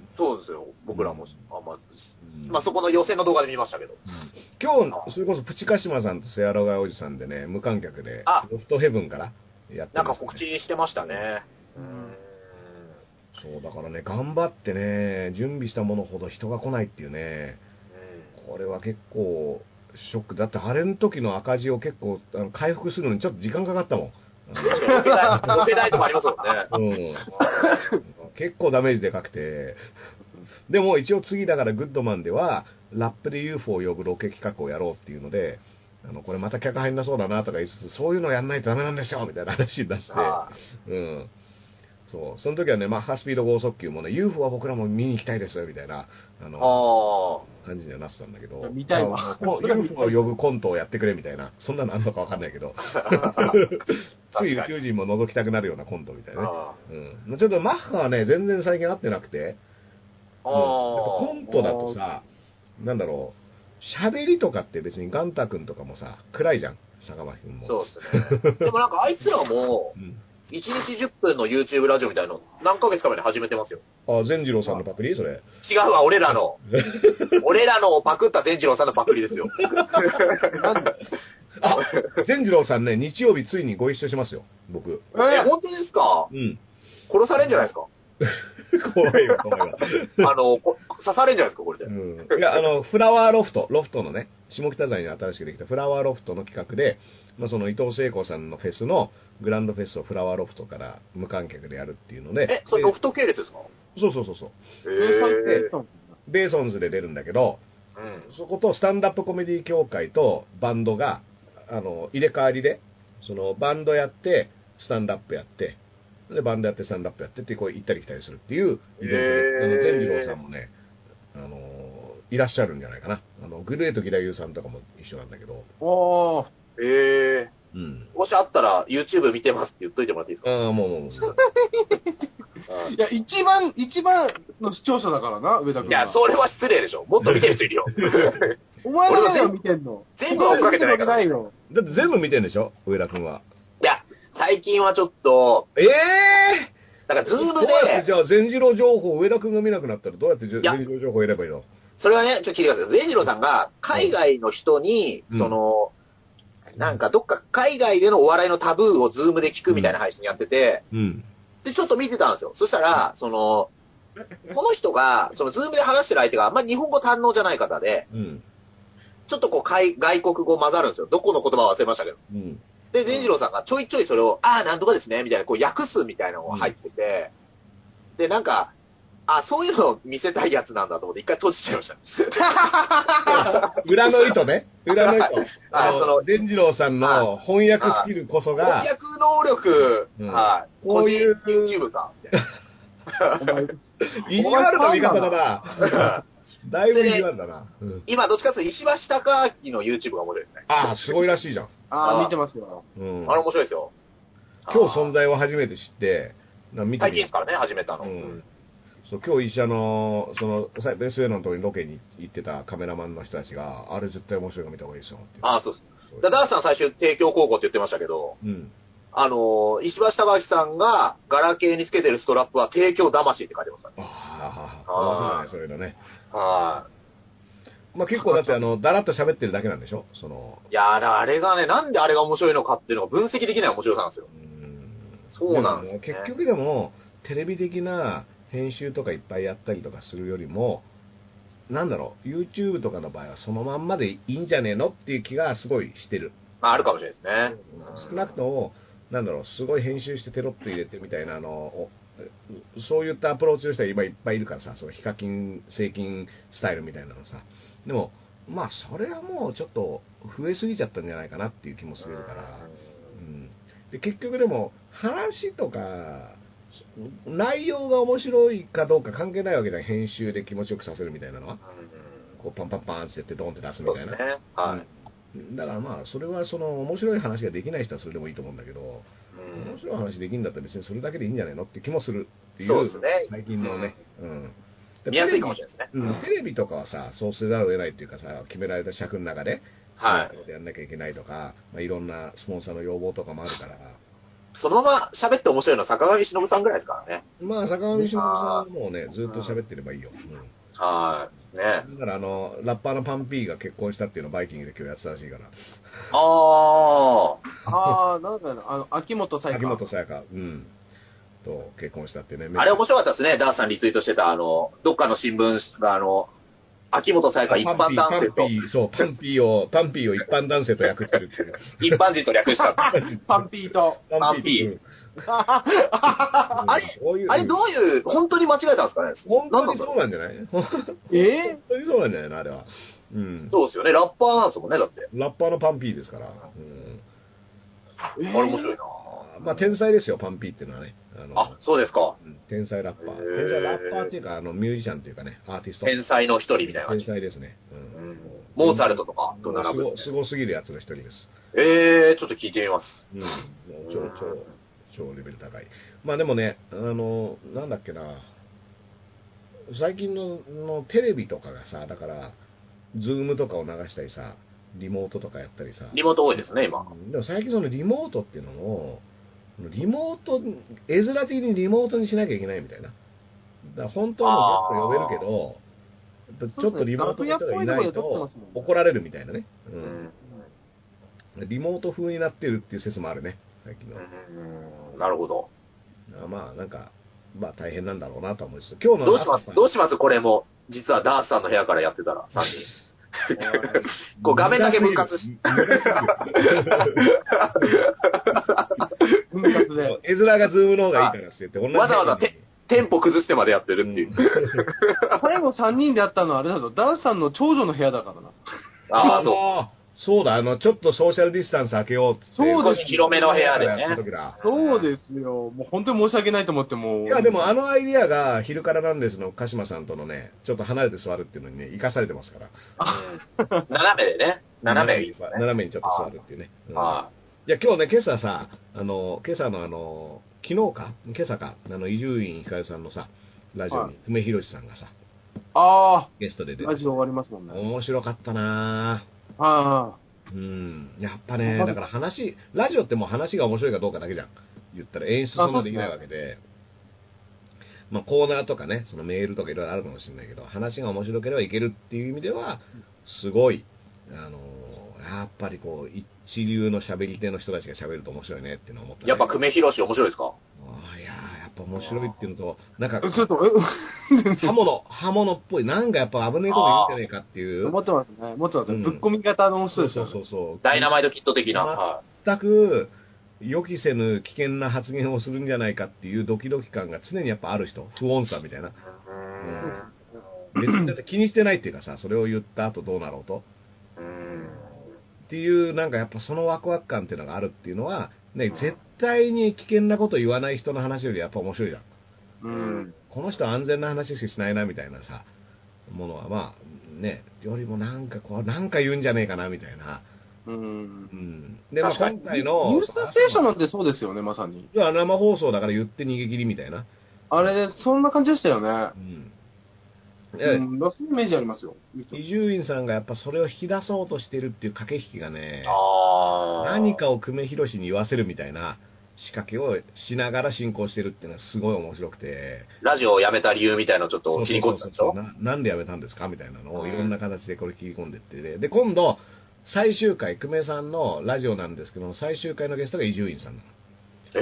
Speaker 3: そうですよ。僕らも、あんま、うん、まあそこの予選の動画で見ましたけど。うん、
Speaker 2: 今日、それこそプチカシマさんとセアロガおじさんでね、無観客で、ロフトヘブンからやってました、ね。
Speaker 3: なんか告知してましたね。うん。
Speaker 2: そう、だからね、頑張ってね、準備したものほど人が来ないっていうね、うん、これは結構、ショック。だって、あれの時の赤字を結構、あの回復するのにちょっと時間かかったもん。
Speaker 3: ロケ代とかありますもんね。
Speaker 2: うん。結構ダメージでかくて。でも一応次だからグッドマンでは、ラップで ユーフォー を呼ぶロケ企画をやろうっていうので、あの、これまた客入んなそうだなとか言いつつ、そういうのやんないとダメなんですよみたいな話になって。うん。そう。その時はね、マッハスピード剛速球もね、ユーフォー は僕らも見に行きたいですみたいな、あの、あ感じにはなってたんだけど。
Speaker 4: 見たいわ。
Speaker 2: もう ユーフォー を呼ぶコントをやってくれみたいな、そんなのあんのかわかんないけど。つい宇宙人も覗きたくなるようなコントみたいなね。うん。ちょっとマッハはね、全然最近会ってなくて、あうん、コントだとさ、なんだろう、喋りとかって別にガンタ君とかもさ、暗いじゃん、坂巻君も。
Speaker 3: そうですね。でもなんかあいつらも、うんいちにちじゅっぷんの YouTube ラジオみたいなの何ヶ月か前に始めてますよ。
Speaker 2: あ、善次郎さんのパクリそれ。
Speaker 3: 違うわ、俺らの。俺らのをパクった善次郎さんのパクリですよ。
Speaker 2: なんであ、善次郎さんね、日曜日ついにご一緒しますよ、僕。
Speaker 3: えー、本当ですかうん。殺されんじゃないですか
Speaker 2: 怖いよ、怖いよ。
Speaker 3: あの、刺されんじゃないですか、これで。
Speaker 2: うん。いや、あの、フラワーロフト、ロフトのね、下北沢に新しくできたフラワーロフトの企画で、まあ、その伊藤聖子さんのフェスのグランドフェスをフラワーロフトから無観客でやるっていうので。
Speaker 3: え、それロフト系列ですか？
Speaker 2: そうそうそうそう。
Speaker 3: へー。
Speaker 2: ベーソンズで出るんだけど、うん、そことスタンダップコメディ協会とバンドが、あの、入れ替わりで、そのバンドやって、スタンダップやって、 で、バンドやってスタンダップやってって、こう行ったり来たりするっていうイベントで、あの、善次郎さんもね、あの、いらっしゃるんじゃないかな。あの、グレート・ギラユーさんとかも一緒なんだけど。
Speaker 3: ああ、ええー。うん。もしあったら YouTube 見てますって言っといてもらっていいですか？
Speaker 2: ああ、もうもうもう。
Speaker 4: いや、一番、一番の視聴者だからな、上田君。
Speaker 3: いや、それは失礼でしょ。もっと見てる人いるよ。
Speaker 4: お前だけだよ、見てんの。
Speaker 3: 全部追っかけてないから。
Speaker 2: だって全部見てんでしょ、上田君は。
Speaker 3: いや、最近はちょっと。
Speaker 2: ええー、
Speaker 3: だからズームで。
Speaker 2: どうやってじゃあ、善次郎情報、上田君が見なくなったらどうやって善次郎情報を得ればいいの？
Speaker 3: それはね、ちょっと聞いてください。善次郎さんが海外の人に、うん、その、なんかどっか海外でのお笑いのタブーをズームで聞くみたいな配信やってて、うん、で、ちょっと見てたんですよ。そしたら、その、この人が、そのズームで話してる相手があんまり日本語堪能じゃない方で、うん、ちょっとこう外国語混ざるんですよ。どこの言葉を忘れましたけど。うん、で、善次郎さんがちょいちょいそれを、ああ、なんとかですね、みたいな、こう訳すみたいなのが入ってて、うん、で、なんか、あ、そういうのを見せたいやつなんだと思って一回閉じちゃいました。
Speaker 2: 裏の意図ね。裏の意図。あその、善次郎さんの翻訳スキルこそが。
Speaker 3: 翻訳能力、うん、はい。こういう YouTube か。
Speaker 2: 意地悪な見方だな。だいぶ意地悪だな。
Speaker 3: うん、今、どっちかというと石橋貴明の YouTube が面白いですね。
Speaker 2: ああ、すごいらしいじゃん。
Speaker 4: ああ、見てますよ。
Speaker 3: うん、あれ面白いですよ。
Speaker 2: 今日存在を初めて知って、
Speaker 3: 見て最近ですからね、始めたの。
Speaker 2: うんそう今日医者の、その、ベースウェイのところにロケに行ってたカメラマンの人たちが、あれ絶対面白いから見た方がいいですよって。
Speaker 3: ああ、そうです。ダースさん最初提供高校って言ってましたけど、うん、あの、石橋貴明さんがガラケーにつけてるストラップは提供魂って書いてますからね。
Speaker 2: ああ、面白いね、そういうのね。
Speaker 3: はい。
Speaker 2: まあ結構だってあの、だらっと喋ってるだけなんでしょその。
Speaker 3: いやあれがね、なんであれが面白いのかっていうのが分析できない面白さなんですよ。うんそうなんですね。
Speaker 2: 結局でも、テレビ的な、編集とかいっぱいやったりとかするよりも、なんだろう、YouTube とかの場合はそのまんまでいいんじゃねえのっていう気がすごいしてる。
Speaker 3: まあ、あるかもしれないですね。
Speaker 2: 少なくとも、なんだろう、すごい編集してテロップ入れてみたいなのそういったアプローチの人は今いっぱいいるからさ、そのヒカキン、セイキンスタイルみたいなのさ。でも、まあ、それはもうちょっと増えすぎちゃったんじゃないかなっていう気もするから。うん、で結局でも、話とか、内容が面白いかどうか関係ないわけじゃん。編集で気持ちよくさせるみたいなのは。こうパンパンパンってやってドンって出すみたいな。
Speaker 3: ねはい
Speaker 2: うん、だからまあ、それはその面白い話ができない人はそれでもいいと思うんだけど、うん、面白い話できるんだったら別にそれだけでいいんじゃないのって気もするっていう、
Speaker 3: そうですね、
Speaker 2: 最近のね。うん。
Speaker 3: 見やすいかもしれないですね。
Speaker 2: うん。テレビとかはさ、そうせざるを得ないっていうかさ、決められた尺の中で、
Speaker 3: はい。
Speaker 2: やんなきゃいけないとか、まあ、いろんなスポンサーの要望とかもあるから、
Speaker 3: そのまま喋って面白いのは坂上忍さんぐらいですからね。
Speaker 2: まあ、坂上忍さんはもうね、ずっと喋ってればいいよ。うん、
Speaker 3: はい。ね。
Speaker 2: だからあの、ラッパーのパンピーが結婚したっていうのをバイキングで今日やってたらしいから。
Speaker 3: あ
Speaker 4: あ。ああ、なんだろう、あの、秋元さやか。
Speaker 2: 秋元さやか。うん。と結婚したってね。
Speaker 3: あれ面白かったですね、ダースさんリツイートしてた、あの、どっかの新聞が、あの、秋元さやか一般男性と。
Speaker 2: パンピー、そう、パンピーを、パンピーを一般男性と訳してるっていう。
Speaker 3: 一般人と略した。
Speaker 4: パンピーと。
Speaker 3: パンピー。あれ、あれどういう、本当に間違えたんですかね
Speaker 2: 本当にそうなんじゃない
Speaker 4: え
Speaker 2: 本当にそうなんじゃないのあれは。
Speaker 3: うん。そうですよね、ラッパーなんですもんね、だって。
Speaker 2: ラッパーのパンピーですから。うん。
Speaker 3: あれ面白いな
Speaker 2: まあ天才ですよ、パンピーっていうのはね。
Speaker 3: あのあ、そうですか。
Speaker 2: 天才ラッパー。天才ラッパーっていうか、あの、ミュージシャンっていうかね、アーティスト。
Speaker 3: 天才の一人みたいな感じ。
Speaker 2: 天才ですね。うん。
Speaker 3: モーツァルトとかと並ぶ。
Speaker 2: すごすぎるやつの一人です。
Speaker 3: えー、ちょっと聞いてみます。
Speaker 2: うん。超、超、超レベル高い。まあでもね、あの、なんだっけな、最近ののテレビとかがさ、だから、ズームとかを流したりさ、リモートとかやったりさ。
Speaker 3: リモート多いですね、今。
Speaker 2: でも最近そのリモートっていうのも、リモート、絵面的にリモートにしなきゃいけないみたいな。だから本当のゲスト呼べるけど、ちょっとリモートの人がいないと怒られるみたいなね。うん。リモート風になってるっていう説もあるね、最近の。
Speaker 3: うん、なるほど。
Speaker 2: まあなんか、まあ大変なんだろうなと思うんですけど、今日
Speaker 3: のどうしますどうしますこれも、実はダースさんの部屋からやってたら、さんにん。こう画面だけ分割し。
Speaker 2: 分割で。絵面がズームの方がいいからって言って、
Speaker 3: わざわざテテンポ崩してまでやってるっていう。
Speaker 4: 最後さんにんでやったのはあれだぞ、ダースさんの長女の部屋だからな。
Speaker 3: ああ、そ
Speaker 2: そうだ、あの、ちょっとソーシャルディスタンス開けようって。
Speaker 3: そうです。広めの部屋でね。
Speaker 4: そうですよ。もう本当に申し訳ないと思っても。
Speaker 2: いや、でもあのアイディアが、昼からなんですの鹿島さんとのね、ちょっと離れて座るっていうのにね、生かされてますから。
Speaker 3: 斜めでね。斜めがいいですね。
Speaker 2: 斜めにちょっと座るっていうね。うん、いや、今日ね、今朝さ、あの、今朝のあの、昨日か今朝か、あの、伊集院光さんのさ、ラジオに、久米宏さんがさ、
Speaker 4: ああ。
Speaker 2: ゲストで出て。
Speaker 4: ラジオ終わりますもんね。
Speaker 2: 面白かったなぁ。
Speaker 4: ああ。
Speaker 2: うん。やっぱね、だから話、ラジオってもう話が面白いかどうかだけじゃん。言ったら演出そんなできないわけで。まあコーナーとかね、そのメールとかいろいろあるかもしれないけど、話が面白ければいけるっていう意味では、すごい、あの、やっぱりこう、一流の喋り手の人たちが喋ると面白いねっていうのを思った、ね。
Speaker 3: やっぱ久米宏面白いですか？
Speaker 2: ああ、いやー、やっぱ面白いっていうのと、なんか、
Speaker 4: ちょっと、
Speaker 2: 刃物、刃物っぽい、なんかやっぱ危ねえこと言うんじゃねえかっていう。
Speaker 4: 思ってますね。思ってますね。うん、ぶっ込み型の人ですよ、ね。
Speaker 3: そうそうそう。ダイナマイトキット的な。
Speaker 2: 全く、予期せぬ危険な発言をするんじゃないかっていうドキドキ感が常にやっぱある人。不穏さみたいな。うん、別にだって気にしてないっていうかさ、それを言った後どうなろうと。うんっていう、なんかやっぱそのワクワク感っていうのがあるっていうのは、ね、絶対に危険なこと言わない人の話よりやっぱ面白いじゃん。うん。この人は安全な話しかしないなみたいなさ、ものはまあ、ね、よりもなんかこう、なんか言うんじゃねえかなみたいな。うん。うん。で、まあ今回の。
Speaker 4: ニュースステーションなんてそうですよね、まさに。
Speaker 2: いや、生放送だから言って逃げ切りみたいな。
Speaker 4: あれ、そんな感じでしたよね。うん。
Speaker 2: うん、
Speaker 4: そういうイメージありますよ。
Speaker 2: 伊集院さんがやっぱそれを引き出そうとしてるっていう駆け引きがね、あ何かを久米宏に言わせるみたいな仕掛けをしながら進行してるっていうのはすごい面白くて。
Speaker 3: ラジオを辞めた理由みたいなのをちょっと切り込んでたんでしょ？
Speaker 2: ななんで辞めたんですかみたいなのをいろんな形でこれ切り込んでってで、で、今度、最終回、久米さんのラジオなんですけど、最終回のゲストが伊集院さんなの。
Speaker 3: え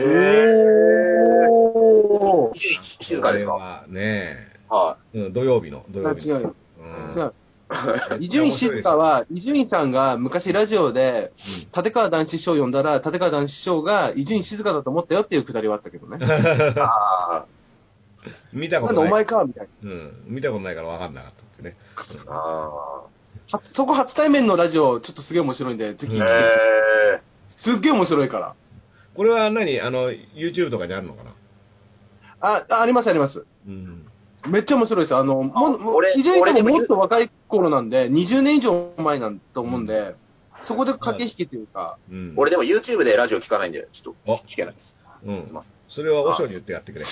Speaker 3: ー。静かですか？
Speaker 2: これはね、
Speaker 3: はい、
Speaker 2: うん、土曜日の、土曜日の。違う。
Speaker 4: 伊集院静香は、伊集院さんが昔ラジオで、立川談志師匠を呼んだら、立川談志師匠が伊集院静香だと思ったよっていうくだりはあったけどね。あ
Speaker 2: 見たことない。
Speaker 4: なんでお前かみたい
Speaker 2: な。うん。見たことないから分かんなかったってね。
Speaker 4: うん、あそこ初対面のラジオ、ちょっとすげえ面白いんで、ぜひ。すっげえ面白いから。
Speaker 2: これは何あの、YouTube とかにあるのかな？
Speaker 4: あ、ありますあります。うん。めっちゃ面白いですよ。あの、も、伊集院さんももっと若い頃なんで、にじゅうねん以上前なんと思うんで、うん、そこで駆け引きというか、
Speaker 3: うん。俺でも YouTube でラジオ聞かないんで、ちょっと聞けないです。
Speaker 2: うん。すいません。それはおしょに言ってやってくれ。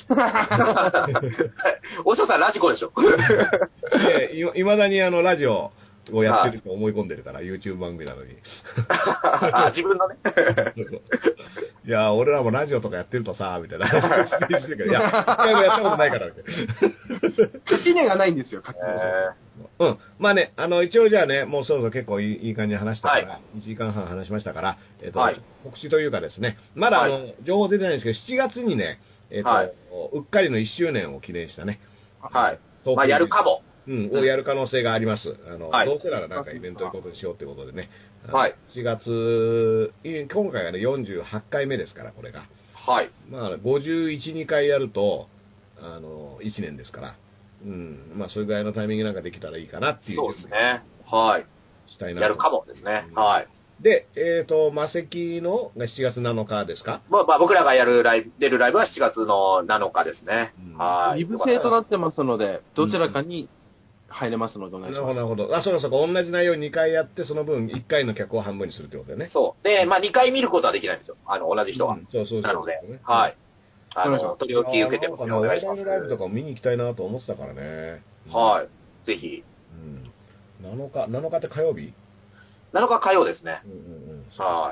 Speaker 3: おしょさんラジコでしょ。
Speaker 2: いまだにあの、ラジオをやってると思い込んでるから、YouTube 番組なのに。
Speaker 3: 自分のね。
Speaker 2: いや、俺らもラジオとかやってるとさ、みたいな。いや、一回もやったことないから、みたいな。
Speaker 4: 垣根がないんですよ、垣
Speaker 2: 根。うん。まあね、あの、一応じゃあね、もうそろそろ結構いいいい感じに話したから、はい、いちじかんはん話しましたから、えっと、はい、告知というかですね、まだあの、はい、情報出てないんですけど、しちがつにね、えっと、はい、うっかりのいっしゅうねんを記念したね。
Speaker 3: はい。まあ、やるかも。
Speaker 2: うん、をやる可能性があります。あの、はい、どうせならなんかイベントいうことにしようってことでね。はい。しちがつ、今回がね、よんじゅうはちかいめですから、これが。
Speaker 3: はい。
Speaker 2: まあ、ごじゅういち、にかいやると、あの、いちねんですから。うん。まあ、それぐらいのタイミングなんかできたらいいかなっていう。
Speaker 3: そうですね。はい。
Speaker 2: したいな。
Speaker 3: やるかもですね。うん、はい。
Speaker 2: で、えっ、ー、と、マセキのがしちがつなのかですか？
Speaker 3: まあ、まあ、僕らがやるライブ、出るライブはしちがつのなのかですね。うん、はい。
Speaker 4: 二部制となってますので、どちらかに、入れますのでお願いします。
Speaker 2: なるほど、なるほど。あ、そうそう、同じ内容にかいやって、その分いっかいの客を半分にするってことだよね。
Speaker 3: そう。で、まあにかい見ることはできないんですよ。あの、同じ人は。うん、
Speaker 2: そうそうそう。
Speaker 3: なので、はい。あの、取り置き受けてますよ。お願いします。
Speaker 2: ライブとかも見に行きたいなと思ってたからね。
Speaker 3: はい。ぜひ。
Speaker 2: うん。なのか、なのかって火曜日？
Speaker 3: なのか火曜ですね。
Speaker 2: うんうんうん。
Speaker 3: はい。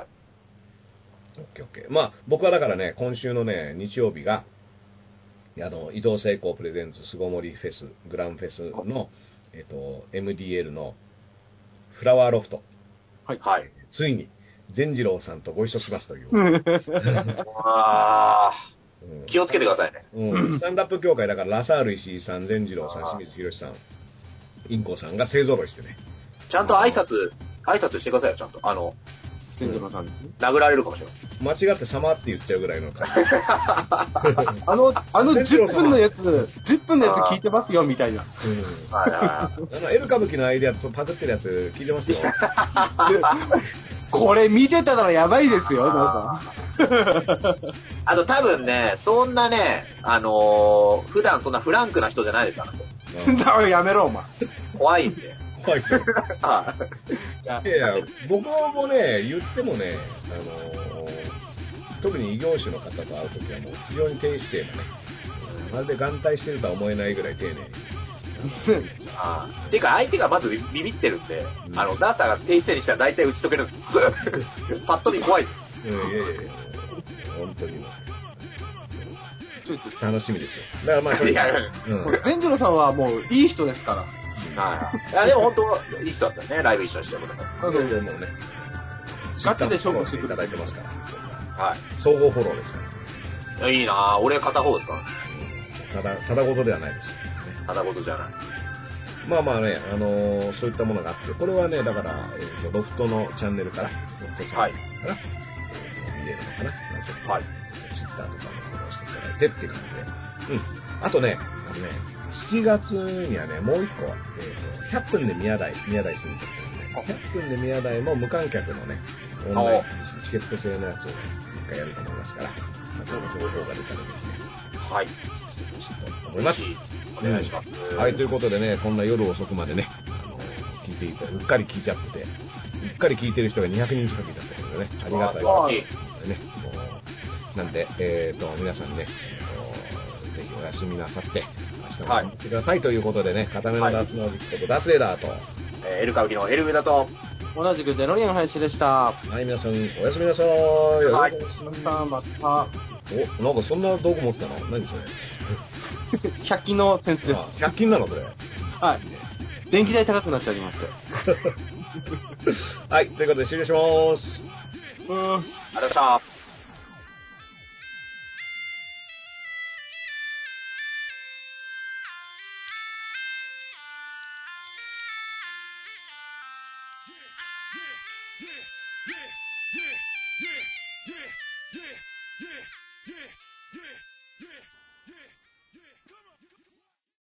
Speaker 2: オッケーオッケー。まあ、僕はだからね、今週のね、日曜日が、あの、伊藤聖子プレゼンツ巣ごもりフェス、グランフェスの、えっと、エムディーエル のフラワーロフト。
Speaker 3: はい。はい。
Speaker 2: ついに、善次郎さんとご一緒しますという。
Speaker 3: あうん、気をつけてくださいね。
Speaker 2: うん。スタンダップ協会だから、ラサール石井さん、善次郎さん、清水博さん、インコさんが勢揃いしてね。
Speaker 3: ちゃんと挨拶、挨拶してくださいよ、ちゃんと。あの、
Speaker 4: 千島さんに。
Speaker 3: 殴られるかもしれない。
Speaker 2: 間違って様って言っちゃうぐらいの感じ。
Speaker 4: あの、あのじゅっぷんのやつ、じゅっぷんのやつ聞いてますよ、みたいな。うん。
Speaker 2: あの、エル歌舞伎のアイデアとパクってるやつ聞いてますよ。
Speaker 4: これ見てたらやばいですよ、皆さん。
Speaker 3: あと多分ね、そんなね、あのー、普段そんなフランクな人じゃないですから。
Speaker 4: だからやめろ、お前。
Speaker 3: 怖いんで。
Speaker 2: 怖いですよ。いやいや、僕もね、言ってもね、あのー、特に異業種の方と会うときはもう非常に低姿勢なね、まるで眼帯してるとは思えないぐらい丁寧に。
Speaker 3: ああ。ていうか相手がまずビビってるんで、うん、あの、ダータが低姿勢にしたら大体打ち解けるんです。パッと見怖いです。
Speaker 2: いやいやいや、本当に。楽しみですよ。だからまあ、それ
Speaker 4: いやいや、善次郎さんはもういい人ですから。
Speaker 3: はい。いや、でも本当、いい人だったよね、ライブ一緒にしてください。
Speaker 2: そうそうもうね。
Speaker 4: ガチで勝負
Speaker 2: していただいてますから。
Speaker 3: はい。
Speaker 2: 総合フォローですか
Speaker 3: ら。いいなぁ、俺片方ですか
Speaker 2: ただ、ただごとではないですよ。
Speaker 3: ただごとじゃない。
Speaker 2: まあまあね、あのー、そういったものがあって、これはね、だから、えー、ロフトのチャンネルから、ロフトチャンネルから、はい、えー、見れるのかな。はい。ツイッターとかもフォローしていただいてっていう感じで。うん。あとね、あのね、しちがつにはね、もう一個、えっ、ー、と、ひゃっぷんで宮台、宮台新宿のね、ひゃっぷんで宮台も無観客のね、オンラインチケット制のやつを一回やると思いますから、また情報が出たらですね、
Speaker 3: はい。
Speaker 2: と思います。
Speaker 3: お願いします、
Speaker 2: うん。はい、ということでね、こんな夜遅くまでね、あの、聞いていた、うっかり聞いちゃってて、うっかり聞いてる人がにひゃくにん近くいたってことでね、ありがたいですね。もうなんで、えっ、ー、と、皆さんね、ぜひお休みなさって、明日も頑張ってくださいということでね、固めのダースノービットとダースレーダーと、
Speaker 3: えー、エルカウキのエルメダと、
Speaker 4: 同じくデロリアン林でした。
Speaker 2: はい、皆さん、おやすみなさい。
Speaker 4: はい、また、また。
Speaker 2: お、なんかそんな道具持ってたの？何それ？
Speaker 4: ひゃく均のセンスです。
Speaker 2: ひゃく均なのそれ？
Speaker 4: はい。電気代高くなっちゃいまして。
Speaker 2: はい、ということで終了しまーす。
Speaker 3: うん。ありがとうございました。Yeah, yeah, yeah, yeah, yeah, yeah.